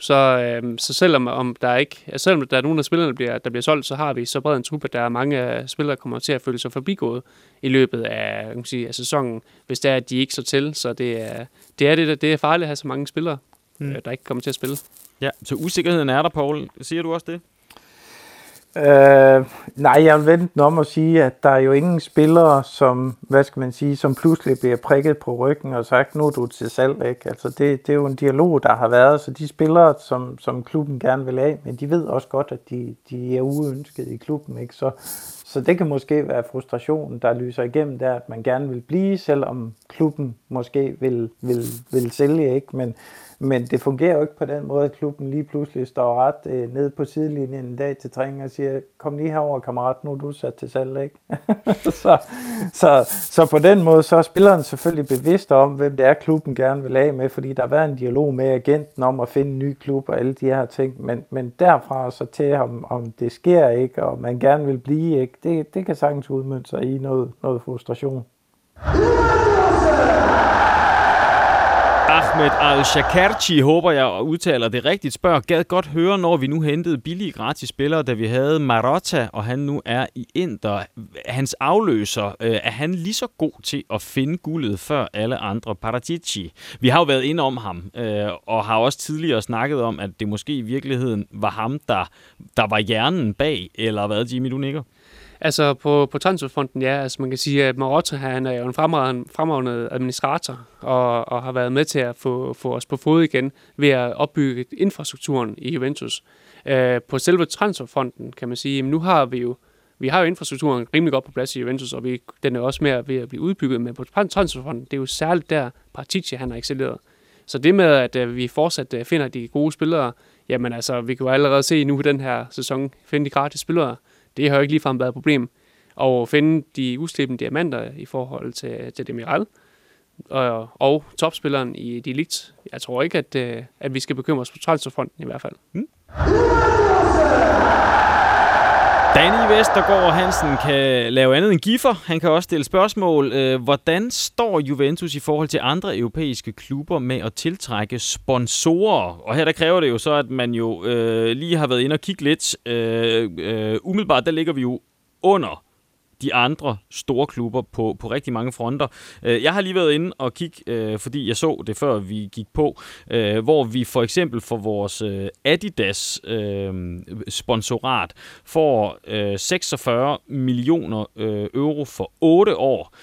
Så, øh, så selvom om der ikke, altså selvom der er nogen af spillerne, der bliver, der bliver solgt, så har vi så bred en truppe, at der er mange spillere, der kommer til at føle sig forbigået i løbet af, kan man sige, af sæsonen, hvis det er, at de ikke så til. Så det er det, er det, det er farligt at have så mange spillere, mm. der ikke kommer til at spille. Ja, så usikkerheden er der, Paul. Siger du også det? Øh, nej, jeg vil vente om at sige, at der er jo ingen spillere, som, hvad skal man sige, som pludselig bliver prikket på ryggen og sagt, nu er du til salg, ikke? Altså det, det er jo en dialog, der har været, så de spillere, som, som klubben gerne vil af, men de ved også godt, at de, de er uønsket i klubben, ikke? Så, så det kan måske være frustrationen, der lyser igennem der, at man gerne vil blive, selvom klubben måske vil, vil, vil sælge, ikke? Men Men det fungerer jo ikke på den måde, at klubben lige pludselig står ret øh, nede på sidelinjen en dag til træning og siger, kom lige herover, kammerat, nu er du sat til salg, ikke? så, så, så på den måde, så er spilleren selvfølgelig bevidst om, hvem det er, klubben gerne vil af med, fordi der har været en dialog med agenten om at finde en ny klub og alle de her ting, men, men derfra så til, om, om det sker, ikke, og man gerne vil blive, ikke, det, det kan sagtens udmønte sig i noget, noget frustration. Ahmed Al-Shakarchi, håber jeg udtaler det rigtigt, spørger, gad godt høre, når vi nu hentede billige gratis spillere, da vi havde Marotta, og han nu er i Inter. Hans afløser, øh, er han lige så god til at finde guldet før alle andre? Paratici. Vi har jo været inde om ham, øh, og har også tidligere snakket om, at det måske i virkeligheden var ham, der, der var hjernen bag, eller hvad, Jimmy, du nikker? Altså på, på transferfronten, ja, altså man kan sige, at Marotta, han er jo en fremragende, fremragende administrator, og, og har været med til at få, få os på fod igen ved at opbygge infrastrukturen i Juventus. Øh, på selve transferfronten kan man sige, at nu har vi jo, vi har jo infrastrukturen rimelig godt på plads i Juventus, og vi, den er også mere ved at blive udbygget, men på transferfronten, det er jo særligt der, Paratici, han har excelleret. Så det med, at øh, vi fortsat øh, finder de gode spillere, jamen altså, vi kan jo allerede se nu i den her sæson, finde de gratis spillere. Det har jo ikke ligefrem været et problem. Og finde de uslebne diamanter i forhold til, til Demiral og, og topspilleren i De Ligt. Jeg tror ikke, at, at vi skal bekymre os på transferfronten i hvert fald. Hmm. Danny Vestergaard Hansen kan lave andet end giffer. Han kan også stille spørgsmål. Hvordan står Juventus i forhold til andre europæiske klubber med at tiltrække sponsorer? Og her der kræver det jo så, at man jo øh, lige har været inde og kigge lidt. Øh, øh, umiddelbart, der ligger vi jo under de andre store klubber på, på rigtig mange fronter. Jeg har lige været inde og kigge, fordi jeg så det, før vi gik på, hvor vi for eksempel for vores Adidas sponsorat får seksogfyrre millioner euro for otte år.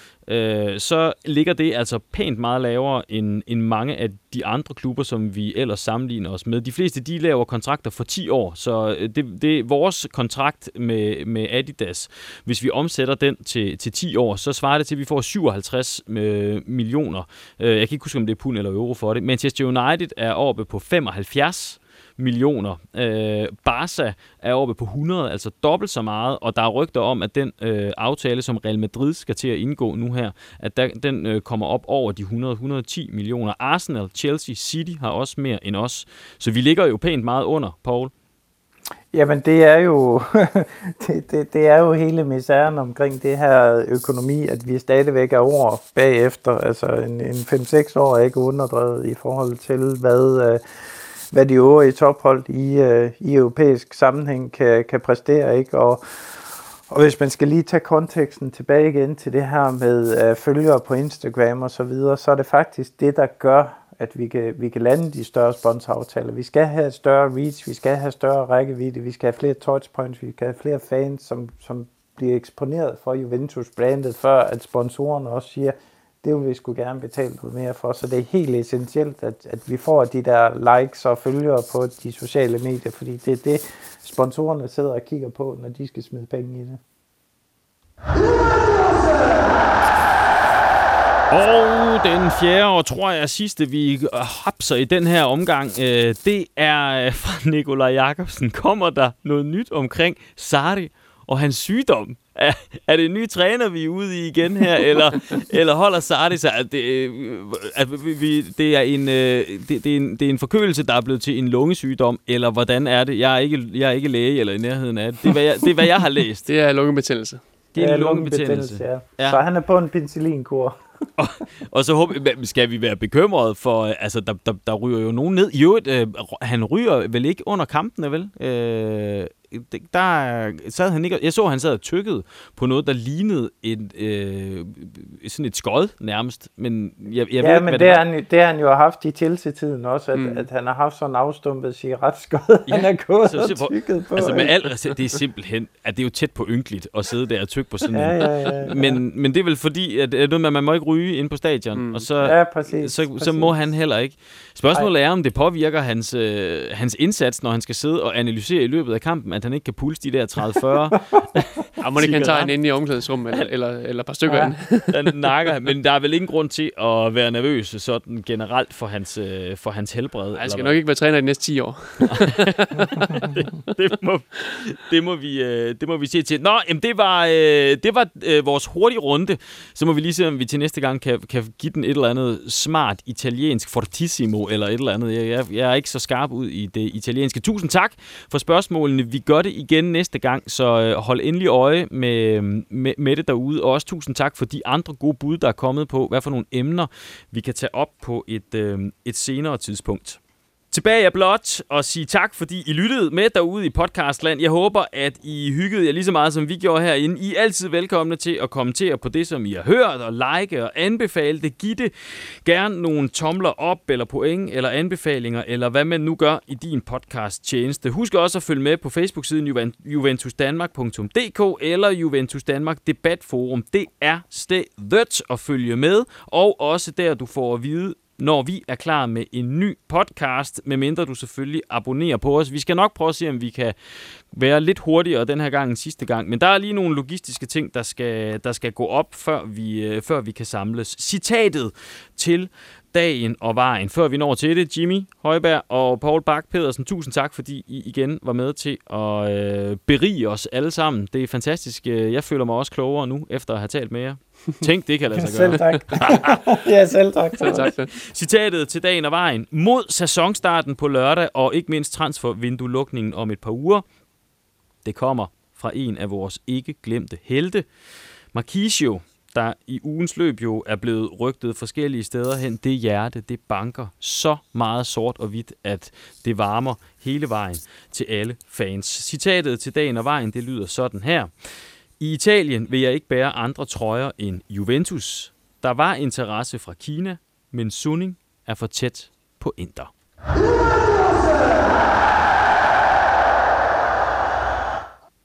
Så ligger det altså pænt meget lavere end, end mange af de andre klubber, som vi ellers sammenligner os med. De fleste, de laver kontrakter for ti år, så det, det er vores kontrakt med, med Adidas. Hvis vi omsætter den til, til ti år, så svarer det til, at vi får syvoghalvtreds millioner. Jeg kan ikke huske, om det er pund eller euro for det. Manchester United er oppe på femoghalvfjerds millioner. Øh, Barca er oppe på hundrede, altså dobbelt så meget, og der er rygter om, at den øh, aftale, som Real Madrid skal til at indgå nu her, at der, den øh, kommer op over de hundrede til hundrede og ti millioner. Arsenal, Chelsea, City har også mere end os. Så vi ligger jo pænt meget under, Paul. Jamen det er jo det, det, det er jo hele misæren omkring det her økonomi, at vi stadigvæk er over bagefter, altså en, en fem seks år er ikke underdrevet i forhold til, hvad øh, hvad de øvrige tophold i, øh, i europæisk sammenhæng kan, kan præstere, ikke? Og, og hvis man skal lige tage konteksten tilbage igen til det her med øh, følgere på Instagram og så videre, så er det faktisk det, der gør, at vi kan, vi kan lande de større sponsoraftaler. Vi skal have større reach, vi skal have større rækkevidde, vi skal have flere touchpoints, vi skal have flere fans, som, som bliver eksponeret for Juventus-brandet, før at sponsorerne også siger, det vil vi sgu gerne betale noget mere for, så det er helt essentielt, at, at vi får de der likes og følgere på de sociale medier, fordi det er det, sponsorerne sidder og kigger på, når de skal smide penge i det. Og den fjerde, og tror jeg sidste, vi hapser i den her omgang, det er fra Nikolaj Jakobsen. Kommer der noget nyt omkring Sarri og hans sygdom? Er, er det en ny træner, vi er ude i igen her, eller, eller holder Sarri sig? At det, at vi, det, er en, det, det, er en, det er en forkølelse, der er blevet til en lungesygdom, eller hvordan er det? Jeg er ikke, jeg er ikke læge eller i nærheden af det. Det er, hvad jeg, det er, hvad jeg har læst. Det er lungebetændelse. Det er en lungebetændelse. Ja. Ja. Så han er på en penicillinkur. og, og så håber, skal vi være bekymrede for, altså der, der, der ryger jo nogen ned. Jo, øh, han ryger vel ikke under kampene, vel? Øh, der sad han ikke, jeg så, han sad og tykkede på noget, der lignede et, øh, sådan et skod nærmest, men jeg, jeg ja, ved ikke, men hvad det, det har han, det har han jo haft i Chelsea-tiden også, at, mm. at han har haft sådan en afstumpet cigaretskod, ja, han er gået så, og tykket på. Altså med alt, det er simpelthen, at det er jo tæt på ynkeligt at sidde der og tykke på sådan en. Ja, ja, ja, ja. Men, men det er vel fordi, at, at man må ikke ryge inde på stadion, mm. og så, ja, præcis, så, præcis. så må han heller ikke. Spørgsmålet Ej. er, om det påvirker hans, øh, hans indsats, når han skal sidde og analysere i løbet af kampen, at han ikke kan pulse de der tredive fyrre. Ja, må ikke han tage en inde i omklædningsrummet, eller, eller, eller et par stykker ja. ind. nakker, men der er vel ingen grund til at være nervøs sådan generelt for hans, øh, for hans helbred. Jeg skal nok ikke være træner i de næste ti år. det, det, må, det, må vi, øh, det må vi se til. Nå, jamen det var, øh, det var øh, vores hurtige runde. Så må vi lige se, om vi til næste gang kan, kan give den et eller andet smart italiensk fortissimo, eller et eller andet. Jeg, jeg, jeg er ikke så skarp ud i det italienske. Tusind tak for spørgsmålene. Vi gør det igen næste gang, så øh, hold endelig øje med, med, med det derude. Og også tusind tak for de andre gode bud, der er kommet på, hvad for nogle emner vi kan tage op på et, øh, et senere tidspunkt. Tilbage er blot at sige tak, fordi I lyttede med derude i Podcastland. Jeg håber, at I hyggede jer lige så meget, som vi gjorde herinde. I er altid velkomne til at kommentere på det, som I har hørt, og like og anbefale det. Giv det gerne nogle tomler op, eller point, eller anbefalinger, eller hvad man nu gør i din podcast-tjeneste. Husk også at følge med på Facebook-siden juventus danmark punktum d k eller Juventus Danmark Debatforum. Det er stedet at følge med, og også der, du får at vide, når vi er klar med en ny podcast, medmindre du selvfølgelig abonnerer på os. Vi skal nok prøve at se, om vi kan være lidt hurtigere den her gang end sidste gang. Men der er lige nogle logistiske ting, der skal, der skal gå op, før vi, før vi kan samles. Citatet til dagen og vejen. Før vi når til det, Jimmy Højberg og Paul Bak Pedersen, tusind tak, fordi I igen var med til at øh, berige os alle sammen. Det er fantastisk. Jeg føler mig også klogere nu, efter at have talt med jer. Tænk, det kan lade sig gøre. Selv tak. Ja, selv tak. Selv tak. Citatet til dagen og vejen. Mod sæsonstarten på lørdag, og ikke mindst transfervinduelukningen om et par uger. Det kommer fra en af vores ikke glemte helte, Marchisio, der i ugens løb jo er blevet rygtet forskellige steder hen. Det hjerte, det banker så meget sort og hvidt, at det varmer hele vejen til alle fans. Citatet til dagen og vejen, det lyder sådan her. I Italien vil jeg ikke bære andre trøjer end Juventus. Der var interesse fra Kina, men Suning er for tæt på Inter.